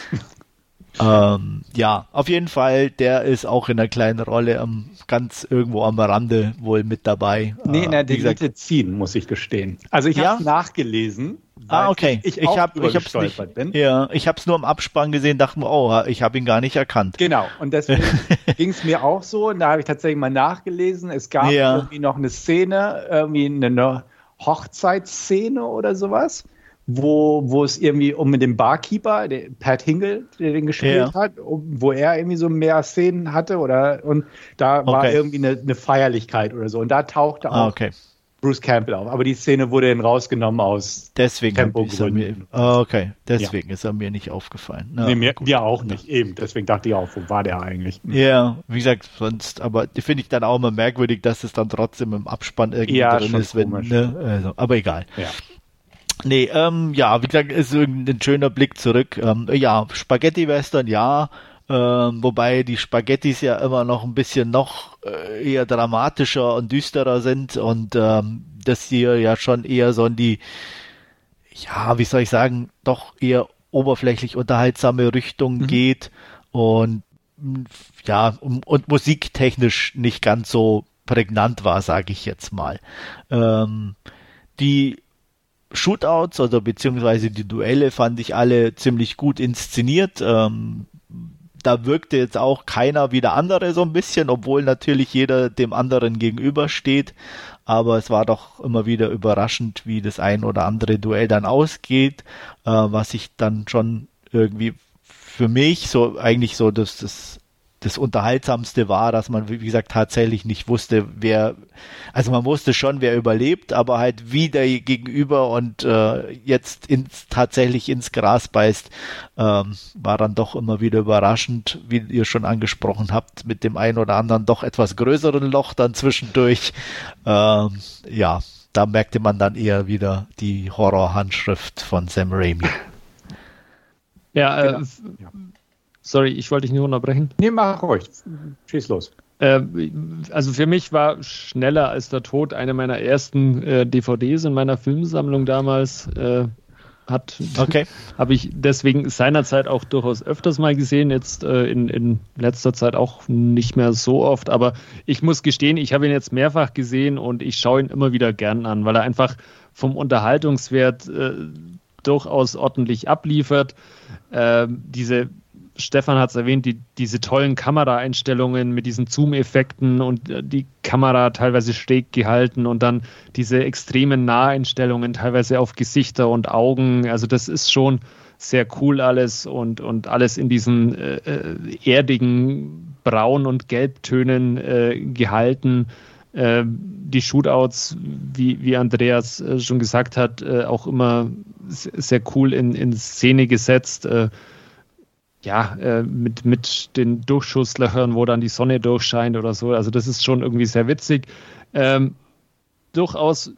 ähm, ja, auf jeden Fall, der ist auch in einer kleinen Rolle am, ganz irgendwo am Rande wohl mit dabei. Nee, in der Deleted Scene, muss ich gestehen. Also ich ja? habe nachgelesen. Ah, okay. Ich, ich habe ich hab's nicht, bin. Ja, ich habe es nur im Abspann gesehen, dachte mir, oh, ich habe ihn gar nicht erkannt. Genau, und deswegen ging es mir auch so. Und da habe ich tatsächlich mal nachgelesen. Es gab ja. irgendwie noch eine Szene, irgendwie eine Hochzeitsszene oder sowas, wo, wo es irgendwie um den Barkeeper, den Pat Hingle, der den gespielt ja. hat, wo er irgendwie so mehr Szenen hatte oder und da okay. war irgendwie eine, eine Feierlichkeit oder so. Und da tauchte auch ah, okay. Bruce Campbell auf. Aber die Szene wurde dann rausgenommen aus deswegen Tempogründen. Oh, okay, deswegen ja. ist er mir nicht aufgefallen. Na, nee, mir, mir auch nicht, eben. Deswegen dachte ich auch, wo war der eigentlich? Ja, wie gesagt, sonst, aber die finde ich dann auch immer merkwürdig, dass es dann trotzdem im Abspann irgendwie ja, drin ist. Wenn, ne, also, aber egal. Ja. Nee, ähm, ja, wie gesagt, ist ein schöner Blick zurück. Ähm, ja, Spaghetti-Western, ja. Ähm, wobei die Spaghettis ja immer noch ein bisschen noch äh, eher dramatischer und düsterer sind und ähm, das hier ja schon eher so in die, ja, wie soll ich sagen, doch eher oberflächlich unterhaltsame Richtung mhm. geht und ja, um, und musiktechnisch nicht ganz so prägnant war, sage ich jetzt mal. Ähm, die Shootouts oder beziehungsweise die Duelle fand ich alle ziemlich gut inszeniert. Ähm, Da wirkte jetzt auch keiner wie der andere so ein bisschen, obwohl natürlich jeder dem anderen gegenübersteht. aber es war doch immer wieder überraschend, wie das ein oder andere Duell dann ausgeht, äh, was ich dann schon irgendwie für mich so eigentlich so das, das das Unterhaltsamste war, dass man, wie gesagt, tatsächlich nicht wusste, wer, also man wusste schon, wer überlebt, aber halt wie der Gegenüber und äh, jetzt ins, tatsächlich ins Gras beißt, ähm, war dann doch immer wieder überraschend, wie ihr schon angesprochen habt, mit dem einen oder anderen doch etwas größeren Loch dann zwischendurch. Ähm, ja, da merkte man dann eher wieder die Horror-Handschrift von Sam Raimi. Ja, äh, Genau. Ja. Sorry, ich wollte dich nicht unterbrechen. Nee, mach ruhig. Schieß los. Äh, also für mich war Schneller als der Tod eine meiner ersten äh, D V Ds in meiner Filmsammlung damals. Äh, hat Okay. Habe ich deswegen seinerzeit auch durchaus öfters mal gesehen, jetzt äh, in, in letzter Zeit auch nicht mehr so oft. Aber ich muss gestehen, ich habe ihn jetzt mehrfach gesehen und ich schaue ihn immer wieder gern an, weil er einfach vom Unterhaltungswert äh, durchaus ordentlich abliefert. Äh, diese Stefan hat es erwähnt, die, diese tollen Kameraeinstellungen mit diesen Zoom-Effekten und die Kamera teilweise schräg gehalten und dann diese extremen Naheinstellungen teilweise auf Gesichter und Augen. Also das ist schon sehr cool alles und, und alles in diesen äh, erdigen Braun- und Gelbtönen äh, gehalten. Äh, die Shootouts, wie, wie Andreas äh, schon gesagt hat, äh, auch immer sehr cool in, in Szene gesetzt. Äh, ja, äh, mit, mit den Durchschusslöchern, wo dann die Sonne durchscheint oder so. Also das ist schon irgendwie sehr witzig. Ähm, durchaus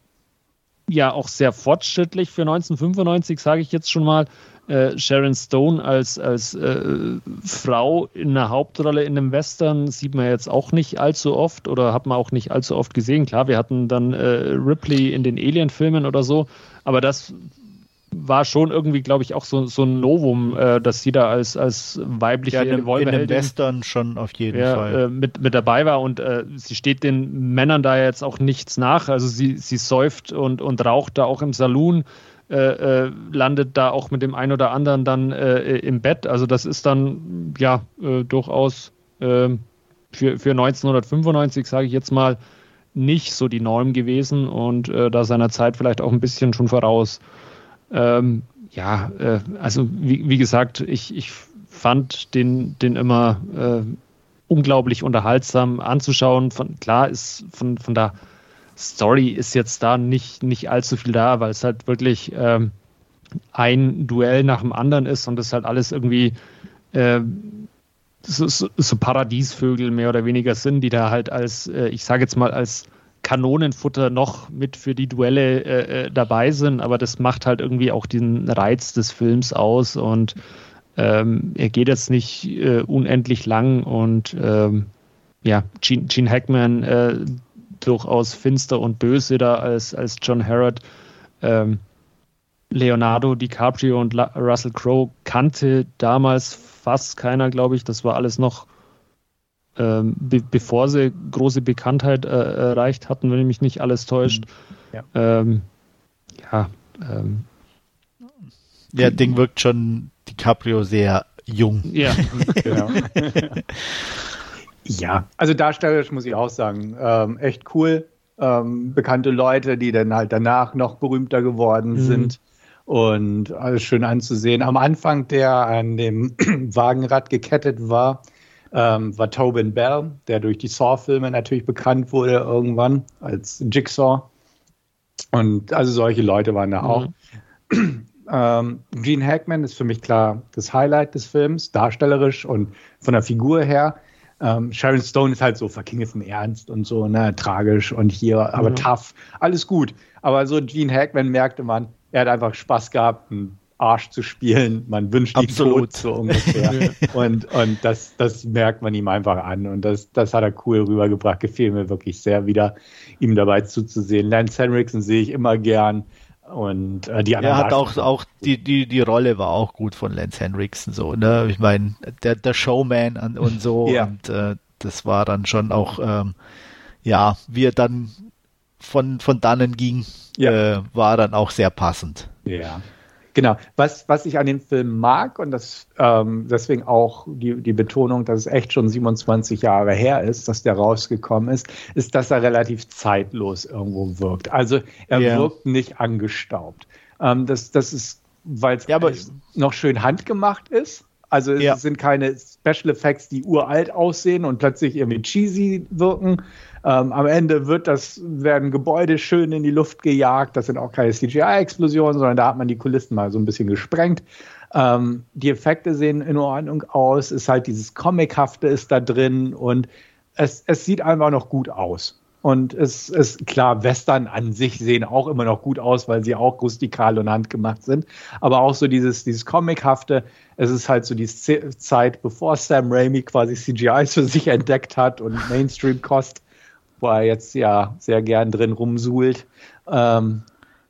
ja auch sehr fortschrittlich für neunzehnhundertfünfundneunzig, sage ich jetzt schon mal. Äh, Sharon Stone als, als äh, Frau in einer Hauptrolle in einem Western sieht man jetzt auch nicht allzu oft oder hat man auch nicht allzu oft gesehen. Klar, wir hatten dann äh, Ripley in den Alien-Filmen oder so, aber das war schon irgendwie, glaube ich, auch so, so ein Novum, äh, dass sie da als, als weibliche ja, in, in Revolverheldin dem Western schon auf jeden ja, Fall. Äh, mit, mit dabei war und äh, sie steht den Männern da jetzt auch nichts nach. Also sie, sie säuft und, und raucht da auch im Saloon, äh, äh, landet da auch mit dem einen oder anderen dann äh, im Bett. Also das ist dann ja äh, durchaus äh, für, für neunzehnhundertfünfundneunzig, sage ich jetzt mal, nicht so die Norm gewesen und äh, da seiner Zeit vielleicht auch ein bisschen schon voraus. Ähm, ja, äh, also wie, wie gesagt, ich, ich fand den, den immer äh, unglaublich unterhaltsam anzuschauen. Von, klar ist von, von der Story ist jetzt da nicht, nicht allzu viel da, weil es halt wirklich ähm, ein Duell nach dem anderen ist und das halt alles irgendwie äh, so, so, so Paradiesvögel mehr oder weniger sind, die da halt als, äh, ich sage jetzt mal, als Kanonenfutter noch mit für die Duelle äh, dabei sind, aber das macht halt irgendwie auch den Reiz des Films aus und ähm, er geht jetzt nicht äh, unendlich lang und ähm, ja, Gene, Gene Hackman äh, durchaus finster und böse da als, als John Harrod. Ähm, Leonardo DiCaprio und La- Russell Crowe kannte damals fast keiner, glaube ich. Das war alles noch Be- bevor sie große Bekanntheit äh, erreicht hatten, wenn mich nicht alles täuscht. Ja, ähm, ja, ähm, ja Ding wirkt schon DiCaprio sehr jung. Ja, genau. Ja, also darstellerisch muss ich auch sagen, ähm, echt cool. Ähm, bekannte Leute, die dann halt danach noch berühmter geworden mhm. sind und alles schön anzusehen. Am Anfang, der an dem Wagenrad gekettet war, Ähm, war Tobin Bell, der durch die Saw-Filme natürlich bekannt wurde irgendwann als Jigsaw. Und also solche Leute waren da auch. Mhm. ähm, Gene Hackman ist für mich klar das Highlight des Films, darstellerisch und von der Figur her. Ähm, Sharon Stone ist halt so verkniffen ernst und so, ne, tragisch und hier, aber mhm. tough, alles gut. Aber so Gene Hackman merkte man, er hat einfach Spaß gehabt, einen Arsch zu spielen, man wünscht ihn tot, so ungefähr. und und das, das merkt man ihm einfach an und das, das hat er cool rübergebracht, gefiel mir wirklich sehr wieder, ihm dabei zuzusehen. Lance Henriksen sehe ich immer gern und äh, die anderen. Er hat auch, auch die, die, die Rolle war auch gut von Lance Henriksen, so, ne, ich meine, der, der Showman und, und so ja. und äh, das war dann schon auch, ähm, ja, wie er dann von, von dannen ging, ja. äh, war dann auch sehr passend. Ja. Genau. Was, was ich an dem Film mag und das ähm, deswegen auch die, die Betonung, dass es echt schon siebenundzwanzig Jahre her ist, dass der rausgekommen ist, ist, dass er relativ zeitlos irgendwo wirkt. Also er Ja. wirkt nicht angestaubt. Ähm, das, das ist, weil es Ja, aber- noch schön handgemacht ist. Also es Ja. sind keine Special Effects, die uralt aussehen und plötzlich irgendwie cheesy wirken. Ähm, am Ende wird das, werden Gebäude schön in die Luft gejagt. Das sind auch keine C G I-Explosionen, sondern da hat man die Kulissen mal so ein bisschen gesprengt. Ähm, die Effekte sehen in Ordnung aus. Ist halt dieses Comichafte ist da drin und es, es sieht einfach noch gut aus. Und es ist klar, Western an sich sehen auch immer noch gut aus, weil sie auch rustikal und handgemacht sind. Aber auch so dieses, dieses Comichafte, es ist halt so die Z- Zeit, bevor Sam Raimi quasi C G I für sich entdeckt hat und Mainstream-Kost, wo er jetzt ja sehr gern drin rumsuhlt. Ähm,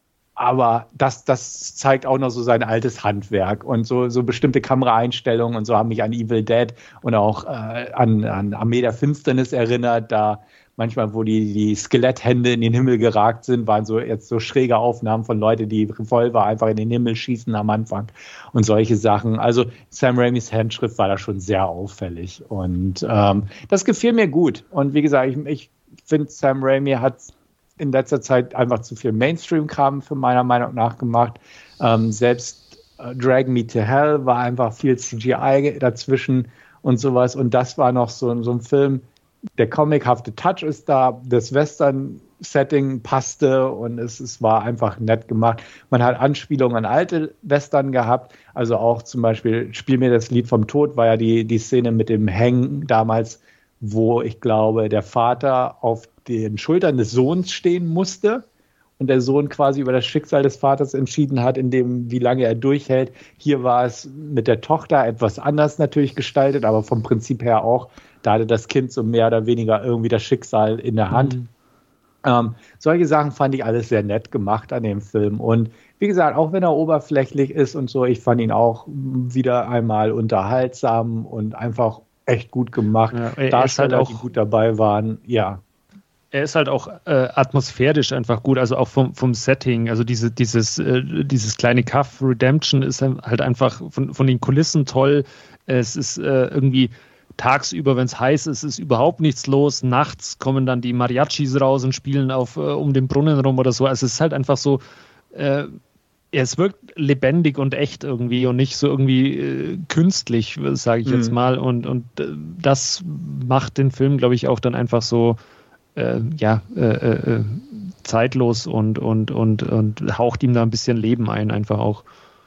aber das, das zeigt auch noch so sein altes Handwerk und so, so bestimmte Kameraeinstellungen und so haben mich an Evil Dead und auch äh, an, an Armee der Finsternis erinnert, da manchmal, wo die, die Skeletthände in den Himmel geragt sind, waren so jetzt so schräge Aufnahmen von Leuten, die Revolver einfach in den Himmel schießen am Anfang und solche Sachen. Also Sam Raimis Handschrift war da schon sehr auffällig und ähm, das gefiel mir gut. Und wie gesagt, ich, ich finde, Sam Raimi hat in letzter Zeit einfach zu viel Mainstream-Kram für meiner Meinung nach gemacht. Ähm, selbst äh, Drag Me to Hell war einfach viel C G I dazwischen und sowas. Und das war noch so, so ein Film, der comichafte Touch ist da, das Western-Setting passte und es, es war einfach nett gemacht. Man hat Anspielungen an alte Western gehabt, also auch zum Beispiel Spiel mir das Lied vom Tod, war ja die, die Szene mit dem Hängen damals, wo ich glaube, der Vater auf den Schultern des Sohns stehen musste und der Sohn quasi über das Schicksal des Vaters entschieden hat, in dem, wie lange er durchhält. Hier war es mit der Tochter etwas anders natürlich gestaltet, aber vom Prinzip her auch. Da hatte das Kind so mehr oder weniger irgendwie das Schicksal in der Hand. Mhm. Ähm, solche Sachen fand ich alles sehr nett gemacht an dem Film. Und wie gesagt, auch wenn er oberflächlich ist und so, ich fand ihn auch wieder einmal unterhaltsam und einfach echt gut gemacht. Ja, Darsteller, halt auch, die gut dabei waren, ja. Er ist halt auch äh, atmosphärisch einfach gut, also auch vom, vom Setting, also diese, dieses, äh, dieses kleine Kaff Redemption ist halt einfach von, von den Kulissen toll. Es ist äh, irgendwie tagsüber, wenn es heiß ist, ist überhaupt nichts los. Nachts kommen dann die Mariachis raus und spielen auf, äh, um den Brunnen rum oder so. Also es ist halt einfach so, äh, es wirkt lebendig und echt irgendwie und nicht so irgendwie äh, künstlich, sage ich mhm. jetzt mal. Und, und äh, das macht den Film, glaube ich, auch dann einfach so äh, ja, äh, äh, zeitlos und, und, und, und haucht ihm da ein bisschen Leben ein, einfach auch.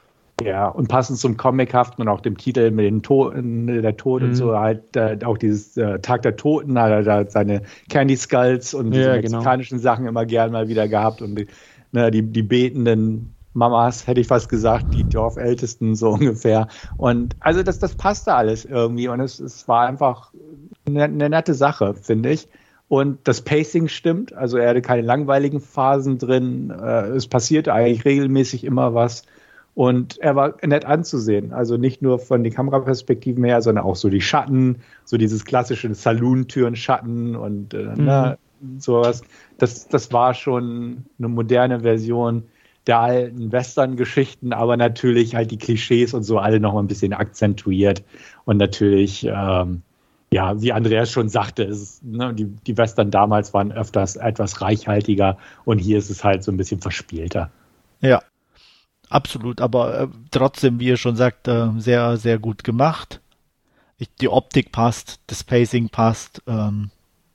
Ja, und passend zum Comichaften und auch dem Titel mit den Toten, der Tod mhm. und so, halt äh, auch dieses äh, Tag der Toten, hat er da seine Candy Skulls und diese ja, mexikanischen genau. Sachen immer gern mal wieder gehabt und die, ne, die, die betenden Mamas, hätte ich fast gesagt, die Dorfältesten so ungefähr. Und also das, das passte alles irgendwie und es, es war einfach eine, eine nette Sache, finde ich. Und das Pacing stimmt, also er hatte keine langweiligen Phasen drin, äh, es passierte eigentlich regelmäßig immer was. Und er war nett anzusehen, also nicht nur von den Kameraperspektiven her, sondern auch so die Schatten, so dieses klassische Saloon-Türen-Schatten und äh, mhm. ne, sowas. Das, das war schon eine moderne Version der alten Western-Geschichten, aber natürlich halt die Klischees und so alle noch mal ein bisschen akzentuiert. Und natürlich, ähm, ja, wie Andreas schon sagte, ist, ne, die, die Western damals waren öfters etwas reichhaltiger und hier ist es halt so ein bisschen verspielter. Ja. Absolut, aber äh, trotzdem, wie ihr schon sagt, äh, sehr, sehr gut gemacht. Ich, die Optik passt, das Pacing passt. Ähm,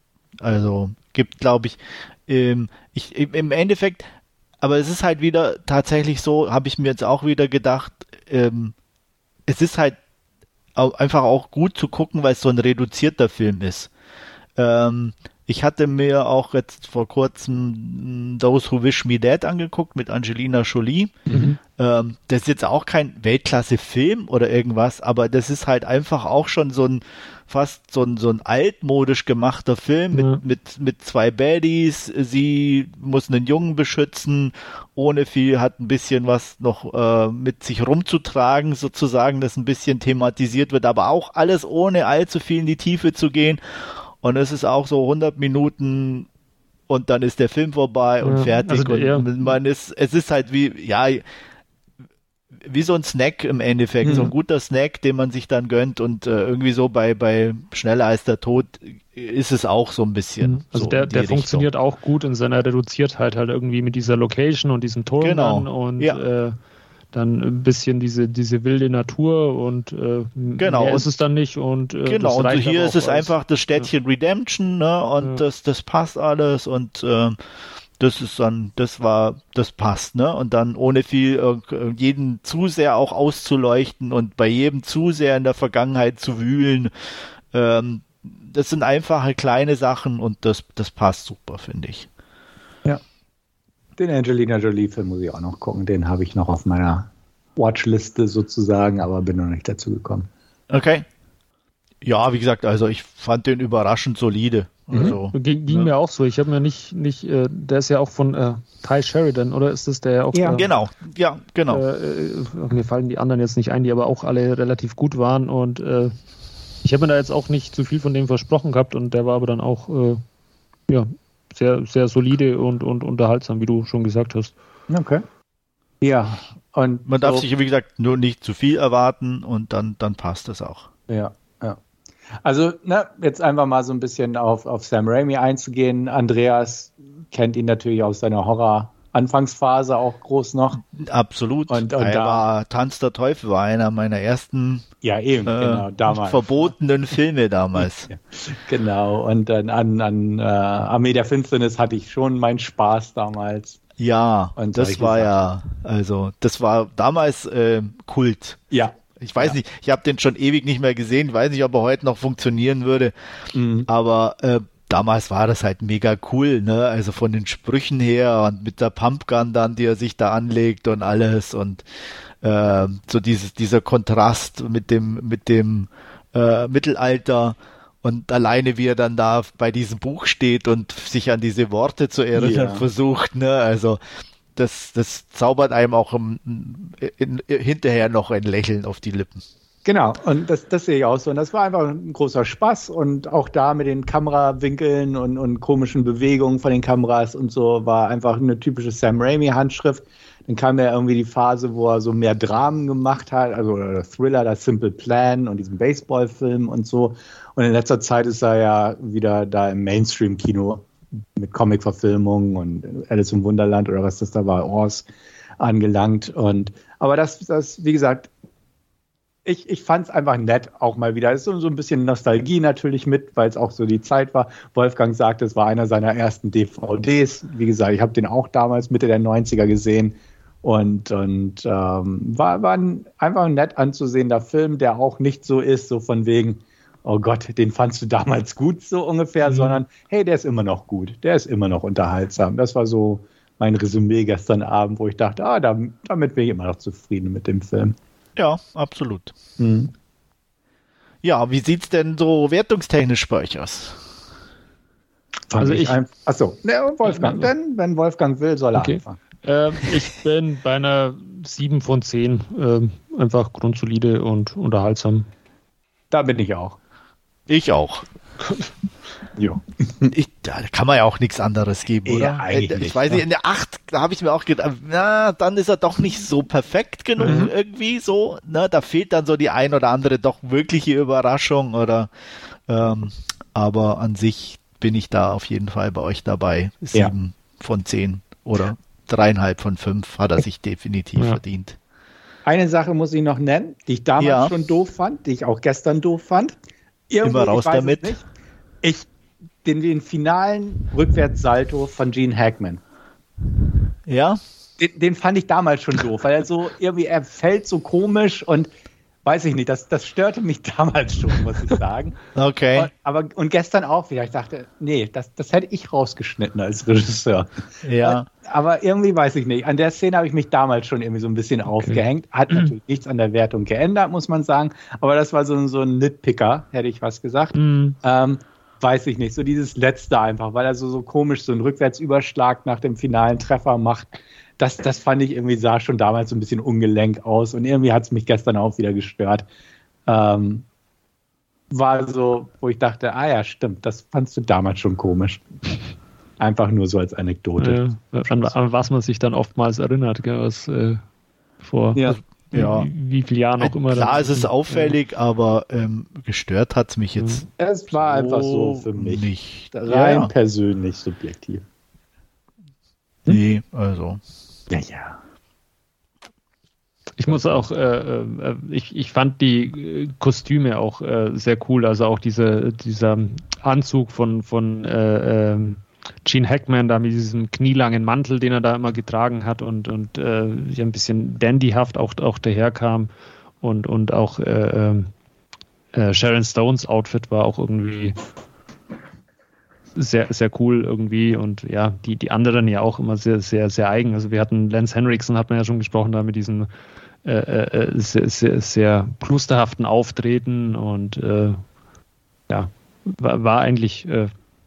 also gibt, glaube ich, ähm, ich, im Endeffekt, aber es ist halt wieder tatsächlich so, habe ich mir jetzt auch wieder gedacht, ähm, es ist halt auch einfach auch gut zu gucken, weil es so ein reduzierter Film ist. Ähm, Ich hatte mir auch jetzt vor kurzem Those Who Wish Me Dead angeguckt mit Angelina Jolie. Mhm. Ähm, das ist jetzt auch kein Weltklasse-Film oder irgendwas, aber das ist halt einfach auch schon so ein fast so ein, so ein altmodisch gemachter Film mit, ja. mit, mit zwei Baddies. Sie muss einen Jungen beschützen, ohne viel, hat ein bisschen was noch äh, mit sich rumzutragen, sozusagen, das ein bisschen thematisiert wird, aber auch alles ohne allzu viel in die Tiefe zu gehen. Und es ist auch so hundert Minuten und dann ist der Film vorbei und ja, fertig. Also, und ja. man ist, es ist halt wie, ja, wie so ein Snack im Endeffekt, mhm. so ein guter Snack, den man sich dann gönnt und äh, irgendwie so bei, bei Schneller als der Tod ist es auch so ein bisschen. Also so der, der funktioniert auch gut in seiner Reduziertheit halt irgendwie mit dieser Location und diesem Turm genau. dann und ja. äh, dann ein bisschen diese, diese wilde Natur und äh, genau. mehr ist es dann nicht und äh, genau, und hier ist es als, einfach das Städtchen ja. Redemption, ne, und ja. das, das passt alles und äh, das ist dann, das war, das passt, ne? Und dann ohne viel äh, jeden zu sehr auch auszuleuchten und bei jedem zu sehr in der Vergangenheit zu wühlen. Ähm, das sind einfache kleine Sachen und das, das passt super, finde ich. Ja. Den Angelina Jolie-Film muss ich auch noch gucken. Den habe ich noch auf meiner Watchliste sozusagen, aber bin noch nicht dazu gekommen. Okay. Ja, wie gesagt, also ich fand den überraschend solide. Also, mhm. Ging, ging ne? mir auch so. Ich habe mir nicht, nicht äh, der ist ja auch von äh, Ty Sheridan, oder ist das der ja auch? Ja, äh, genau. Ja, genau. Äh, mir fallen die anderen jetzt nicht ein, die aber auch alle relativ gut waren und äh, ich habe mir da jetzt auch nicht zu viel von dem versprochen gehabt und der war aber dann auch äh, ja, sehr, sehr solide und, und unterhaltsam, wie du schon gesagt hast. Okay. Ja, und man so darf sich, wie gesagt, nur nicht zu viel erwarten und dann, dann passt das auch. Ja, ja. Also, ne, jetzt einfach mal so ein bisschen auf, auf Sam Raimi einzugehen. Andreas kennt ihn natürlich aus seiner Horror-Anfangsphase auch groß noch. Absolut. Und, und er da, war Tanz der Teufel, war einer meiner ersten ja, eben, äh, genau, damals. verbotenen Filme damals. Ja, genau, und dann an, an äh, Armee der Finsternis hatte ich schon meinen Spaß damals. Ja, und das war ja, also das war damals äh, Kult. Ja. Ich weiß ja. nicht, ich habe den schon ewig nicht mehr gesehen, ich weiß nicht, ob er heute noch funktionieren würde, mhm. aber äh, damals war das halt mega cool, ne? Also von den Sprüchen her und mit der Pumpgun dann, die er sich da anlegt und alles und äh, so dieses dieser Kontrast mit dem mit dem äh, Mittelalter und alleine wie er dann da bei diesem Buch steht und sich an diese Worte zu erinnern ja. versucht, ne? Also Das, das zaubert einem auch im, in, in, hinterher noch ein Lächeln auf die Lippen. Genau, und das, das sehe ich auch so. Und das war einfach ein großer Spaß. Und auch da mit den Kamerawinkeln und, und komischen Bewegungen von den Kameras und so war einfach eine typische Sam Raimi-Handschrift. Dann kam ja irgendwie die Phase, wo er so mehr Dramen gemacht hat, also Thriller, das Simple Plan und diesen Baseballfilm und so. Und in letzter Zeit ist er ja wieder da im Mainstream-Kino mit Comic-Verfilmungen und Alice im Wunderland oder was das da war, Oz angelangt. Und aber das, das, wie gesagt, ich, ich fand es einfach nett, auch mal wieder. Es ist so, so ein bisschen Nostalgie natürlich mit, weil es auch so die Zeit war. Wolfgang sagte, es war einer seiner ersten D V Ds. Wie gesagt, ich habe den auch damals Mitte der neunziger gesehen und, und ähm, war, war ein, einfach ein nett anzusehender Film, der auch nicht so ist, so von wegen, oh Gott, den fandst du damals gut, so ungefähr, mhm. sondern hey, der ist immer noch gut, der ist immer noch unterhaltsam. Das war so mein Resümee gestern Abend, wo ich dachte, ah, damit, damit bin ich immer noch zufrieden mit dem Film. Ja, absolut. Mhm. Ja, wie sieht's denn so wertungstechnisch bei euch aus? Also ich, ein, achso, ne, Wolfgang, ja, denn wenn Wolfgang will, soll er okay. anfangen. Äh, ich bin bei einer sieben von zehn, äh, einfach grundsolide und unterhaltsam. Da bin ich auch. Ich auch. Jo. Ich, da kann man ja auch nichts anderes geben, oder? Ja, eigentlich, ich weiß nicht, in der acht, da habe ich mir auch gedacht, na, dann ist er doch nicht so perfekt genug mhm. irgendwie so, ne? Da fehlt dann so die ein oder andere doch wirkliche Überraschung oder ähm, aber an sich bin ich da auf jeden Fall bei euch dabei. Sieben ja. von zehn oder dreieinhalb von fünf hat er sich definitiv ja. verdient. Eine Sache muss ich noch nennen, die ich damals ja. schon doof fand, die ich auch gestern doof fand. Irgendwo, Immer raus damit. Nicht, ich, den, den finalen Rückwärtssalto von Gene Hackman. Ja? Den, den fand ich damals schon doof, weil er so irgendwie, er fällt so komisch und weiß ich nicht, das, das störte mich damals schon, muss ich sagen. Okay. Und, aber, und gestern auch wieder, ich dachte, nee, das, das hätte ich rausgeschnitten als Regisseur. Ja. Aber irgendwie weiß ich nicht, an der Szene habe ich mich damals schon irgendwie so ein bisschen okay. aufgehängt. Hat natürlich nichts an der Wertung geändert, muss man sagen, aber das war so, so ein Nitpicker, hätte ich was gesagt. Mhm. Ähm, weiß ich nicht, so dieses Letzte einfach, weil er so, so komisch so einen Rückwärtsüberschlag nach dem finalen Treffer macht. Das, das fand ich irgendwie, sah schon damals so ein bisschen ungelenk aus und irgendwie hat es mich gestern auch wieder gestört. Ähm, war so, wo ich dachte, ah ja, stimmt, das fandst du damals schon komisch. Einfach nur so als Anekdote. Ja, an, an was man sich dann oftmals erinnert, gell, was äh, vor... Ja. Ja. wie, wie viele Jahren auch immer. Klar, es ist auffällig, ja. aber ähm, gestört hat es mich jetzt. Es war so einfach so für mich. Nicht. Rein ja. persönlich subjektiv. Hm? Nee, also. Ja, ja. Ich muss auch, äh, äh, ich, ich fand die Kostüme auch äh, sehr cool. Also auch diese, dieser Anzug von, von äh, äh, Gene Hackman da mit diesem knielangen Mantel, den er da immer getragen hat und, und äh, ja, ein bisschen dandyhaft auch, auch daherkam. Und, und auch äh, äh, Sharon Stones Outfit war auch irgendwie sehr, sehr cool irgendwie. Und ja, die, die anderen ja auch immer sehr, sehr, sehr eigen. Also wir hatten Lance Henriksen, hat man ja schon gesprochen, da mit diesem äh, äh, sehr, sehr, sehr klusterhaften Auftreten und äh, ja, war, war eigentlich äh,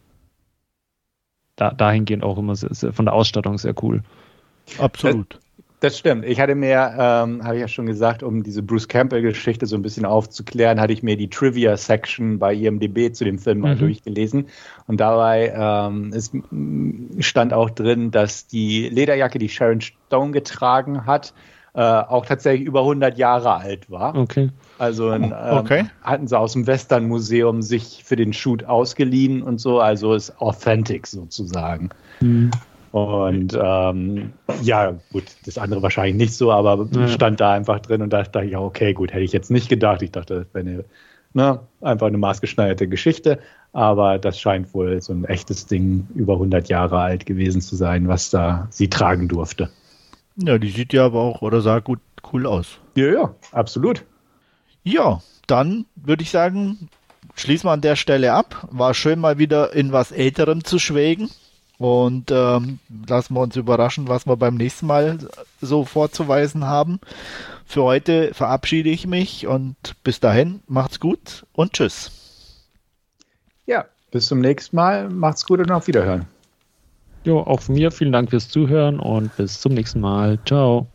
da, dahingehend auch immer sehr, sehr, von der Ausstattung sehr cool. Absolut. Das, das stimmt. Ich hatte mir, ähm, habe ich ja schon gesagt, um diese Bruce Campbell-Geschichte so ein bisschen aufzuklären, hatte ich mir die Trivia-Section bei I M D B zu dem Film mal mhm. durchgelesen. Und dabei ähm, ist, stand auch drin, dass die Lederjacke, die Sharon Stone getragen hat, äh, auch tatsächlich über hundert Jahre alt war. Okay. Also ein, ähm, okay. hatten sie aus dem Western-Museum sich für den Shoot ausgeliehen und so, also ist authentic sozusagen. Mhm. Und ähm, ja, gut, das andere wahrscheinlich nicht so, aber ja. stand da einfach drin und da dachte ich, okay, gut, hätte ich jetzt nicht gedacht. Ich dachte, das wäre eine, ne, einfach eine maßgeschneiderte Geschichte, aber das scheint wohl so ein echtes Ding über hundert Jahre alt gewesen zu sein, was da sie tragen durfte. Ja, die sieht ja aber auch, oder sah gut cool aus. Ja, ja, absolut. Ja, dann würde ich sagen, schließen wir an der Stelle ab. War schön mal wieder in was Älterem zu schwelgen und ähm, lassen wir uns überraschen, was wir beim nächsten Mal so vorzuweisen haben. Für heute verabschiede ich mich und bis dahin, macht's gut und tschüss. Ja, bis zum nächsten Mal. Macht's gut und auf Wiederhören. Jo, auch von mir vielen Dank fürs Zuhören und bis zum nächsten Mal. Ciao.